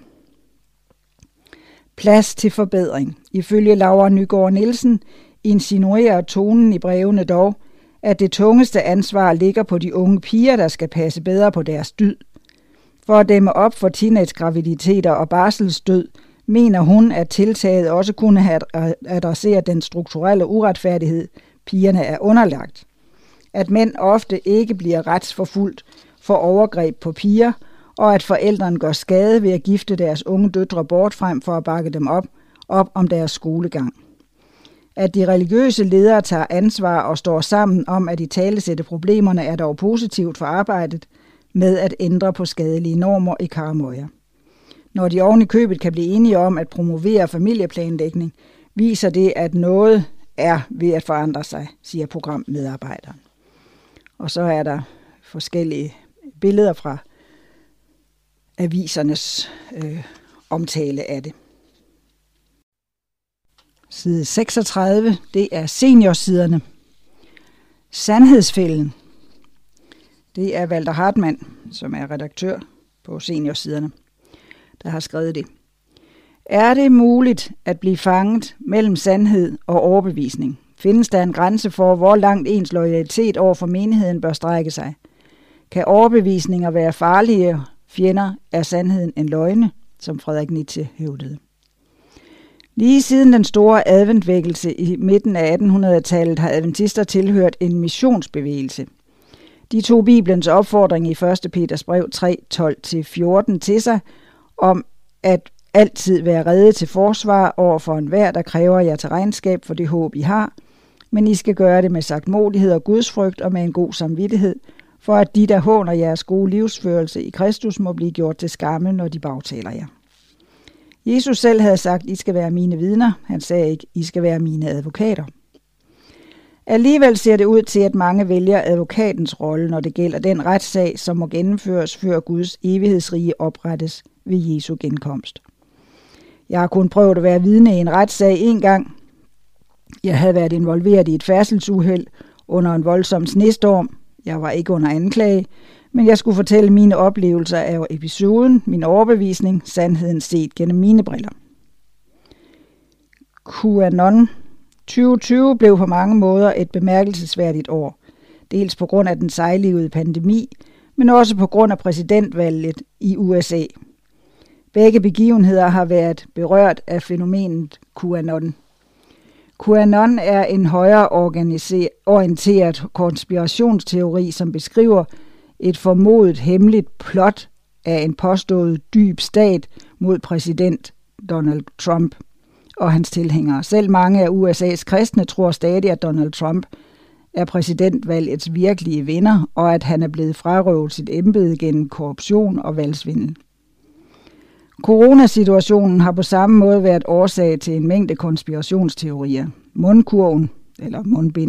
Plads til forbedring. Ifølge Laura Nygaard Nielsen insinuerer tonen i brevene dog, at det tungeste ansvar ligger på de unge piger, der skal passe bedre på deres dyd. For at dæmme op for teenagegraviditeter og barselsdød, mener hun, at tiltaget også kunne have adresseret den strukturelle uretfærdighed, pigerne er underlagt. At mænd ofte ikke bliver retsforfulgt for overgreb på piger, og at forældrene gør skade ved at gifte deres unge døtre bort frem for at bakke dem op, op om deres skolegang. At de religiøse ledere tager ansvar og står sammen om at italesætte problemerne er dog positivt for arbejdet med at ændre på skadelige normer i Karamoja. Når de oven i købet kan blive enige om at promovere familieplanlægning, viser det, at noget er ved at forandre sig, siger programmedarbejderen. Og så er der forskellige billeder fra avisernes øh, omtale af det. Side seksogtredive, det er seniorsiderne. Sandhedsfælden, det er Walter Hartmann, som er redaktør på seniorsiderne, der har skrevet det. Er det muligt at blive fanget mellem sandhed og overbevisning? Findes der en grænse for, hvor langt ens loyalitet over for menigheden bør strække sig? Kan overbevisninger være farlige fjender af sandheden end løgne, som Frederik Nietzsche hævdede? Lige siden den store adventvækkelse i midten af attenhundredetallet har adventister tilhørt en missionsbevægelse. De tog Bibelens opfordring i første Peters brev tre, tolv til fjorten til sig om at altid være rede til forsvar over for enhver, der kræver jer til regnskab for det håb, I har, men I skal gøre det med sagtmodighed og gudsfrygt og med en god samvittighed, for at de, der håner jeres gode livsførelse i Kristus, må blive gjort til skamme, når de bagtaler jer. Jesus selv havde sagt, I skal være mine vidner. Han sagde ikke, I skal være mine advokater. Alligevel ser det ud til, at mange vælger advokatens rolle, når det gælder den retssag, som må gennemføres, før Guds evighedsrige oprettes ved Jesu genkomst. Jeg har kun prøvet at være vidne i en retssag en gang. Jeg havde været involveret i et færdselsuheld under en voldsom snestorm. Jeg var ikke under anklage, men jeg skulle fortælle mine oplevelser af episoden, min overbevisning, sandheden set gennem mine briller. QAnon tyve tyve blev på mange måder et bemærkelsesværdigt år, dels på grund af den sejlivede pandemi, men også på grund af præsidentvalget i U S A. Begge begivenheder har været berørt af fænomenet QAnon. QAnon er en højere orienteret konspirationsteori, som beskriver et formodet hemmeligt plot af en påstået dyb stat mod præsident Donald Trump og hans tilhængere. Selv mange af U S A's kristne tror stadig, at Donald Trump er præsidentvalgets virkelige vinder, og at han er blevet frarøvet sit embede gennem korruption og valgsvindel. Coronasituationen har på samme måde været årsag til en mængde konspirationsteorier. Mundkurven, eller mundbind,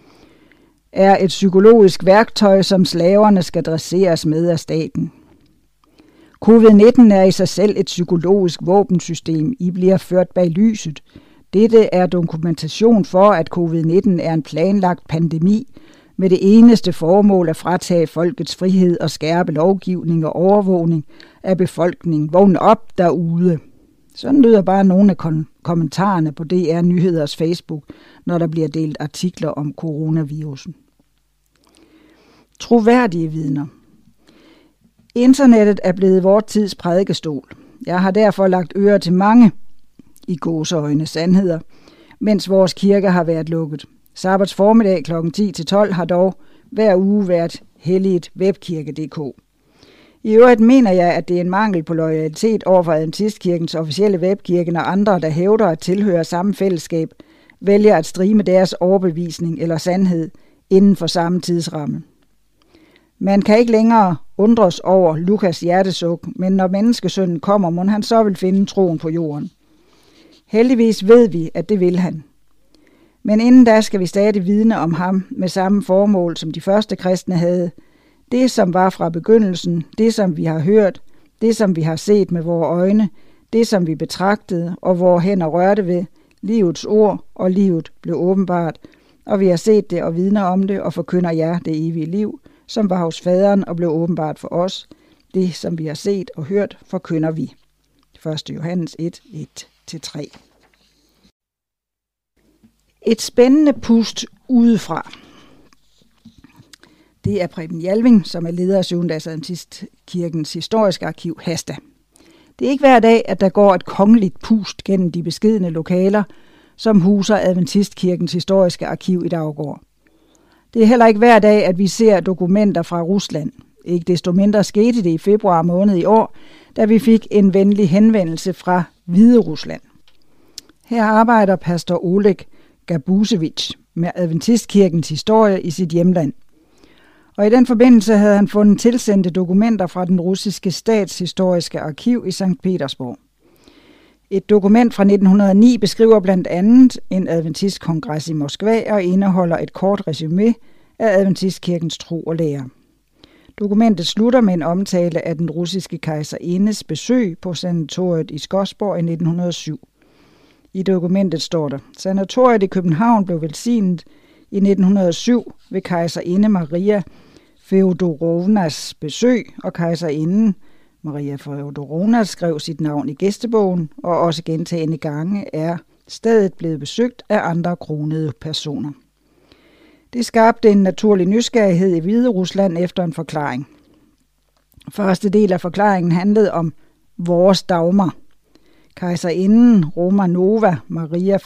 er et psykologisk værktøj, som slaverne skal dresseres med af staten. covid nitten er i sig selv et psykologisk våbensystem. I bliver ført bag lyset. Dette er dokumentation for, at covid nitten er en planlagt pandemi med det eneste formål at fratage folkets frihed og skærpe lovgivning og overvågning af befolkningen. Vågn op derude. Sådan lyder bare nogle af kon- kommentarerne på D R Nyheders Facebook, når der bliver delt artikler om coronavirusen. Troværdige vidner. Internettet er blevet vores tids prædikestol. Jeg har derfor lagt øre til mange i gåseøjne sandheder, mens vores kirke har været lukket. Sabbats formiddag klokken ti til tolv har dog hver uge været helliget webkirke punktum d k. I øvrigt mener jeg, at det er en mangel på loyalitet over for Adventistkirkens officielle webkirke, når andre, der hævder at tilhøre samme fællesskab, vælger at strime deres overbevisning eller sandhed inden for samme tidsramme. Man kan ikke længere undres over Lukas hjertesuk, men når menneskesønnen kommer, må han så vil finde troen på jorden. Heldigvis ved vi, at det vil han. Men inden da skal vi stadig vidne om ham med samme formål, som de første kristne havde. Det, som var fra begyndelsen, det, som vi har hørt, det, som vi har set med vores øjne, det, som vi betragtede og vores hænder rørte ved, livets ord og livet blev åbenbart, og vi har set det og vidner om det og forkynder jer det evige liv, som var hos faderen og blev åbenbart for os. Det, som vi har set og hørt, forkynder vi. første Johannes et, et til tre. Et spændende pust udefra. Det er Preben Jalving, som er leder af Syvendags Adventistkirkens historiske arkiv, Hasta. Det er ikke hver dag, at der går et kongeligt pust gennem de beskedne lokaler, som huser Adventistkirkens historiske arkiv i Daugård. Det er heller ikke hver dag, at vi ser dokumenter fra Rusland. Ikke desto mindre skete det i februar måned i år, da vi fik en venlig henvendelse fra Hvide Rusland. Her arbejder pastor Oleg Gabusevich med Adventistkirkens historie i sit hjemland. Og i den forbindelse havde han fundet tilsendte dokumenter fra den russiske statshistoriske arkiv i Sankt Petersborg. Et dokument fra nitten hundrede og ni beskriver blandt andet en adventistkongres i Moskva og indeholder et kort resumé af Adventistkirkens tro og lære. Dokumentet slutter med en omtale af den russiske kejserindes besøg på sanatoriet i Skodsborg i nitten hundrede og syv. I dokumentet står der: Sanatoriet i København blev velsignet i nitten hundrede og syv ved kejserinde Maria Feodorovnas besøg, og kejserinden Maria Feodorovna skrev sit navn i gæstebogen, og også gentagne gange er stedet blevet besøgt af andre kronede personer. Det skabte en naturlig nysgerrighed i Hviderusland efter en forklaring. Første del af forklaringen handlede om vores Dagmar. Kejserinden Romanova Maria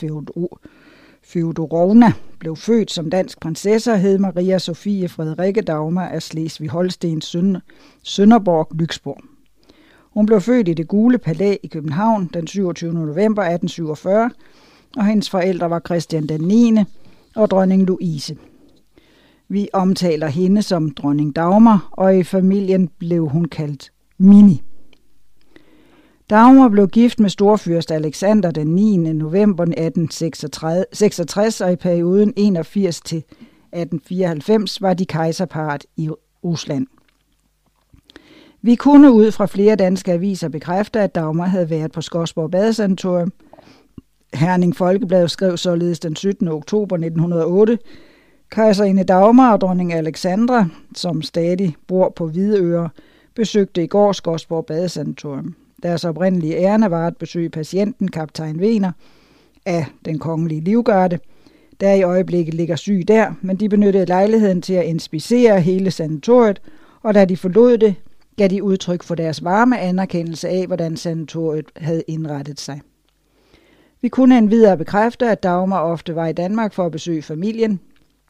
Feodorovna blev født som dansk prinsesse og hed Maria Sofie Frederikke Dagmar af Slesvig-Holstens Sønderborg Lyksborg. Hun blev født i Det Gule Palæ i København den syvogtyvende november atten syvogfyrre, og hendes forældre var Christian den niende og dronning Louise. Vi omtaler hende som dronning Dagmar, og i familien blev hun kaldt Mini. Dagmar blev gift med storfyrst Alexander den niende november atten seksogtres, og i perioden enogfirs til atten fireoghalvfems var de kejserparret i Rusland. Vi kunne ud fra flere danske aviser bekræfte, at Dagmar havde været på Skodsborg Badesanatorium. Herning Folkeblad skrev således den syttende oktober nitten hundrede og otte: Kejserinde Dagmar og dronning Alexandra, som stadig bor på Hvidøre, besøgte i går Skodsborg Badesanatorium. Deres oprindelige ærne var at besøge patienten kaptajn Wener af den kongelige livgarde, der i øjeblikket ligger syg der, men de benyttede lejligheden til at inspicere hele sanatoriet, og da de forlod det, gav de udtryk for deres varme anerkendelse af, hvordan sanatoriet havde indrettet sig. Vi kunne endvidere bekræfte, at Dagmar ofte var i Danmark for at besøge familien.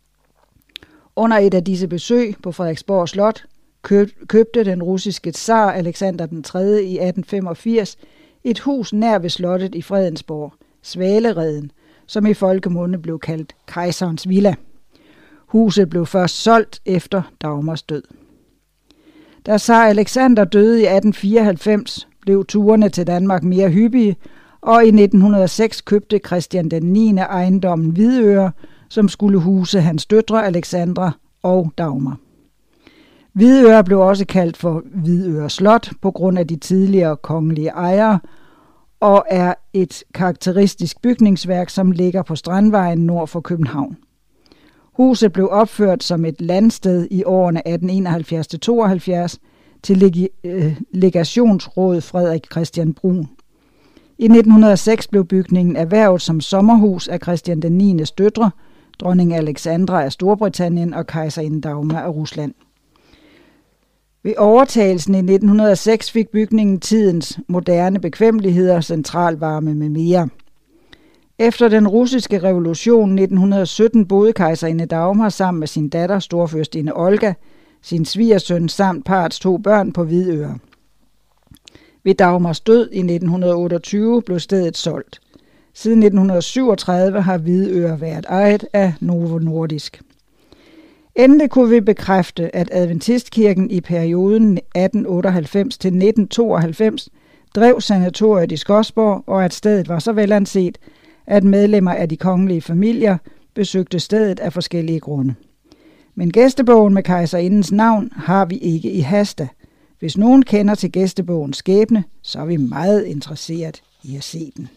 Under et af disse besøg på Frederiksborg Slot købte den russiske tsar Alexander den tredje i atten femogfirs et hus nær ved slottet i Fredensborg, Svalereden, som i folkemunde blev kaldt Kejserens Villa. Huset blev først solgt efter Dagmars død. Da tsar Alexander døde i atten fireoghalvfems, blev turene til Danmark mere hyppige, og i nitten hundrede og seks købte Christian den niende ejendommen Hvidøre, som skulle huse hans døtre Alexandra og Dagmar. Hvidøre blev også kaldt for Hvidøre Slot på grund af de tidligere kongelige ejere, og er et karakteristisk bygningsværk, som ligger på Strandvejen nord for København. Huset blev opført som et landsted i årene atten enoghalvfjerds til tooghalvfjerds til leg- øh, legationsråd Frederik Christian Brun. I nitten hundrede og seks blev bygningen erhvervet som sommerhus af Christian den niendes døtre, dronning Alexandra af Storbritannien og kejserinde Dagmar af Rusland. Ved overtagelsen i nitten hundrede og seks fik bygningen tidens moderne bekvemmeligheder, centralvarme med mere. Efter den russiske revolution nitten hundrede og sytten boede kejserinde Dagmar sammen med sin datter, storfyrstinde Olga, sin svigersøn samt parrets to børn på Hvidøre. Ved Dagmars død i nitten hundrede og otteogtyve blev stedet solgt. Siden nitten hundrede og syvogtredive har Hvidøre været ejet af Novo Nordisk. Endelig kunne vi bekræfte, at Adventistkirken i perioden atten otteoghalvfems til nitten tooghalvfems drev sanatoriet i Skodsborg, og at stedet var så velanset, at medlemmer af de kongelige familier besøgte stedet af forskellige grunde. Men gæstebogen med kejserindens navn har vi ikke i Hasta. Hvis nogen kender til gæstebogens skæbne, så er vi meget interesseret i at se den.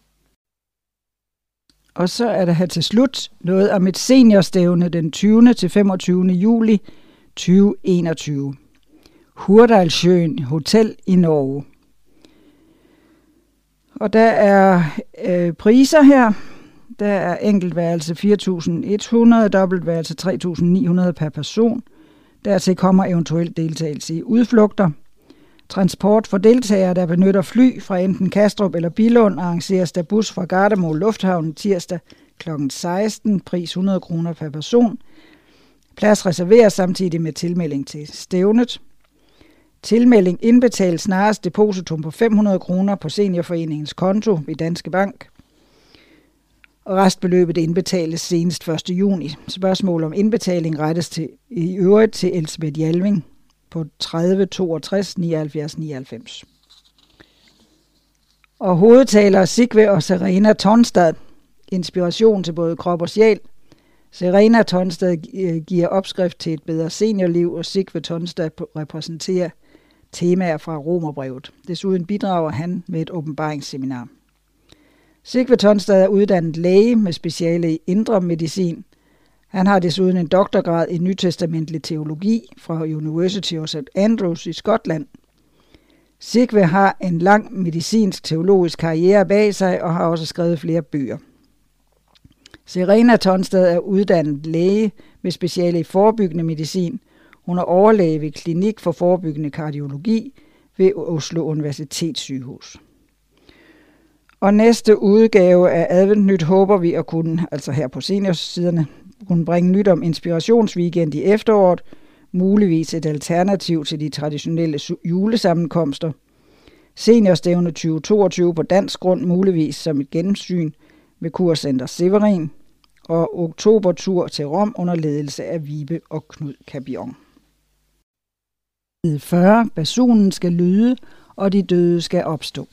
Og så er der her til slut noget om et seniorstævne den tyvende til femogtyvende juli tyve enogtyve. Hurdalsjøen Hotel i Norge. Og der er øh, priser her. Der er enkeltværelse fire tusind et hundrede, dobbeltværelse tre tusind ni hundrede per person. Dertil kommer eventuelt deltagelse i udflugter. Transport for deltagere, der benytter fly fra enten Kastrup eller Billund, arrangeres der bus fra Gardermoen Lufthavn tirsdag klokken seksten, pris hundrede kroner per person. Plads reserveres samtidig med tilmelding til stævnet. Tilmelding indbetales snarest depositum på fem hundrede kroner på Seniorforeningens konto i Danske Bank. Og restbeløbet indbetales senest første juni. Spørgsmål om indbetaling rettes til, i øvrigt til Elsebeth Jalving på tredive toogtres nioghalvfjerds nioghalvfems. Og hovedtalere Sigve og Serena Tonstad. Inspiration til både krop og sjæl. Serena Tonstad giver opskrift til et bedre seniorliv, og Sigve Tonstad repræsenterer temaer fra Romerbrevet. Desuden bidrager han med et åbenbaringsseminar. Sigve Tonsted er uddannet læge med speciale i indre medicin. Han har desuden en doktorgrad i nytestamentlig teologi fra University of Saint Andrews i Skotland. Sigve har en lang medicinsk-teologisk karriere bag sig og har også skrevet flere bøger. Serena Tonsted er uddannet læge med speciale i forebyggende medicin. Hun er overlæge ved Klinik for Forebyggende Kardiologi ved Oslo Universitetssygehus. Og næste udgave af Advent Nyt håber vi at kunne, altså her på seniorsiderne, kunne bringe nyt om inspirationsweekend i efteråret, muligvis et alternativ til de traditionelle julesammenkomster. Seniorstævne tyve toogtyve på dansk grund, muligvis som et gennemsyn ved Kurscenter Severin, og oktobertur til Rom under ledelse af Vibe og Knud Kabion. Side fyrre. Basunen skal lyde, og de døde skal opstå.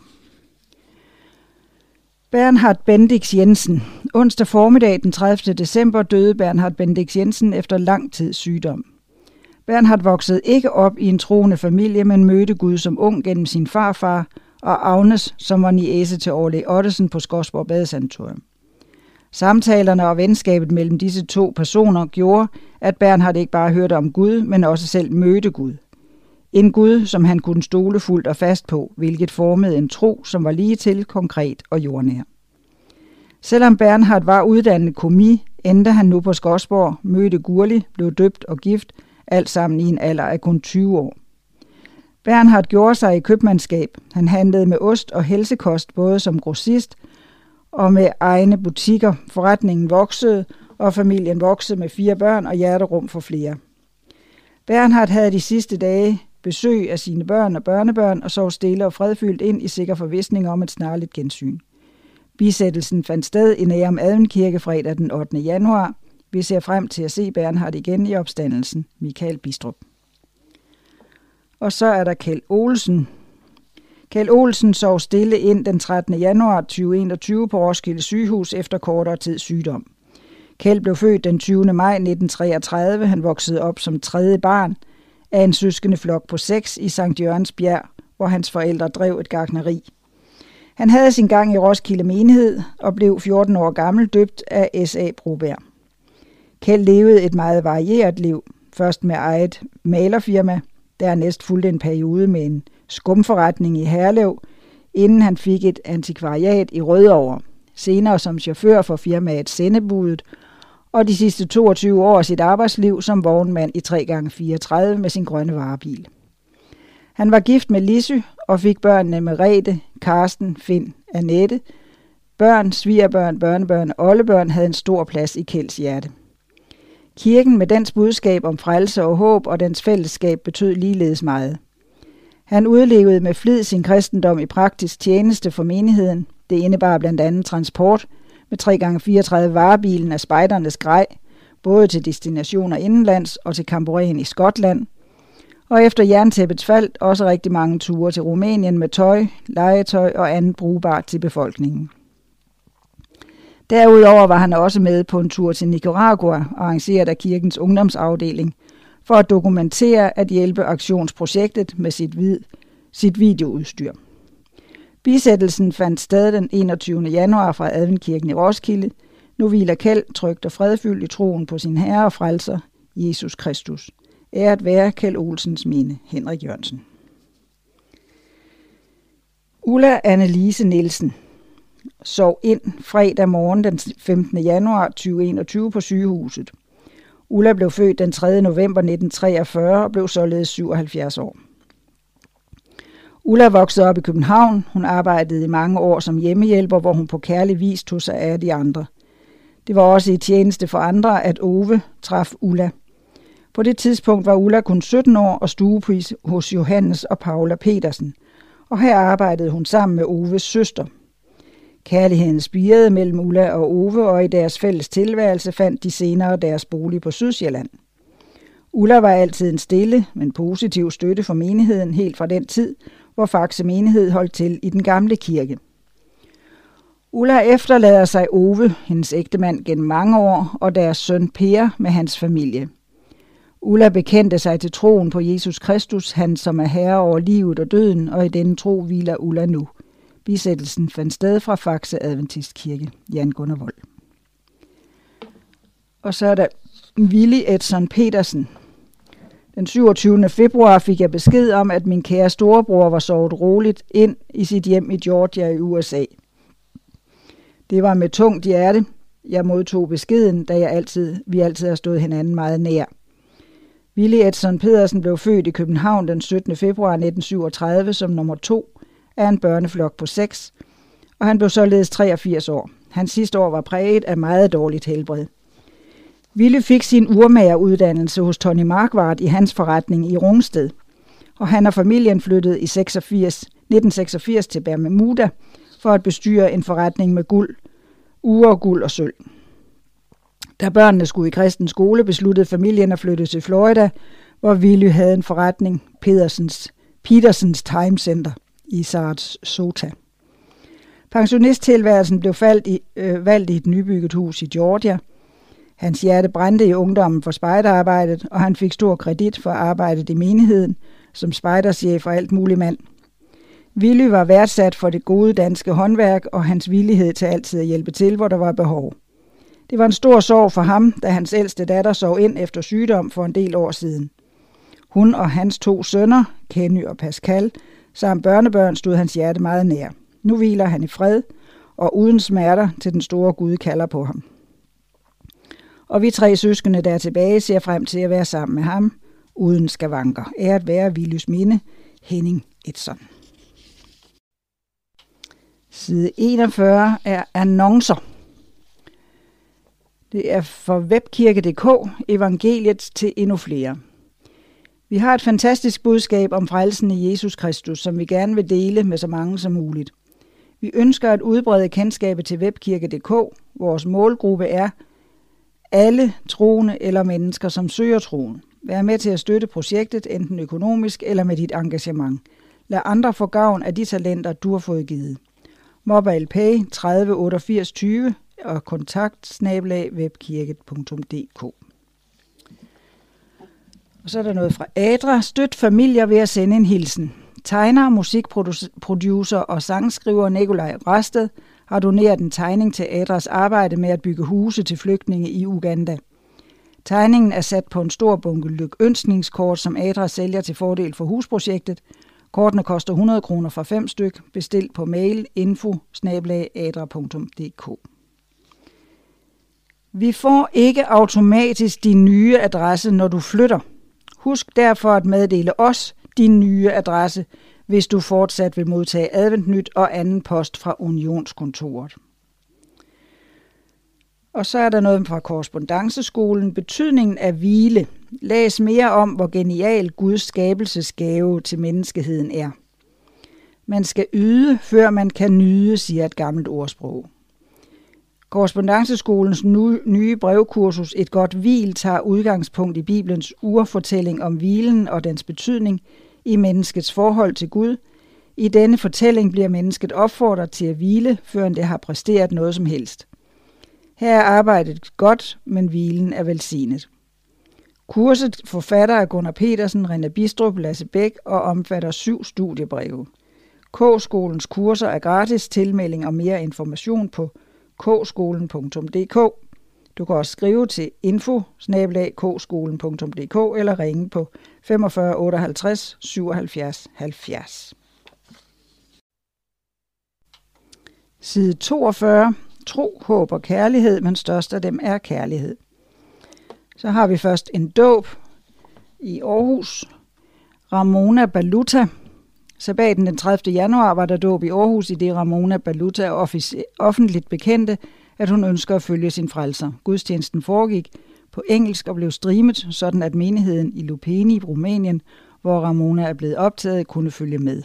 Bernhard Bendix Jensen. Onsdag formiddag den tredivte december døde Bernhard Bendix Jensen efter lang tids sygdom. Bernhard voksede ikke op i en troende familie, men mødte Gud som ung gennem sin farfar og Agnes, som var niece til overlæge Ottesen på Skodsborg Badesanatorium. Samtalerne og venskabet mellem disse to personer gjorde, at Bernhard ikke bare hørte om Gud, men også selv mødte Gud. En Gud, som han kunne stole fuldt og fast på, hvilket formede en tro, som var lige til, konkret og jordnær. Selvom Bernhard var uddannet komi, endte han nu på Skodsborg, mødte Gurli, blev døbt og gift, alt sammen i en alder af kun tyve år. Bernhard gjorde sig i købmandskab. Han handlede med ost og helsekost, både som grossist og med egne butikker. Forretningen voksede, og familien voksede med fire børn og hjerterum for flere. Bernhard havde de sidste dage besøg af sine børn og børnebørn og sov stille og fredfyldt ind i sikker forvisning om et snarligt gensyn. Bisættelsen fandt sted i Nærum Adventkirke fredag den ottende januar. Vi ser frem til at se Bernhard igen i opstandelsen. Michael Bistrup. Og så er der Kjeld Olsen. Kjeld Olsen sov stille ind den trettende januar to tusind og enogtyve på Roskilde Sygehus efter kortere tids sygdom. Kjeld blev født den tyvende maj nitten treogtredive. Han voksede op som tredje barn af en søskende flok på seks i Sankt Jørgens Bjerg, hvor hans forældre drev et gartneri. Han havde sin gang i Roskilde Menighed og blev fjorten år gammel døbt af S A Broberg. Kjeld levede et meget varieret liv, først med eget malerfirma, dernæst fulgte en periode med en skumforretning i Herlev, inden han fik et antikvariat i Rødovre, senere som chauffør for firmaet Sendebudet, og de sidste toogtyve år af sit arbejdsliv som vognmand i tre gange fireogtredive med sin grønne varebil. Han var gift med Lissy og fik børnene Merete, Karsten, Finn, Annette. Børn, svigerbørn, børnebørn og oldebørn havde en stor plads i Kjelds hjerte. Kirken med dens budskab om frelse og håb og dens fællesskab betød ligeledes meget. Han udlevede med flid sin kristendom i praktisk tjeneste for menigheden. Det indebar blandt andet transport med tre gange fireogtredive varebilen af spejdernes grej, både til destinationer indenlands og til Camborén i Skotland. Og efter jerntæppets fald også rigtig mange ture til Rumænien med tøj, legetøj og andet brugbart til befolkningen. Derudover var han også med på en tur til Nicaragua, arrangeret af kirkens ungdomsafdeling, for at dokumentere at hjælpe aktionsprojektet med sit, vid, sit videoudstyr. Bisættelsen fandt sted den enogtyvende januar fra Adventkirken i Roskilde. Nu hviler Kjeld trygt og fredfyldt i troen på sin Herre og Frelser, Jesus Kristus. Æret være Kjeld Olsens minde, Henrik Jørgensen. Ulla Annelise Nielsen sov ind fredag morgen den femtende januar to tusind og enogtyve på sygehuset. Ulla blev født den tredje november nitten treogfyrre og blev således syvoghalvfjerds år. Ulla voksede op i København. Hun arbejdede i mange år som hjemmehjælper, hvor hun på kærlig vis tog sig af de andre. Det var også i tjeneste for andre, at Ove traf Ulla. På det tidspunkt var Ulla kun sytten år og stuepris hos Johannes og Paula Petersen, og her arbejdede hun sammen med Oves søster. Kærligheden spirede mellem Ulla og Ove, og i deres fælles tilværelse fandt de senere deres bolig på Sydsjælland. Ulla var altid en stille, men positiv støtte for menigheden helt fra den tid, hvor Faxe menighed holdt til i den gamle kirke. Ulla efterlader sig Ove, hendes ægtemand gennem mange år, og deres søn Per med hans familie. Ulla bekendte sig til troen på Jesus Kristus, han som er herre over livet og døden, og i denne tro hviler Ulla nu. Bisættelsen fandt sted fra Faxe Adventistkirke, Jan Gunnar Vold. Og så er der Willy Edson Petersen. Den syvogtyvende februar fik jeg besked om, at min kære storebror var sovet roligt ind i sit hjem i Georgia i U S A. Det var med tungt hjerte, jeg modtog beskeden, da jeg altid, vi altid har stået hinanden meget nær. Willy Edson Petersen blev født i København den syttende februar nitten syvogtredive som nummer to af en børneflok på seks, og han blev således treogfirs år. Hans sidste år var præget af meget dårligt helbred. Willy fik sin urmageruddannelse hos Tony Marquardt i hans forretning i Rungsted, og han og familien flyttede i nitten seksogfirs til Bermuda for at bestyre en forretning med guld, ure, guld og sølv. Da børnene skulle i kristen skole, besluttede familien at flytte til Florida, hvor Willy havde en forretning, Petersens, Petersens Time Center i Sarasota. Pensionisttilværelsen blev valgt i, øh, valgt i et nybygget hus i Georgia. Hans hjerte brændte i ungdommen for spejderarbejdet, og han fik stor kredit for arbejdet i menigheden som spejderchef og alt muligt mand. Willy var værdsat for det gode danske håndværk og hans villighed til altid at hjælpe til, hvor der var behov. Det var en stor sorg for ham, da hans ældste datter sov ind efter sygdom for en del år siden. Hun og hans to sønner, Kenny og Pascal, samt børnebørn stod hans hjerte meget nær. Nu hviler han i fred og uden smerter, til den store Gud kalder på ham. Og vi tre søskende, der er tilbage, ser frem til at være sammen med ham, uden skavanker. Æret være Willys minde, Henning Edson. Side enogfyrre er annoncer. Det er for webkirke punktum d k, evangeliet til endnu flere. Vi har et fantastisk budskab om frelsen i Jesus Kristus, som vi gerne vil dele med så mange som muligt. Vi ønsker at udbrede kendskabet til webkirke punktum d k. Vores målgruppe er alle troende eller mennesker, som søger troen. Vær med til at støtte projektet, enten økonomisk eller med dit engagement. Lad andre få gavn af de talenter, du har fået givet. MobilePay tredive otteogfirs tyve og kontakt snabel-a webkirke punktum d k. Og så er der noget fra Adra. Støt familier ved at sende en hilsen. Tegner, musikproducer og sangskriver Nikolaj Rasted har doneret en tegning til Adras arbejde med at bygge huse til flygtninge i Uganda. Tegningen er sat på en stor bunke lykønskningskort, som Adra sælger til fordel for husprojektet. Kortene koster hundrede kroner for fem styk. Bestil på mail info snabel-a adra punktum d k. Vi får ikke automatisk din nye adresse, når du flytter. Husk derfor at meddele os din nye adresse, hvis du fortsat vil modtage adventnyt og anden post fra Unionskontoret. Og så er der noget fra Korrespondanceskolen. Betydningen af hvile. Læs mere om, hvor genial Guds skabelsesgave til menneskeheden er. Man skal yde, før man kan nyde, siger et gammelt ordsprog. Korrespondanceskolens nye brevkursus Et godt hvil tager udgangspunkt i Bibelens urfortælling om hvilen og dens betydning i menneskets forhold til Gud. I denne fortælling bliver mennesket opfordret til at hvile, før det har præsteret noget som helst. Her er arbejdet godt, men hvilen er velsignet. Kurset forfatter af Gunnar Petersen, René Bistrup, Lasse Bæk og omfatter syv studiebreve. K-skolens kurser er gratis. Tilmelding og mere information på k skolen punktum d k. Du kan også skrive til info snabel-a k skolen punktum d k eller ringe på femogfyrre otteoghalvtreds syvoghalvfjerds halvfjerds. Side toogfyrre. Tro, håb og kærlighed, men størst af dem er kærlighed. Så har vi først en dåb i Aarhus. Ramona Baluta. Sabbaten den tredivte januar var der dåb i Aarhus, i det Ramona Baluta offic- offentligt bekendte, at hun ønsker at følge sin frelser. Gudstjenesten foregik på engelsk og blev streamet, sådan at menigheden i Lupeni, Rumænien, hvor Ramona er blevet optaget, kunne følge med.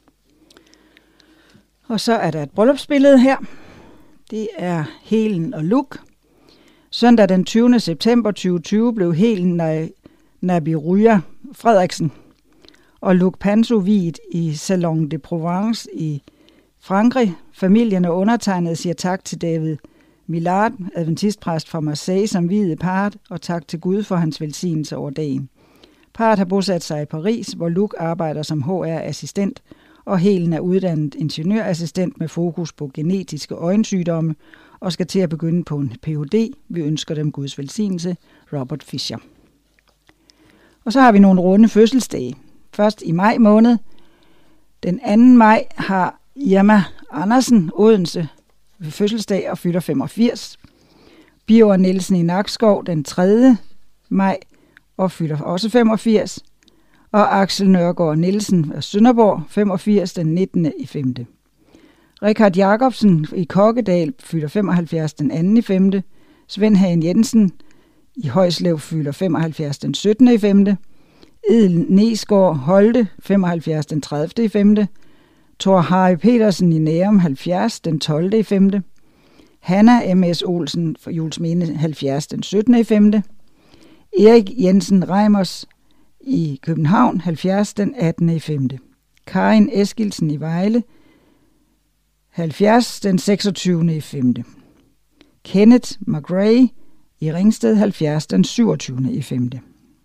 Og så er der et bryllupsbillede her. Det er Helen og Luke. Søndag den tyvende september tyve tyve blev Helen Nabiruya Frederiksen og Luc Panso viet i Salon de Provence i Frankrig. Familien og undertegnet siger tak til David Millard, adventistpræst fra Marseille, som viede parret, og tak til Gud for hans velsignelse over dagen. Parret har bosat sig i Paris, hvor Luc arbejder som H R-assistent, og Helen er uddannet ingeniørassistent med fokus på genetiske øjensygdomme og skal til at begynde på en P H D. Vi ønsker dem Guds velsignelse, Robert Fischer. Og så har vi nogle runde fødselsdage. Først i maj måned. Den anden maj har Irma Andersen, Odense, fødselsdag og fylder femogfirs. Birger Nielsen i Nakskov den tredje maj og fylder også femogfirs. Og Axel Nørgaard Nielsen af Sønderborg, femogfirs, den nittende i femte. Richard Jacobsen i Kokkedal fylder femoghalvfjerds den anden i femte. Svend Hagen Jensen i Højslev fylder femoghalvfjerds den syttende i femte. Edel Nesgaard Holte, femoghalvfjerds den tredivte i femte. Thor Harry Petersen i Nærum, halvfjerds den tolvte i femte. Hanna M S Olsen for Juelsminde, halvfjerds den syttende i femte. Erik Jensen Reimers i København, halvfjerds den attende i femte. Karin Eskildsen i Vejle, halvfjerds den seksogtyvende i femte. Kenneth McRae i Ringsted, halvfjerds den syvogtyvende i femte.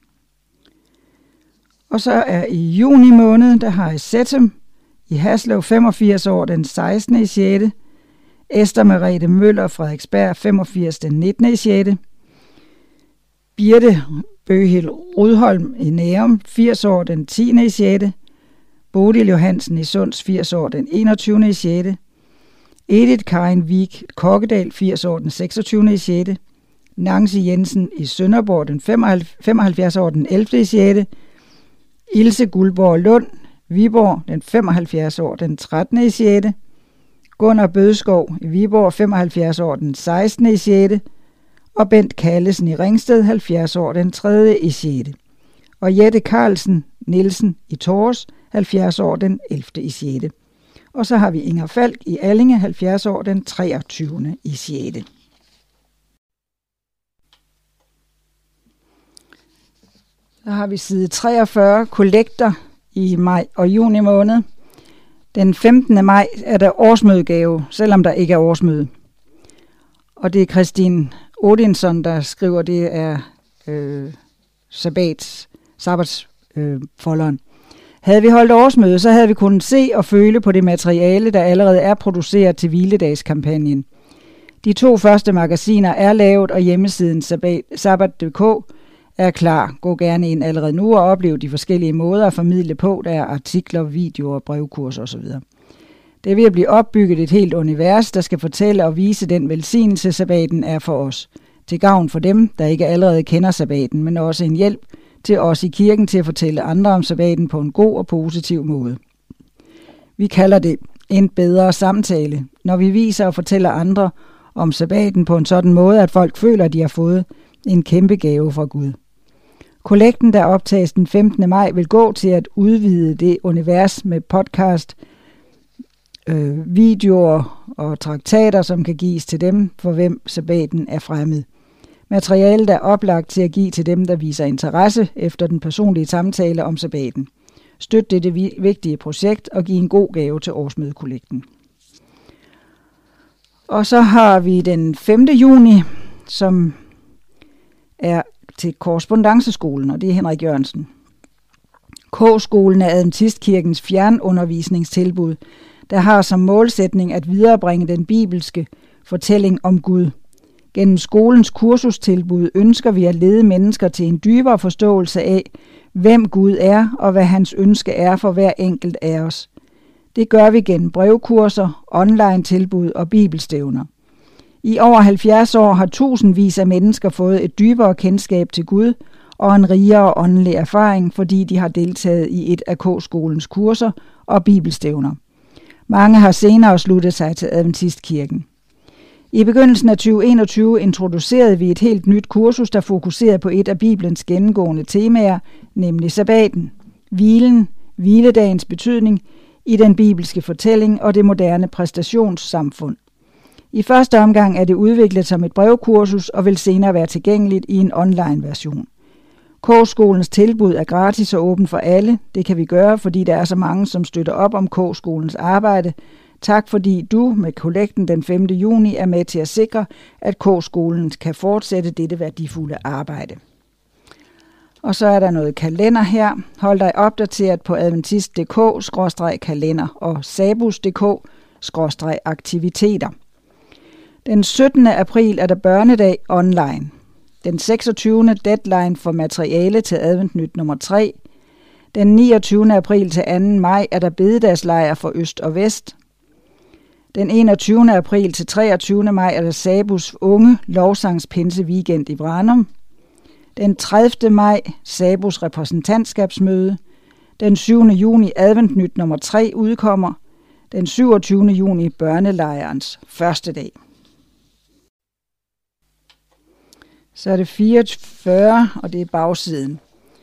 Og så er i juni måned, der har jeg Sættem i Haslev, femogfirs år, den sekstende i sjette. Esther Merete Møller Frederiksberg, femogfirs den nittende i sjette. Birte Bøghild Rudholm i Nærum, firs år, den tiende i sjette. Bodil Johansen i Sunds, firs år, den enogtyvende i sjette. Edith Karin Vik Kokkedal, firs år, den seksogtyvende i sjette. Nancy Jensen i Sønderborg, den femoghalvfjerds år, den ellevte i sjette. Ilse Guldborg Lund, Viborg, den femoghalvfjerds år, den trettende i sjette. Gunnar Bødskov i Viborg, femoghalvfjerds år, den sekstende i sjette. Og Bent Kallesen i Ringsted, halvfjerds år, den tredje i sjette. Og Jette Carlsen Nielsen i Tors, halvfjerds år, den ellevte i sjette. Og så har vi Inger Falk i Allinge, halvfjerds år, den treogtyvende i sjette. Så har vi side treogfyrre, kollekter i maj og juni måned. Den femtende maj er der årsmødegave, selvom der ikke er årsmøde. Og det er Christine Odinsson, der skriver, det er øh, sabbats, sabbatsfolderen. Øh, havde vi holdt årsmøde, så havde vi kunnet se og føle på det materiale, der allerede er produceret til hviledagskampagnen. De to første magasiner er lavet, og hjemmesiden sabbat punktum d k er klar. Gå gerne ind allerede nu og oplev de forskellige måder at formidle på. Der er artikler, videoer, brevkurser osv. Det er ved at blive opbygget et helt univers, der skal fortælle og vise den velsignelse, sabbaten er for os. Til gavn for dem, der ikke allerede kender sabbaten, men også en hjælp til os i kirken til at fortælle andre om sabbaten på en god og positiv måde. Vi kalder det en bedre samtale, når vi viser og fortæller andre om sabbaten på en sådan måde, at folk føler, at de har fået en kæmpe gave fra Gud. Kollekten, der optages den femtende maj, vil gå til at udvide det univers med podcast, øh, videoer og traktater, som kan gives til dem, for hvem sabbaten er fremmed. Materialet er oplagt til at give til dem, der viser interesse efter den personlige samtale om sabbaten. Støt dette vigtige projekt og giv en god gave til årsmødekollekten. Og så har vi den femte juni, som er til Korrespondanceskolen, og det er Henrik Jørgensen. K-skolen er Adventistkirkens fjernundervisningstilbud, der har som målsætning at viderebringe den bibelske fortælling om Gud. Gennem skolens kursustilbud ønsker vi at lede mennesker til en dybere forståelse af, hvem Gud er og hvad hans ønske er for hver enkelt af os. Det gør vi gennem brevkurser, online-tilbud og bibelstævner. I over halvfjerds år har tusindvis af mennesker fået et dybere kendskab til Gud og en rigere åndelig erfaring, fordi de har deltaget i et af K-skolens kurser og bibelstævner. Mange har senere sluttet sig til Adventistkirken. I begyndelsen af tyve enogtyve introducerede vi et helt nyt kursus, der fokuserede på et af Bibelens gennemgående temaer, nemlig sabbaten, hvilen, hviledagens betydning i den bibelske fortælling og det moderne præstationssamfund. I første omgang er det udviklet som et brevkursus og vil senere være tilgængeligt i en online-version. K-skolens tilbud er gratis og åben for alle. Det kan vi gøre, fordi der er så mange, som støtter op om K-skolens arbejde. Tak fordi du med kollekten den femte juni er med til at sikre, at K-skolen kan fortsætte dette værdifulde arbejde. Og så er der noget kalender her. Hold dig opdateret på adventist punktum d k skråstreg kalender og sabus punktum d k skråstreg aktiviteter. Den syttende april er der børnedag online. Den seksogtyvende deadline for materiale til adventnyt nummer tre. Den niogtyvende april til anden maj er der bededagslejr for øst og vest. Den enogtyvende april til treogtyvende maj er der Sabus unge lovsangspinse weekend i Branum. Den tredivte maj Sabus repræsentantskabsmøde. Den syvende juni adventnyt nummer tre udkommer. Den syvogtyvende juni børnelejrens første dag. Så er det fireogfyrre, og det er bagsiden.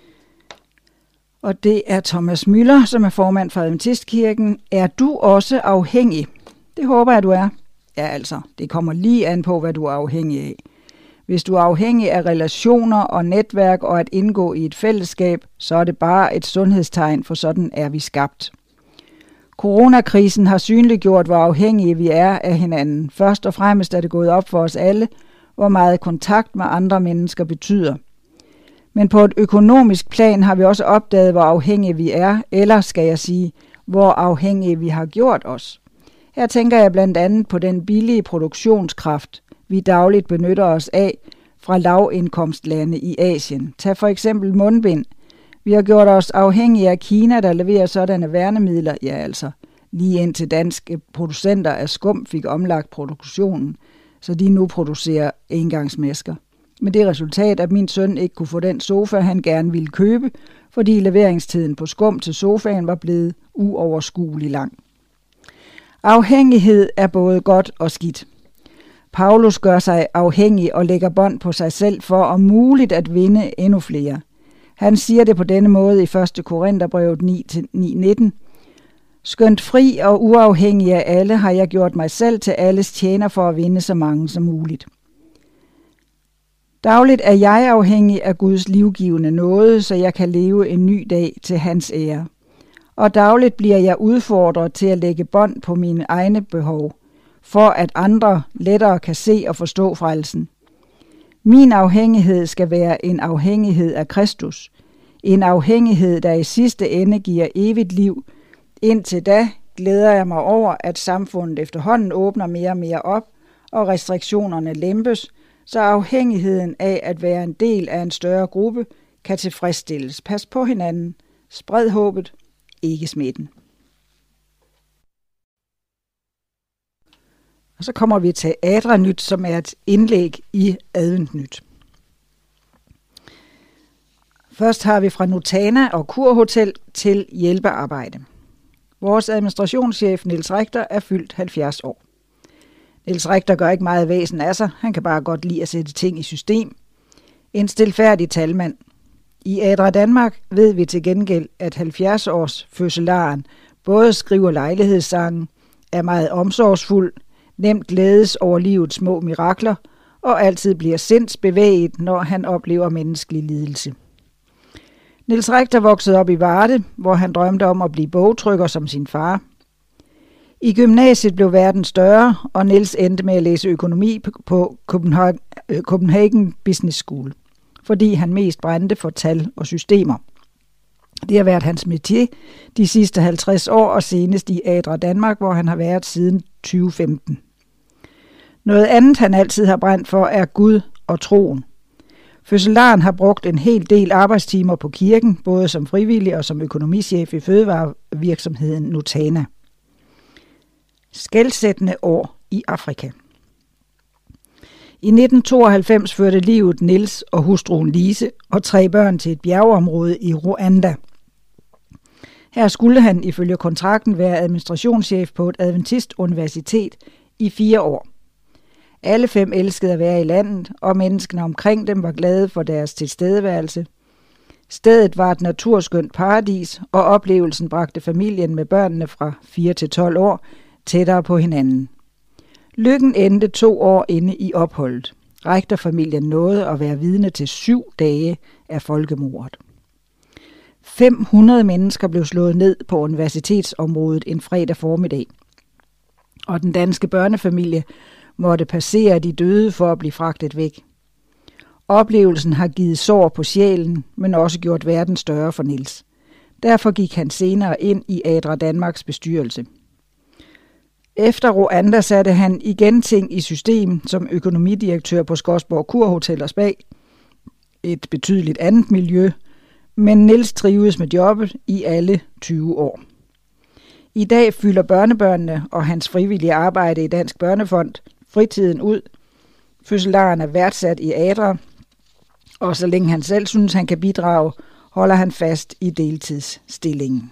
Og det er Thomas Müller, som er formand for Adventistkirken. Er du også afhængig? Det håber jeg, du er. Ja, altså, det kommer lige an på, hvad du er afhængig af. Hvis du er afhængig af relationer og netværk og at indgå i et fællesskab, så er det bare et sundhedstegn, for sådan er vi skabt. Coronakrisen har synliggjort, hvor afhængige vi er af hinanden. Først og fremmest er det gået op for os alle, hvor meget kontakt med andre mennesker betyder. Men på et økonomisk plan har vi også opdaget, hvor afhængige vi er, eller skal jeg sige, hvor afhængige vi har gjort os. Her tænker jeg blandt andet på den billige produktionskraft, vi dagligt benytter os af fra lavindkomstlande i Asien. Tag for eksempel mundbind. Vi har gjort os afhængige af Kina, der leverer sådanne værnemidler, ja altså lige indtil danske producenter af skum fik omlagt produktionen, så de nu producerer engangsmasker. Med det resultat, at min søn ikke kunne få den sofa, han gerne ville købe, fordi leveringstiden på skum til sofaen var blevet uoverskuelig lang. Afhængighed er både godt og skidt. Paulus gør sig afhængig og lægger bånd på sig selv for om muligt at vinde endnu flere. Han siger det på denne måde i første Korintherbrevet ni til ni nitten. Skønt fri og uafhængig af alle har jeg gjort mig selv til alles tjener for at vinde så mange som muligt. Dagligt er jeg afhængig af Guds livgivende nåde, så jeg kan leve en ny dag til hans ære. Og dagligt bliver jeg udfordret til at lægge bånd på mine egne behov, for at andre lettere kan se og forstå frelsen. Min afhængighed skal være en afhængighed af Kristus. En afhængighed, der i sidste ende giver evigt liv. Indtil da glæder jeg mig over, at samfundet efterhånden åbner mere og mere op, og restriktionerne lempes, så afhængigheden af at være en del af en større gruppe kan tilfredsstilles. Pas på hinanden. Spred håbet, ikke smitten. Og så kommer vi til Adra-nyt, som er et indlæg i Adventnyt. Først har vi fra Nutana og Kurhotel til hjælpearbejde. Vores administrationschef Niels Richter er fyldt halvfjerds år. Niels Richter gør ikke meget væsen af sig, han kan bare godt lide at sætte ting i system. En stilfærdig talmand. I Adra Danmark ved vi til gengæld, at halvfjerds års fødselaren både skriver lejlighedssange, er meget omsorgsfuld, nemt glædes over livets små mirakler og altid bliver sindsbevæget, når han oplever menneskelig lidelse. Niels Richter voksede op i Varde, hvor han drømte om at blive bogtrykker som sin far. I gymnasiet blev verden større, og Niels endte med at læse økonomi på Copenhagen Business School, fordi han mest brændte for tal og systemer. Det har været hans métier de sidste halvtreds år, og senest i Adra Danmark, hvor han har været siden tyve femten. Noget andet, han altid har brændt for, er Gud og troen. Fødselaren har brugt en hel del arbejdstimer på kirken, både som frivillig og som økonomichef i fødevarevirksomheden Nutana. Skelsættende år i Afrika. I nitten tooghalvfems førte livet Niels og hustruen Lise og tre børn til et bjergeområde i Rwanda. Her skulle han ifølge kontrakten være administrationschef på et adventist-universitet i fire år. Alle fem elskede at være i landet, og menneskene omkring dem var glade for deres tilstedeværelse. Stedet var et naturskønt paradis, og oplevelsen bragte familien med børnene fra fire til tolv år tættere på hinanden. Lykken endte to år inde i opholdet. Richter-familien nåede at være vidne til syv dage af folkemordet. fem hundrede mennesker blev slået ned på universitetsområdet en fredag formiddag, og den danske børnefamilie måtte passere de døde for at blive fragtet væk. Oplevelsen har givet sår på sjælen, men også gjort verden større for Niels. Derfor gik han senere ind i Adra Danmarks bestyrelse. Efter Rwanda satte han igen ting i system som økonomidirektør på Skodsborg Kurhotel og Spa. Et betydeligt andet miljø, men Niels trives med jobbet i alle tyve år. I dag fylder børnebørnene og hans frivillige arbejde i Dansk Børnefond fritiden ud. Fødselaren er værdsat i Adra, og så længe han selv synes, han kan bidrage, holder han fast i deltidsstillingen.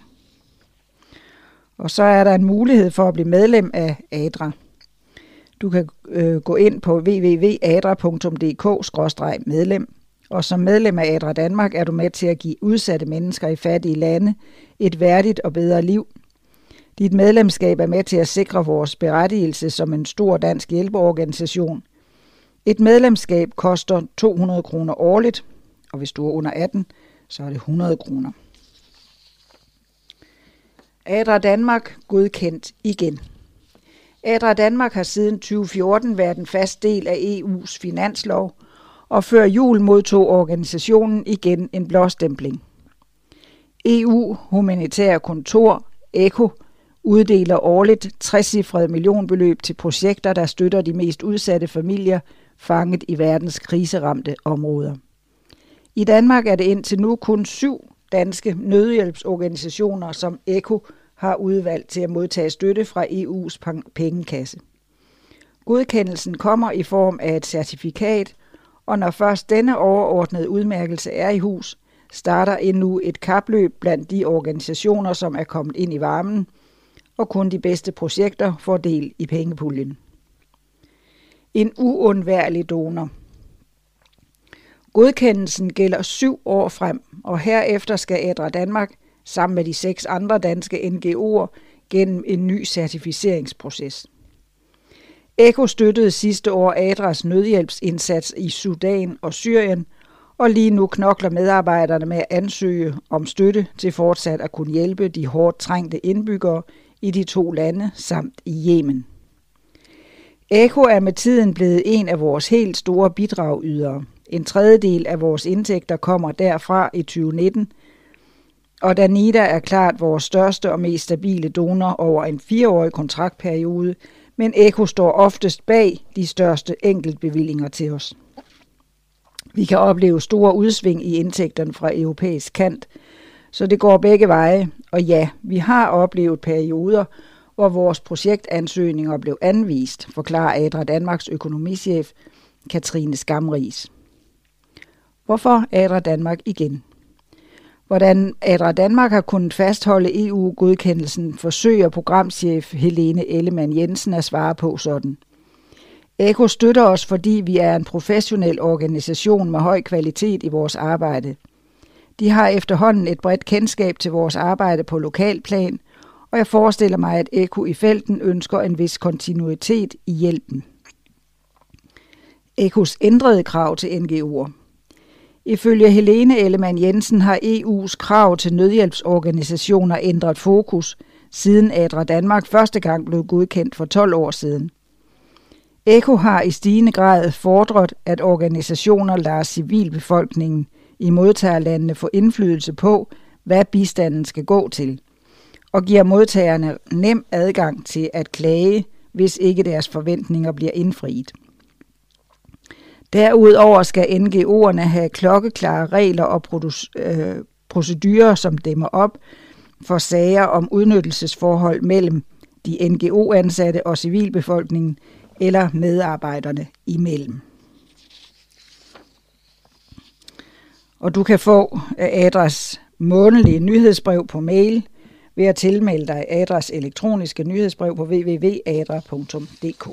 Og så er der en mulighed for at blive medlem af Adra. Du kan øh, gå ind på w w w punktum adra punktum d k skråstreg medlem, og som medlem af Adra Danmark er du med til at give udsatte mennesker i fattige lande et værdigt og bedre liv. Dit medlemskab er med til at sikre vores berettigelse som en stor dansk hjælpeorganisation. Et medlemskab koster to hundrede kroner årligt, og hvis du er under atten, så er det hundrede kroner. Adra Danmark godkendt igen. Adra Danmark har siden tyve fjorten været en fast del af E U's finanslov, og før jul modtog organisationen igen en blåstempling. E U Humanitære Kontor, E C H O, uddeler årligt trecifrede millionbeløb til projekter, der støtter de mest udsatte familier fanget i verdens kriseramte områder. I Danmark er det indtil nu kun syv danske nødhjælpsorganisationer, som E C H O har udvalgt til at modtage støtte fra E U's pengekasse. Godkendelsen kommer i form af et certifikat, og når først denne overordnede udmærkelse er i hus, starter endnu et kapløb blandt de organisationer, som er kommet ind i varmen, og kun de bedste projekter får del i pengepuljen. En uundværlig donor. Godkendelsen gælder syv år frem, og herefter skal Adra Danmark sammen med de seks andre danske N G O'er gennem en ny certificeringsproces. E C H O støttede sidste år Adras nødhjælpsindsats i Sudan og Syrien, og lige nu knokler medarbejderne med at ansøge om støtte til fortsat at kunne hjælpe de hårdt trængte indbyggere i de to lande samt i Yemen. E C H O er med tiden blevet en af vores helt store bidragydere. En tredjedel af vores indtægter kommer derfra i tyve nitten, og Danida er klart vores største og mest stabile donor over en fireårig kontraktperiode, men E C H O står oftest bag de største enkeltbevillinger til os. Vi kan opleve store udsving i indtægterne fra europæisk kant, så det går begge veje, og ja, vi har oplevet perioder, hvor vores projektansøgninger blev anvist, forklarer Adra Danmarks økonomichef Katrine Skamris. Hvorfor Adra Danmark igen? Hvordan Adra Danmark har kunnet fastholde E U-godkendelsen, forsøger programchef Helene Ellemann Jensen at svare på sådan. E C H O støtter os, fordi vi er en professionel organisation med høj kvalitet i vores arbejde. De har efterhånden et bredt kendskab til vores arbejde på lokalplan, og jeg forestiller mig, at E C H O i felten ønsker en vis kontinuitet i hjælpen. E C H O's ændrede krav til N G O'er. Ifølge Helene Ellemann Jensen har E U's krav til nødhjælpsorganisationer ændret fokus, siden Adra Danmark første gang blev godkendt for tolv år siden. E C H O har i stigende grad fordret, at organisationer lader civilbefolkningen i modtagerlandene få indflydelse på, hvad bistanden skal gå til, og giver modtagerne nem adgang til at klage, hvis ikke deres forventninger bliver indfriet. Derudover skal N G O'erne have klokkeklare regler og procedurer, som dæmmer op for sager om udnyttelsesforhold mellem de N G O-ansatte og civilbefolkningen eller medarbejderne imellem. Og du kan få Adras månedlige nyhedsbrev på mail ved at tilmelde dig Adras elektroniske nyhedsbrev på w w w punktum adra punktum d k.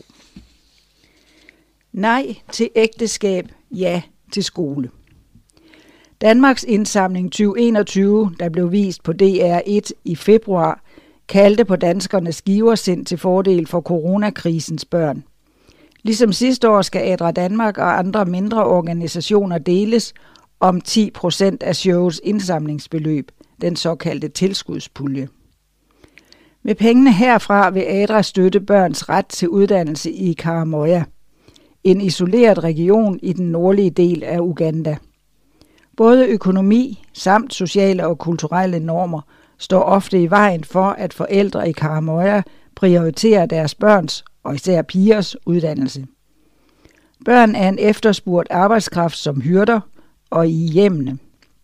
Nej til ægteskab, ja til skole. Danmarks indsamling tyve enogtyve, der blev vist på D R et i februar, kaldte på danskernes giversind til fordel for coronakrisens børn. Ligesom sidste år skal Adra Danmark og andre mindre organisationer deles om ti procent af showets indsamlingsbeløb, den såkaldte tilskudspulje. Med pengene herfra vil Adra støtte børns ret til uddannelse i Karamoja. en isoleret region i den nordlige del af Uganda. Både økonomi samt sociale og kulturelle normer står ofte i vejen for, at forældre i Karamoja prioriterer deres børns, og især pigers, uddannelse. Børn er en efterspurgt arbejdskraft som hyrder og i hjemmene.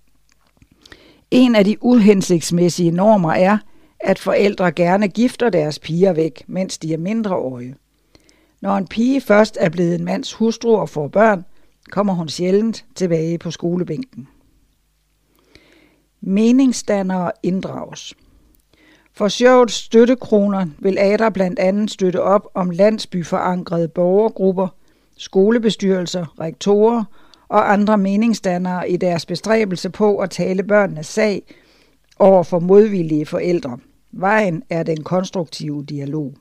En af de uhensigtsmæssige normer er, at forældre gerne gifter deres piger væk, mens de er mindreårige. Når en pige først er blevet en mands hustru og får børn, kommer hun sjældent tilbage på skolebænken. Meningsdannere inddrages. For sjovets støttekroner vil ADRA blandt andet støtte op om landsbyforankrede borgergrupper, skolebestyrelser, rektorer og andre meningsdannere i deres bestræbelse på at tale børnenes sag over for modvillige forældre. Vejen er den konstruktive dialog.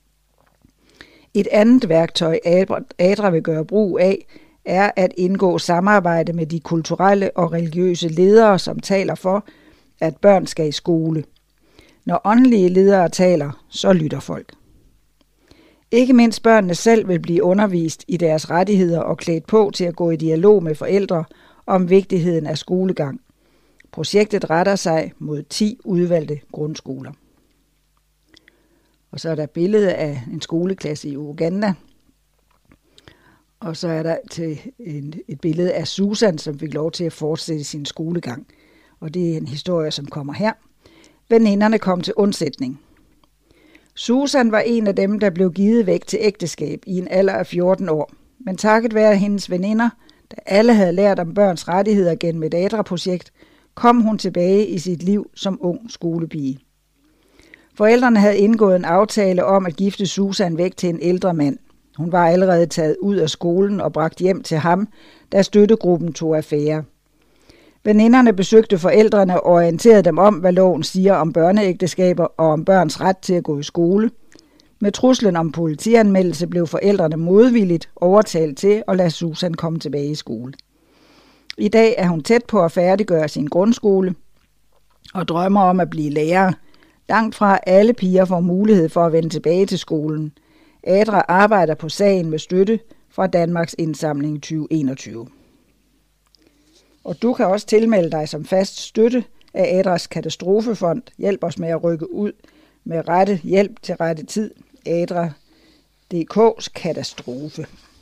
Et andet værktøj, ADRA vil gøre brug af, er at indgå samarbejde med de kulturelle og religiøse ledere, som taler for, at børn skal i skole. Når åndelige ledere taler, så lytter folk. Ikke mindst børnene selv vil blive undervist i deres rettigheder og klædt på til at gå i dialog med forældre om vigtigheden af skolegang. Projektet retter sig mod ti udvalgte grundskoler. Og så er der billede af en skoleklasse i Uganda. Og så er der til en, et billede af Susan, som fik lov til at fortsætte sin skolegang. Og det er en historie, som kommer her. Veninderne kom til undsætning. Susan var en af dem, der blev givet væk til ægteskab i en alder af fjorten år. Men takket være hendes veninder, der alle havde lært om børns rettigheder gennem et ADRA-projekt, kom hun tilbage i sit liv som ung skolepige. Forældrene havde indgået en aftale om at gifte Susan væk til en ældre mand. Hun var allerede taget ud af skolen og bragt hjem til ham, da støttegruppen tog affære. Veninderne besøgte forældrene og orienterede dem om, hvad loven siger om børneægteskaber og om børns ret til at gå i skole. Med truslen om politianmeldelse blev forældrene modvilligt overtalt til at lade Susan komme tilbage i skole. I dag er hun tæt på at færdiggøre sin grundskole og drømmer om at blive lærer. Langt fra alle piger får mulighed for at vende tilbage til skolen. ADRA arbejder på sagen med støtte fra Danmarks Indsamling tyve enogtyve. Og du kan også tilmelde dig som fast støtte af ADRAs katastrofefond. Hjælp os med at rykke ud med rette hjælp til rette tid. ADRA punktum d k's katastrofe.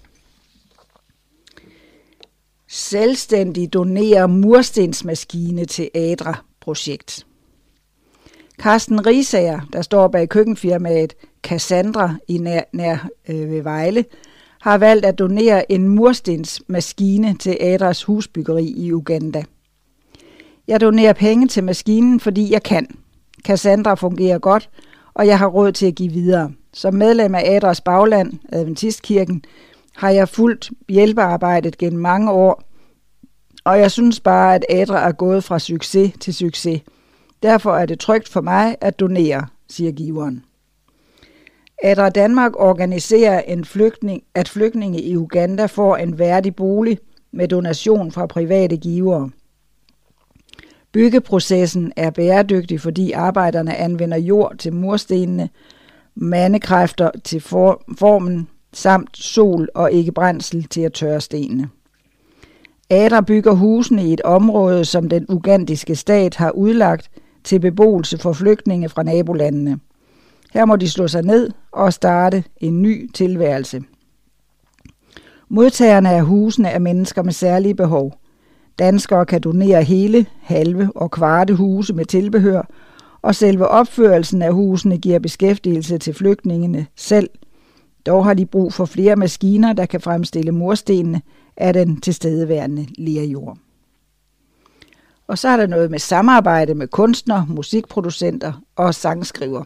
Selvstændig donerer murstensmaskine til ADRA-projekt. Carsten Risager, der står bag køkkenfirmaet Cassandra i nær, nær øh, ved Vejle, har valgt at donere en murstensmaskine til ADRAs husbyggeri i Uganda. Jeg donerer penge til maskinen, fordi jeg kan. Cassandra fungerer godt, og jeg har råd til at give videre. Som medlem af ADRAs bagland, Adventistkirken, har jeg fulgt hjælpearbejdet gennem mange år, og jeg synes bare, at ADRA er gået fra succes til succes. Derfor er det trygt for mig at donere, siger giveren. ADRA Danmark organiserer, en flygtning, at flygtninge i Uganda får en værdig bolig med donation fra private givere. Byggeprocessen er bæredygtig, fordi arbejderne anvender jord til murstenene, mandekræfter til for, formen, samt sol og ikke brændsel til at tørre stenene. ADRA bygger husene i et område, som den ugandiske stat har udlagt til beboelse for flygtninge fra nabolandene. Her må de slå sig ned og starte en ny tilværelse. Modtagerne af husene er mennesker med særlige behov. Danskere kan donere hele, halve og kvarte huse med tilbehør, og selve opførelsen af husene giver beskæftigelse til flygtningene selv. Dog har de brug for flere maskiner, der kan fremstille murstenene af den tilstedeværende lerjord. Og så er der noget med samarbejde med kunstnere, musikproducenter og sangskriver.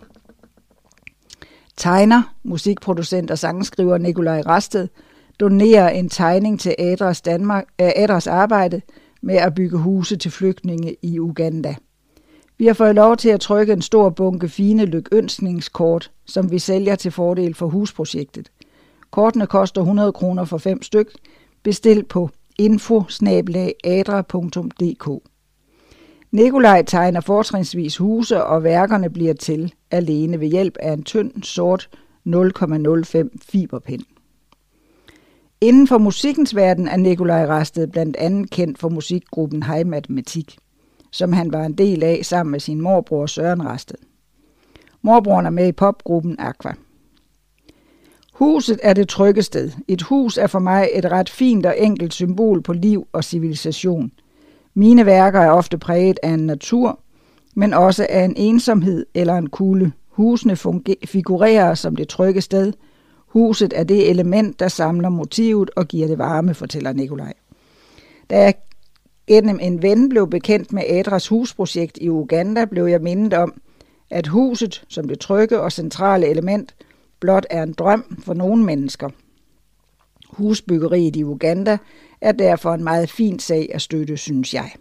Tegner, musikproducent og sangskriver Nikolaj Rasted donerer en tegning til ADRAs, Danmark, ADRAs arbejde med at bygge huse til flygtninge i Uganda. Vi har fået lov til at trykke en stor bunke fine lykønskningskort, som vi sælger til fordel for husprojektet. Kortene koster hundrede kroner for fem styk. Bestil på info bindestreg adra punktum d k. Nikolaj tegner fortrinsvis huse, og værkerne bliver til alene ved hjælp af en tynd, sort nul komma nul fem fiberpen. Inden for musikkens verden er Nikolaj Rasted blandt andet kendt for musikgruppen Hej Matematik, som han var en del af sammen med sin morbror Søren Rasted. Morbroren er med i popgruppen Aqua. Huset er det trygge sted. Et hus er for mig et ret fint og enkelt symbol på liv og civilisation. Mine værker er ofte præget af en natur, men også af en ensomhed eller en kulde. Husene funger- figurerer som det trygge sted. Huset er det element, der samler motivet og giver det varme, fortæller Nikolaj. Da jeg gennem en ven blev bekendt med Adras husprojekt i Uganda, blev jeg mindet om, at huset som det trygge og centrale element blot er en drøm for nogle mennesker. Husbyggeriet i Uganda er derfor en meget fin sag at støtte, synes jeg.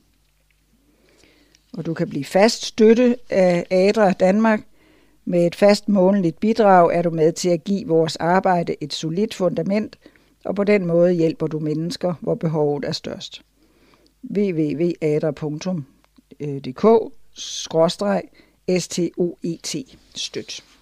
Og du kan blive fast støtte af Adra Danmark. Med et fast månedligt bidrag er du med til at give vores arbejde et solidt fundament, og på den måde hjælper du mennesker, hvor behovet er størst. w w w punktum adra punktum d k skråstreg stoet støt